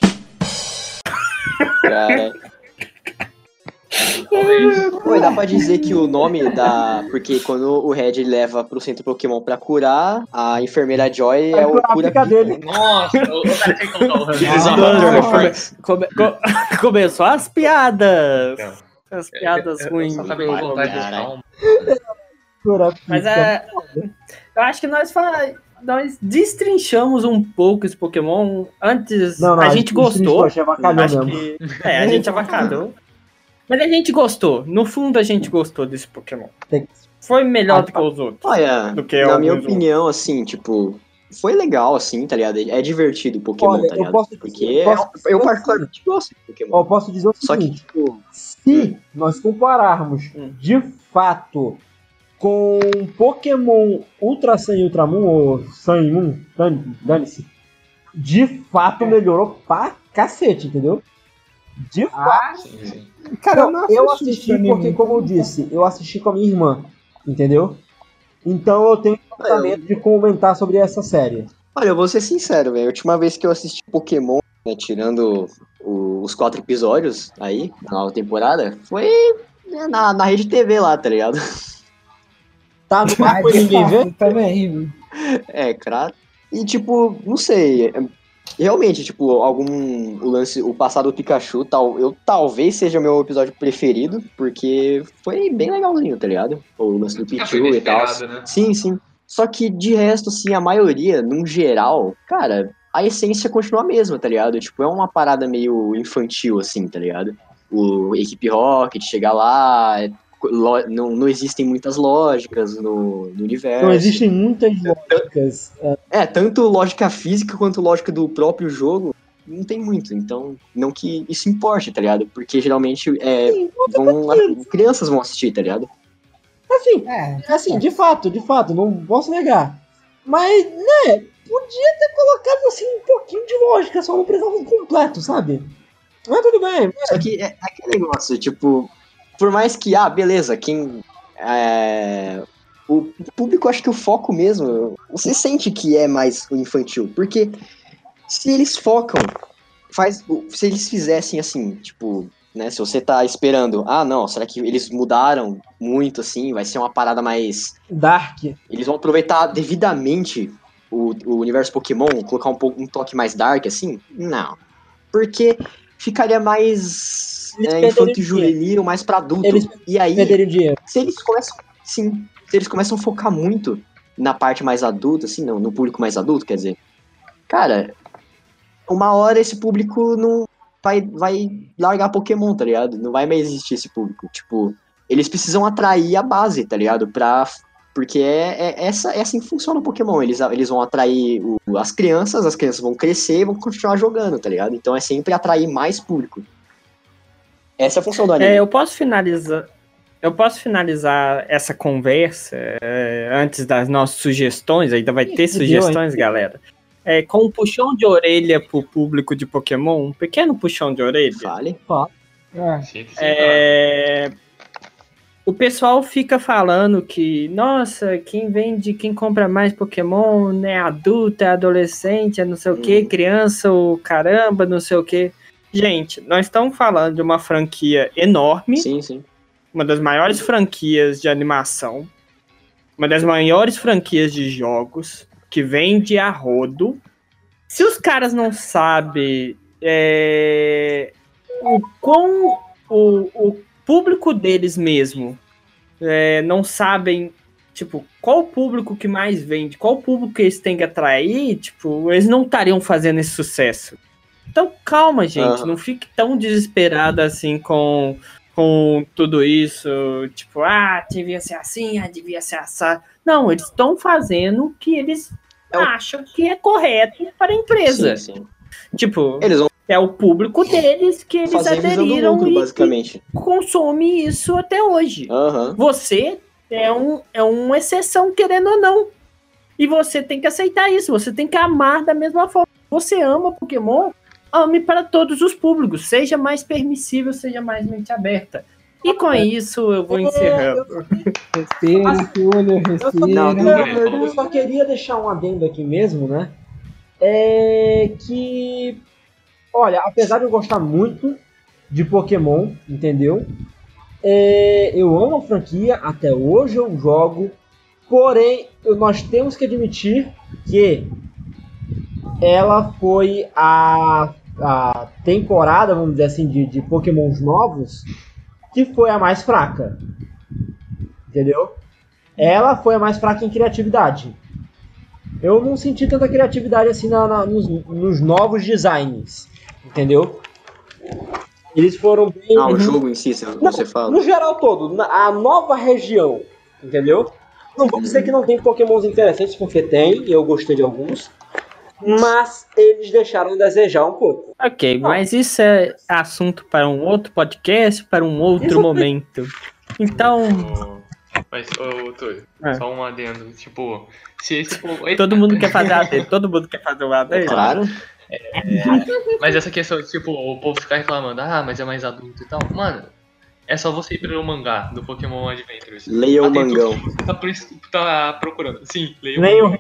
Cara. Pô, dá pra dizer que o nome da. Porque quando o Red leva pro centro Pokémon pra curar, a enfermeira Joy Vai é o curar a cura pica dele. Nossa, o o cara tem que colocar o Randy. Eles Não, amam não, Turtles. come- co- começou as piadas. Não. As piadas Eu ruins. só tava com vontade de Caralho. falar um. Cura a pica. Mas é. Eu acho que nós, fa- nós destrinchamos um pouco esse Pokémon. Antes Não, não, a gente gostou. A gente avacalhou Acho mesmo. que. É, a gente avacalhou. Mas a gente gostou. No fundo, a gente gostou desse Pokémon. Tem- Foi melhor do que os outros. Olha, Do que na minha alguns opinião, assim, tipo, foi legal, assim, tá ligado? É divertido o Pokémon, Olha, tá eu ligado? posso dizer- Porque eu posso eu, eu dizer particularmente gosto de Pokémon. Ó, eu posso dizer o Só que, seguinte: tipo, se nós compararmos Hum. de fato com Pokémon Ultra Sun e Ultra Moon, ou Sun e Moon, dane- dane-se, de fato melhorou pra cacete, entendeu? De fato. Sim, sim. Cara, eu Não, não eu assisti assisti esse anime, porque, como eu disse, eu assisti com a minha irmã, entendeu? Então eu tenho o tratamento de comentar sobre essa série. olha, eu vou ser sincero, velho. A última vez que eu assisti Pokémon, né, tirando o- os quatro episódios aí, na nova temporada, foi né, na, na Rede T V lá, tá ligado? Tá no Ah, barco e de ninguém vê? fato, também. É, cara. E, tipo, não sei. é- Realmente, tipo, algum. O lance. O passado do Pikachu, tal, eu talvez seja o meu episódio preferido, porque foi bem legalzinho, tá ligado? O lance do Ah, foi Pichu bem e tal. esperado, né? Sim, sim. Só que de resto, assim, a maioria, num geral, cara, a essência continua a mesma, tá ligado? Tipo, é uma parada meio infantil, assim, tá ligado? O Equipe Rocket chegar lá, é- lo- não, não existem muitas lógicas no, no universo. Não existem muitas lógicas. É, tanto lógica física quanto lógica do próprio jogo, não tem muito. Então, não que isso importe, tá ligado? Porque geralmente é, Sim, vão, crianças vão assistir, tá ligado? assim, É, assim, de fato, de fato, não posso negar. Mas, né, podia ter colocado assim um pouquinho de lógica, só não precisava do completo, sabe? Mas tudo bem. Só que é aquele negócio, tipo, por mais que, ah, beleza, quem. É, o público, acho que o foco mesmo, você sente que é mais o infantil, porque se eles focam, faz, se eles fizessem assim, tipo, né, se você tá esperando, ah, não, será que eles mudaram muito assim, vai ser uma parada mais. Dark. Eles vão aproveitar devidamente o, o universo Pokémon, colocar um, pouco, um toque mais dark assim? Não. Porque ficaria mais Eles é, perderiam infanto-juvenil, mais pra adulto. Eles E aí, Perderiam dinheiro. se eles começam, sim, se eles começam a focar muito na parte mais adulta, assim, não, no público mais adulto, quer dizer, cara, uma hora esse público não vai, vai largar Pokémon, tá ligado? Não vai mais existir esse público. Tipo, eles precisam atrair a base, tá ligado? Pra, porque é, é, essa, é assim que funciona o Pokémon. Eles, eles vão atrair o, as crianças, as crianças vão crescer e vão continuar jogando, tá ligado? Então é sempre atrair mais público. Essa é a função do anime. É, eu posso finalizar. Eu posso finalizar essa conversa é, antes das nossas sugestões, ainda vai ter sugestões, galera. É, com um puxão de orelha pro público de Pokémon, um pequeno puxão de orelha. Fale. É. Sim, sim, É, o pessoal fica falando que, nossa, quem vende, quem compra mais Pokémon é adulto, é adolescente, é não sei o que, Hum. criança, o caramba, não sei o que. Gente, nós estamos falando de uma franquia enorme, Sim, sim. uma das maiores franquias de animação, uma das maiores franquias de jogos, que vende a rodo. Se os caras não sabem é, o quão o, o público deles mesmo é, não sabem, tipo, qual o público que mais vende, qual o público que eles têm que atrair, tipo, eles não estariam fazendo esse sucesso. Então, calma, gente, Aham. não fique tão desesperado assim com, com tudo isso, tipo, ah, devia ser assim, ah, devia ser assado. Não, eles estão fazendo o que eles É o- acham que é correto para a empresa. Sim, sim. Tipo, Eles vão é o público deles que eles fazer visando aderiram lucro, e basicamente. que consome isso até hoje. Aham. Você é, um, é uma exceção, querendo ou não. E você tem que aceitar isso, você tem que amar da mesma forma. Você ama Pokémon, ame para todos os públicos. Seja mais permissível, seja mais mente aberta. E com isso eu vou encerrando. Respira, Túlio, respira. Não, Eu, Túlio, eu- eu só queria deixar um adendo aqui mesmo, né? É que, olha, apesar de eu gostar muito de Pokémon, entendeu? É, eu amo a franquia, até hoje eu jogo, porém eu- nós temos que admitir que ela foi a, a temporada, vamos dizer assim, de, de Pokémons novos que foi a mais fraca, entendeu? Ela foi a mais fraca em criatividade. Eu não senti tanta criatividade assim na, na- nos, nos novos designs, entendeu? Eles foram bem... Ah, o jogo em si, você, Não, você fala. no geral todo, na- a nova região, entendeu? Não vou dizer que não tem Pokémons interessantes, porque tem, e eu gostei de alguns, mas eles deixaram a desejar um pouco. Ok, mas isso é assunto para um outro podcast, para um outro Isso- momento. Então, Ô, Mas, ô, Túlio, É. só um adendo. Tipo, se esse povo. todo mundo quer fazer a dele, todo mundo quer fazer o A dele. Claro. Mas essa questão de, tipo, o povo ficar reclamando, ah, mas é mais adulto e tal. Mano, é só você ir pelo mangá do Pokémon Adventures. Leia o Lá tem tudo mangão. que você tá, pre- tá procurando. Sim, leia o Nem o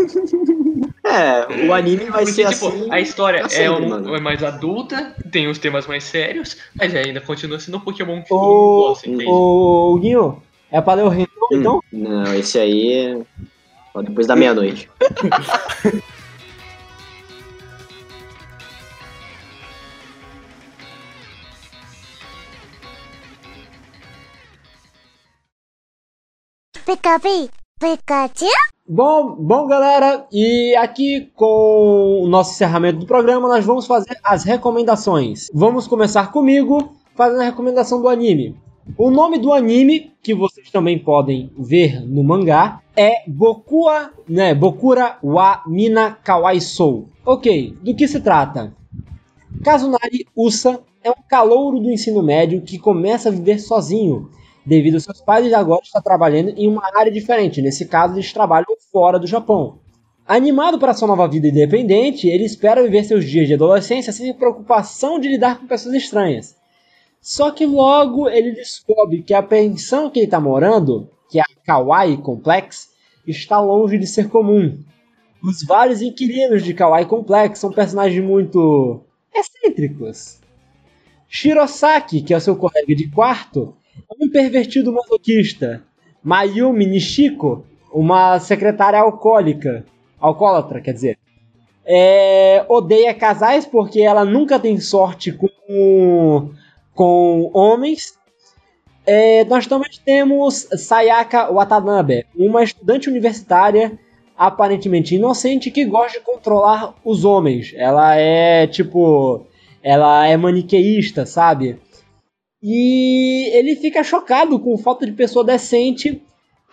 É, o anime vai Porque, ser tipo, assim. a história pra é, sempre, um- mano. é mais adulta, tem os temas mais sérios, mas ainda continua sendo um Pokémon que todo mundo Ô, gosta, entende? ô, Guinho, é pra ler o Renton, Hum, então? Não, esse aí é ó, depois da meia-noite. Pikachu, Pikachu. Bom, bom, galera, e aqui com o nosso encerramento do programa, nós vamos fazer as recomendações. Vamos começar comigo, fazendo a recomendação do anime. O nome do anime, que vocês também podem ver no mangá, é Bokua, né, Bokura wa Mina Kawaii Sou. Ok, do que se trata? Kazunari Usa é um calouro do ensino médio que começa a viver sozinho, devido aos seus pais e agora está trabalhando em uma área diferente. Nesse caso, eles trabalham fora do Japão. Animado para sua nova vida independente, ele espera viver seus dias de adolescência sem preocupação de lidar com pessoas estranhas. Só que logo ele descobre que a pensão que ele está morando, que é a Kawaii Complex, está longe de ser comum. Os vários inquilinos de Kawaii Complex são personagens muito excêntricos. Shirosaki, que é o seu colega de quarto, é um pervertido masoquista. Mayumi Nishiko, uma secretária alcoólica, alcoólatra, quer dizer. é, odeia casais porque ela nunca tem sorte com, com homens. É, nós também temos Sayaka Watanabe, uma estudante universitária aparentemente inocente que gosta de controlar os homens. Ela é, tipo, ela é maniqueísta, sabe? E ele fica chocado com falta de pessoa decente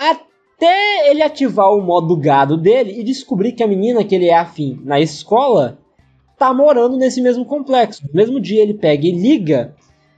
até ele ativar o modo gado dele e descobrir que a menina que ele é afim na escola tá morando nesse mesmo complexo. No mesmo dia ele pega e liga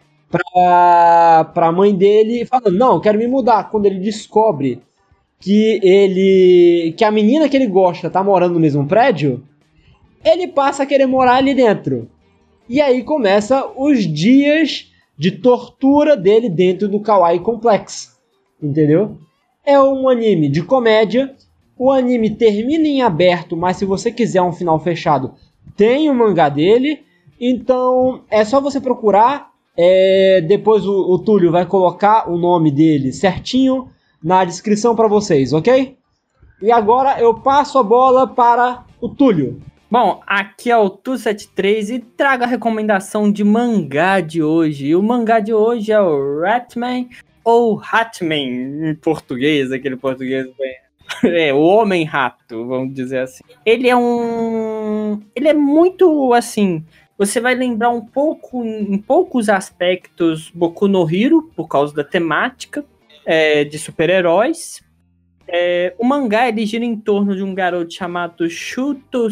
pra, pra mãe dele e fala, não, quero me mudar. Quando ele descobre que ele que a menina que ele gosta tá morando no mesmo prédio, ele passa a querer morar ali dentro. E aí começa os dias de tortura dele dentro do Kawaii Complex, entendeu? É um anime de comédia, o anime termina em aberto, mas se você quiser um final fechado, tem o mangá dele, então é só você procurar, é, depois o, o Túlio vai colocar o nome dele certinho na descrição para vocês, ok? E agora eu passo a bola para o Túlio. Bom, aqui é o Tu setenta e três e trago a recomendação de mangá de hoje. E o mangá de hoje é o Ratman, ou Hatman em português, aquele português bem... É, o Homem-Rato, vamos dizer assim. Ele é um... Ele é muito, assim... Você vai lembrar um pouco, em poucos aspectos, Boku no Hero, por causa da temática é, de super-heróis. É, o mangá, ele gira em torno de um garoto chamado Shuto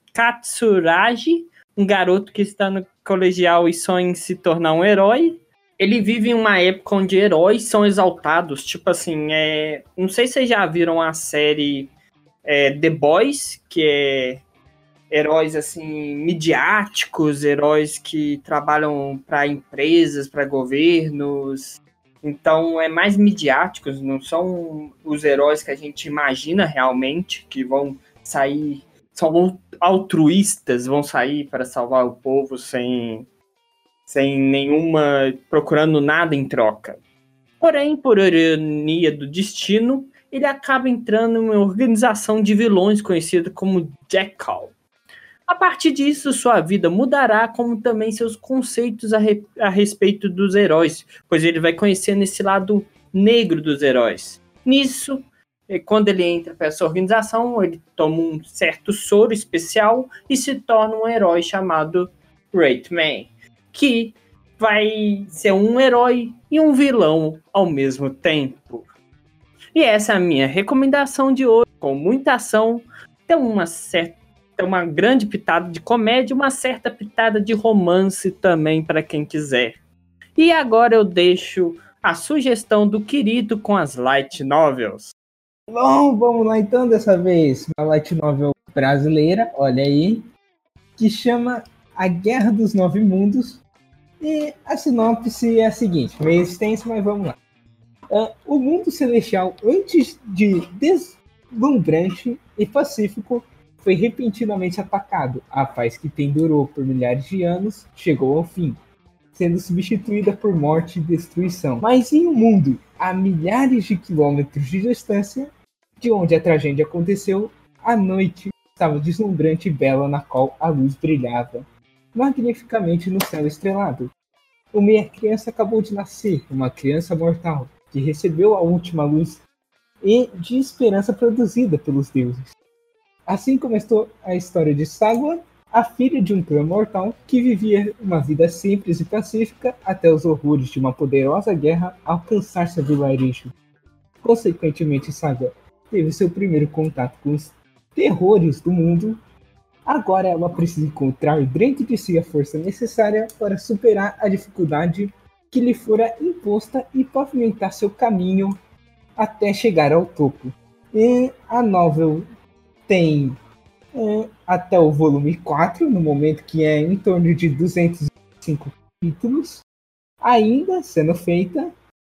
Katsuragi, um garoto que está no colegial e sonha em se tornar um herói. Ele vive em uma época onde heróis são exaltados, tipo assim, é... não sei se vocês já viram a série é, The Boys, que é heróis assim midiáticos, heróis que trabalham para empresas, para governos. Então é mais midiáticos, não são os heróis que a gente imagina realmente, que vão sair, são altruístas, vão sair para salvar o povo sem, sem nenhuma, procurando nada em troca. Porém, por ironia do destino, ele acaba entrando em uma organização de vilões conhecida como Jackal. A partir disso, sua vida mudará, como também seus conceitos a, re- a respeito dos heróis, pois ele vai conhecendo esse lado negro dos heróis. Nisso, quando ele entra para essa organização, ele toma um certo soro especial e se torna um herói chamado Ratman, que vai ser um herói e um vilão ao mesmo tempo. E essa é a minha recomendação de hoje, com muita ação, tem uma certa uma grande pitada de comédia, uma certa pitada de romance também para quem quiser. E agora eu deixo a sugestão do querido com as light novels. Bom, vamos lá então, dessa vez uma light novel brasileira, olha aí, que chama A Guerra dos Nove Mundos. E a sinopse é a seguinte, meio extensa, mas vamos lá. Uh, o mundo celestial, antes de deslumbrante e pacífico, foi repentinamente atacado. A paz que pendurou por milhares de anos chegou ao fim, sendo substituída por morte e destruição. Mas em um mundo a milhares de quilômetros de distância de onde a tragédia aconteceu, a noite estava deslumbrante e bela, na qual a luz brilhava magnificamente no céu estrelado. Uma criança acabou de nascer, uma criança mortal, que recebeu a última luz e de esperança produzida pelos deuses. Assim começou a história de Sagwa, a filha de um clã mortal que vivia uma vida simples e pacífica até os horrores de uma poderosa guerra alcançar seu vilarejo. Consequentemente, Sagwa teve seu primeiro contato com os terrores do mundo. Agora ela precisa encontrar dentro de si a força necessária para superar a dificuldade que lhe fora imposta e pavimentar seu caminho até chegar ao topo. E a novel tem é, até o volume quatro, no momento que é em torno de duzentos e cinco capítulos, ainda sendo feita,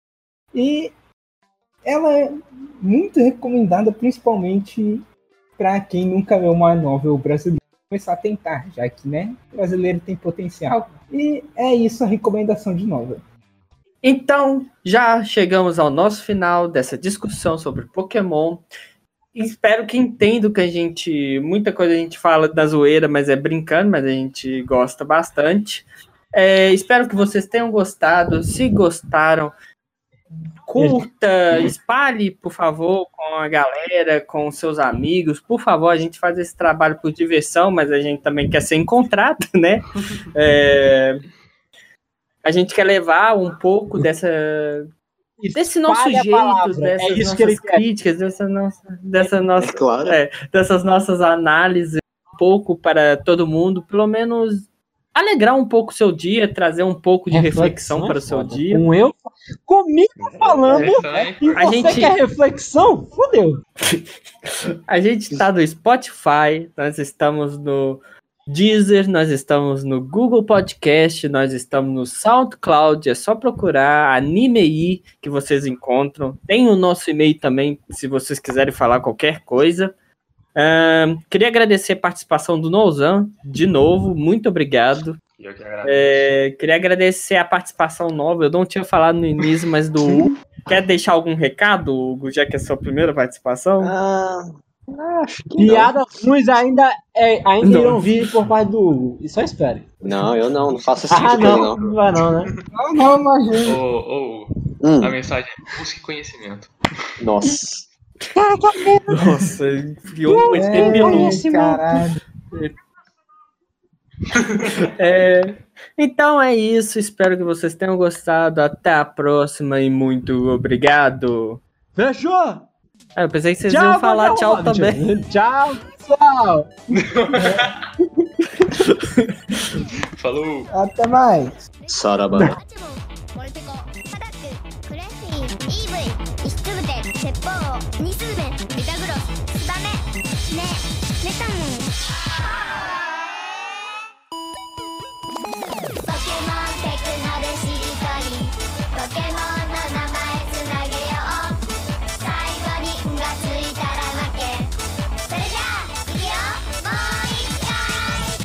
e ela é muito recomendada, principalmente para quem nunca leu uma novel brasileira, começar a tentar, já que, né, o brasileiro tem potencial. E é isso a recomendação de novel. Então, já chegamos ao nosso final dessa discussão sobre Pokémon. espero que entendam que a gente... Muita coisa a gente fala da zoeira, mas é brincando, mas a gente gosta bastante. É, espero que vocês tenham gostado. Se gostaram, curta, espalhe, por favor, com a galera, com seus amigos. Por favor, a gente faz esse trabalho por diversão, mas a gente também quer ser encontrado, né? É, a gente quer levar um pouco dessa... desse nosso jeito, dessas é isso nossas que ele críticas, dessa nossa, dessa nossa, É claro. é, dessas nossas análises um pouco para todo mundo, pelo menos alegrar um pouco o seu dia, trazer um pouco de reflexão, reflexão para o seu foda. dia. Com eu, comigo falando, É, e a você gente- quer reflexão? Fudeu. A gente está no Spotify, nós estamos no Deezer, nós estamos no Google Podcast, nós estamos no SoundCloud, é só procurar Animei que vocês encontram. Tem o nosso e-mail também, se vocês quiserem falar qualquer coisa. Ahn, queria agradecer a participação do Nozan, de novo, muito obrigado. Eu que agradeço. É, queria agradecer a participação nova, eu não tinha falado no início, mas do Hugo. Quer deixar algum recado, Hugo, já que é a sua primeira participação? Ah, acho que não. Piadas ruins ainda, é, ainda Não. irão vir por parte do Hugo. E só espere. Não, eu não, não faço esse tipo Ah, de coisa, não. não. Não vai não, né? Não, não, imagina. Ô, ô, Hum, a mensagem é: busque conhecimento. nossa. Nossa, criou um É, epílogo. caralho. É, então é isso, espero que vocês tenham gostado. Até a próxima e muito obrigado. Fechou? Ah, eu pensei que vocês Tchau, iam falar tchau, tchau tchau, também. Tchau, pessoal. Falou! Até mais. Saraba. これてこアタッククレフィー イーブイ 石つぶて鉄砲ニスズメメタグロスツバメメメタモンポケモンテクノでしりとりポケモンの名前つなげよう最後に「ん」がついたら負けそれじゃあいくよもう一回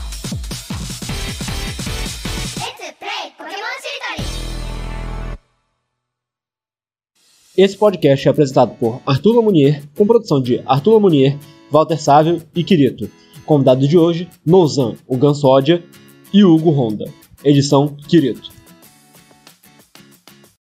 レッツプレイポケモンしりとり Esse podcast é apresentado por Arthur Lamounier, com produção de Arthur Lamounier, Walter Sávio e Kirito. Convidado de hoje, Nozan, o Gansódia e Hugo Honda. Edição Kirito.